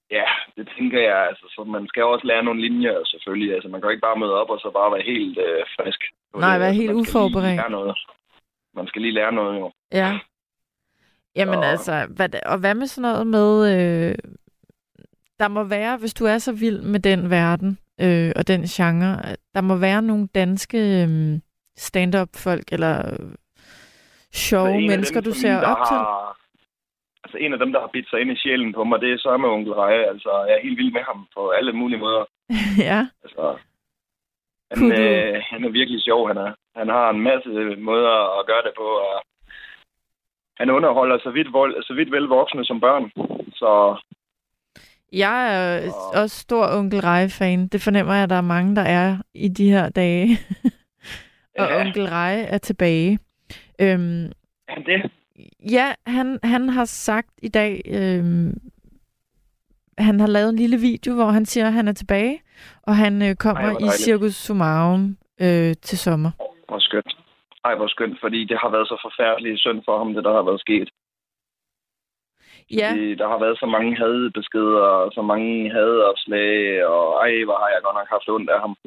Ja, det tænker jeg. Altså, så man skal også lære nogle linjer, selvfølgelig. Altså, man kan jo ikke bare møde op og så bare være helt frisk. Nej, være helt uforberedt. Man skal lige lære noget, jo. Ja. Jamen altså, hvad med sådan noget med... der må være, hvis du er så vild med den verden og den genre, der må være nogle danske stand-up-folk eller sjove mennesker, du ser op til? Altså en af dem, der har bidt sig ind i sjælen på mig, det er Sørme Onkel Reje. Altså, jeg er helt vild med ham på alle mulige måder. Ja. Altså, han er virkelig sjov, han er. Han har en masse måder at gøre det på, og han underholder så vidt vel voksne som børn. Så... Jeg er også stor Onkel Reje-fan. Det fornemmer jeg, at der er mange, der er i de her dage. Og Onkel Reje er tilbage. Han det? Ja, han har sagt i dag, han har lavet en lille video, hvor han siger, at han er tilbage, og han kommer i Cirkus Summarum til sommer. Hvor skønt. Hvor skønt, fordi det har været så forfærdeligt synd for ham, det der har været sket. Ja. Fordi der har været så mange hadbeskeder, og så mange hadopslag, og hvor har jeg godt nok haft ondt af ham.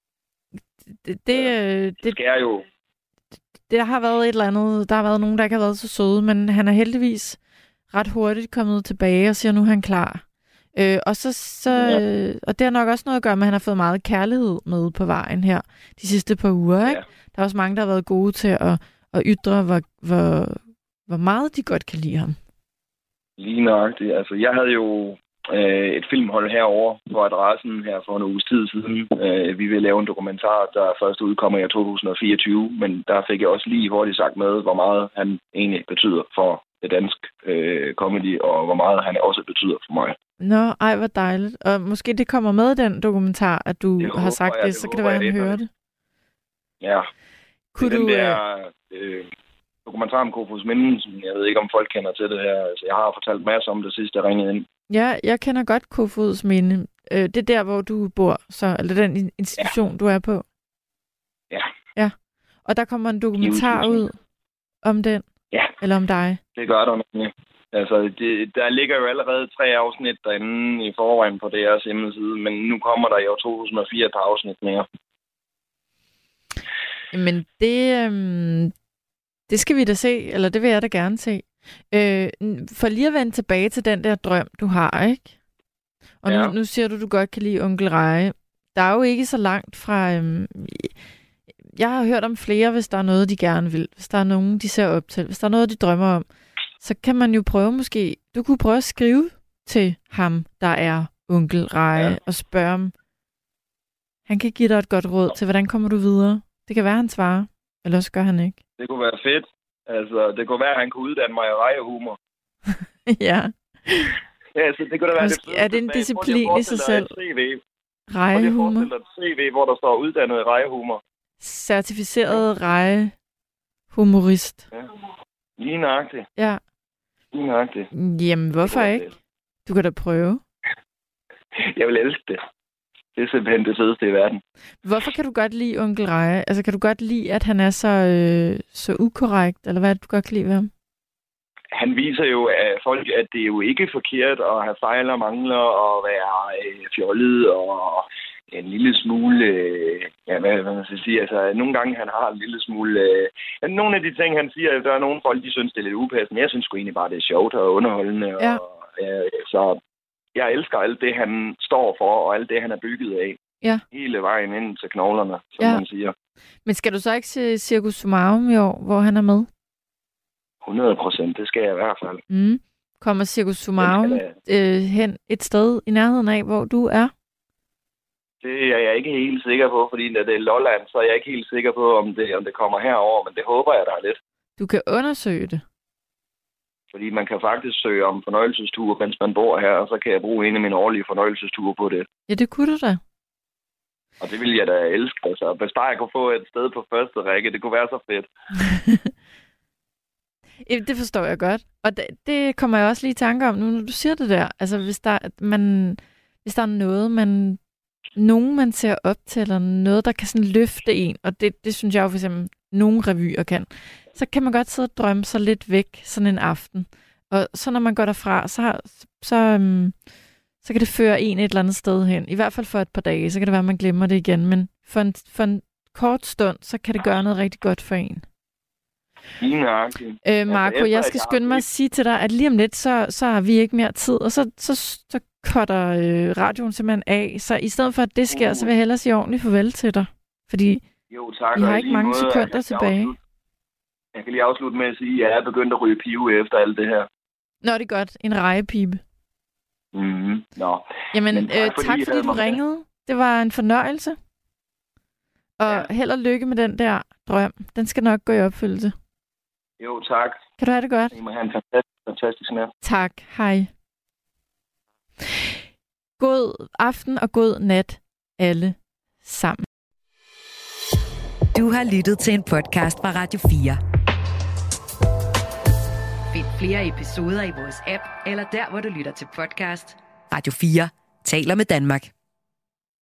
Det sker jo. Der har været et eller andet, der har været nogen, der ikke har været så søde, men han er heldigvis ret hurtigt kommet tilbage og siger, nu er han klar. Og det har nok også noget at gøre med, at han har fået meget kærlighed med på vejen her de sidste par uger. Ikke? Der er også mange, der har været gode til at ytre, hvor meget de godt kan lide ham. Lige nøjagtigt. Altså, jeg havde jo et filmhold herovre på Adressen her for en uges tid siden. Vi vil lave en dokumentar, der først udkommer i 2024, men der fik jeg også lige hurtigt sagt med, hvor meget han egentlig betyder for det dansk comedy, og hvor meget han også betyder for mig. Nå, hvor dejligt. Og måske det kommer med den dokumentar, at du har sagt det, så kan det være, at han hører det. Ja. Dokumentar om Kofoedsminde, jeg ved ikke, om folk kender til det her. Altså, jeg har fortalt masser om det sidste, jeg ringede ind. Ja, jeg kender godt Kofoedsminde. Det er der, hvor du bor, så, eller den institution, du er på. Ja. Ja. Og der kommer en dokumentar ud om den? Ja. Eller om dig? Det gør der nemlig. Altså, der ligger jo allerede 3 afsnit derinde i forvejen på deres hjemmeside, men nu kommer der jo 2004 et par afsnit mere. Men det skal vi da se, eller det vil jeg da gerne se. For lige at vende tilbage til den der drøm, du har, ikke? Og nu siger du godt kan lide Onkel Reje. Der er jo ikke så langt fra... jeg har hørt om flere, hvis der er noget, de gerne vil. Hvis der er nogen, de ser op til. Hvis der er noget, de drømmer om. Så kan man jo prøve måske... Du kunne prøve at skrive til ham, der er Onkel Reje, og spørge ham. Han kan give dig et godt råd til, hvordan kommer du videre. Det kan være, han svarer. Eller også gør han ikke. Det kunne være fedt. Altså, det kunne være, at han kunne uddanne mig i rejehumor. Ja. Ja, så det kunne da være måske, det er en disciplin i sig selv. Rejehumor. Prøv at CV, hvor der står uddannet i rejehumor. Certificeret rejehumorist. Ja. Lige nøjagtigt. Ja. Lige nøjagtigt. Jamen, hvorfor ikke? Du kan da prøve. Jeg vil elske det. Det er simpelthen det fedeste i verden. Hvorfor kan du godt lide Onkel Reje? Altså, kan du godt lide, at han er så ukorrekt? Eller hvad er det, du godt kan lide ved ham? Han viser jo af folk, at det er jo ikke forkert at have fejl og mangler og være fjollet og en lille smule... hvad man skal sige? Altså, nogle gange han har en lille smule... nogle af de ting, han siger, der er nogle folk, de synes, det er lidt upassende. Jeg synes sgu egentlig bare, det er sjovt og underholdende. Ja. Så jeg elsker alt det, han står for, og alt det, han er bygget af. Ja. Hele vejen ind til knoglerne, som man siger. Men skal du så ikke se Cirkus Summarum i år, hvor han er med? 100%, det skal jeg i hvert fald. Kommer Cirkus Summarum hen et sted i nærheden af, hvor du er? Det er jeg ikke helt sikker på, fordi når det er Lolland, så er jeg ikke helt sikker på, om det kommer herover, men det håber jeg, der er lidt. Du kan undersøge det. Fordi man kan faktisk søge om fornøjelsesture, mens man bor her, og så kan jeg bruge en af mine årlige fornøjelsesture på det. Ja, det kunne du da. Og det ville jeg da elske. Altså, hvis bare jeg kunne få et sted på første række, det kunne være så fedt. Det forstår jeg godt. Og det kommer jeg også lige i tanke om nu, når du siger det der. Altså, hvis der er noget, nogen man ser op til, eller noget, der kan sådan løfte en, og det synes jeg jo for eksempel, nogle revyer kan, så kan man godt sidde og drømme sig lidt væk sådan en aften. Og så når man går derfra, så kan det føre en et eller andet sted hen. I hvert fald for et par dage, så kan det være, at man glemmer det igen. Men for en kort stund, så kan det gøre noget rigtig godt for en. Marco, jeg skal skynde mig at sige til dig, at lige om lidt, så har vi ikke mere tid, og så cutter radioen simpelthen af. Så i stedet for, at det sker, så vil jeg hellere sige ordentligt farvel til dig. Fordi tak, vi har ikke mange sekunder tilbage. Jeg kan lige afslutte med at sige, at jeg er begyndt at ryge pibe efter alt det her. Nå, det er godt. En rejepibe. Nå. Jamen, tak fordi du ringede. Det var en fornøjelse. Og held og lykke med den der drøm. Den skal nok gå i opfyldelse. Jo, tak. Kan du have det godt? I må have en fantastisk nat. Tak. Hej. God aften og god nat alle sammen. Du har lyttet til en podcast fra Radio 4. Find flere episoder i vores app, eller der, hvor du lytter til podcast. Radio 4 taler med Danmark.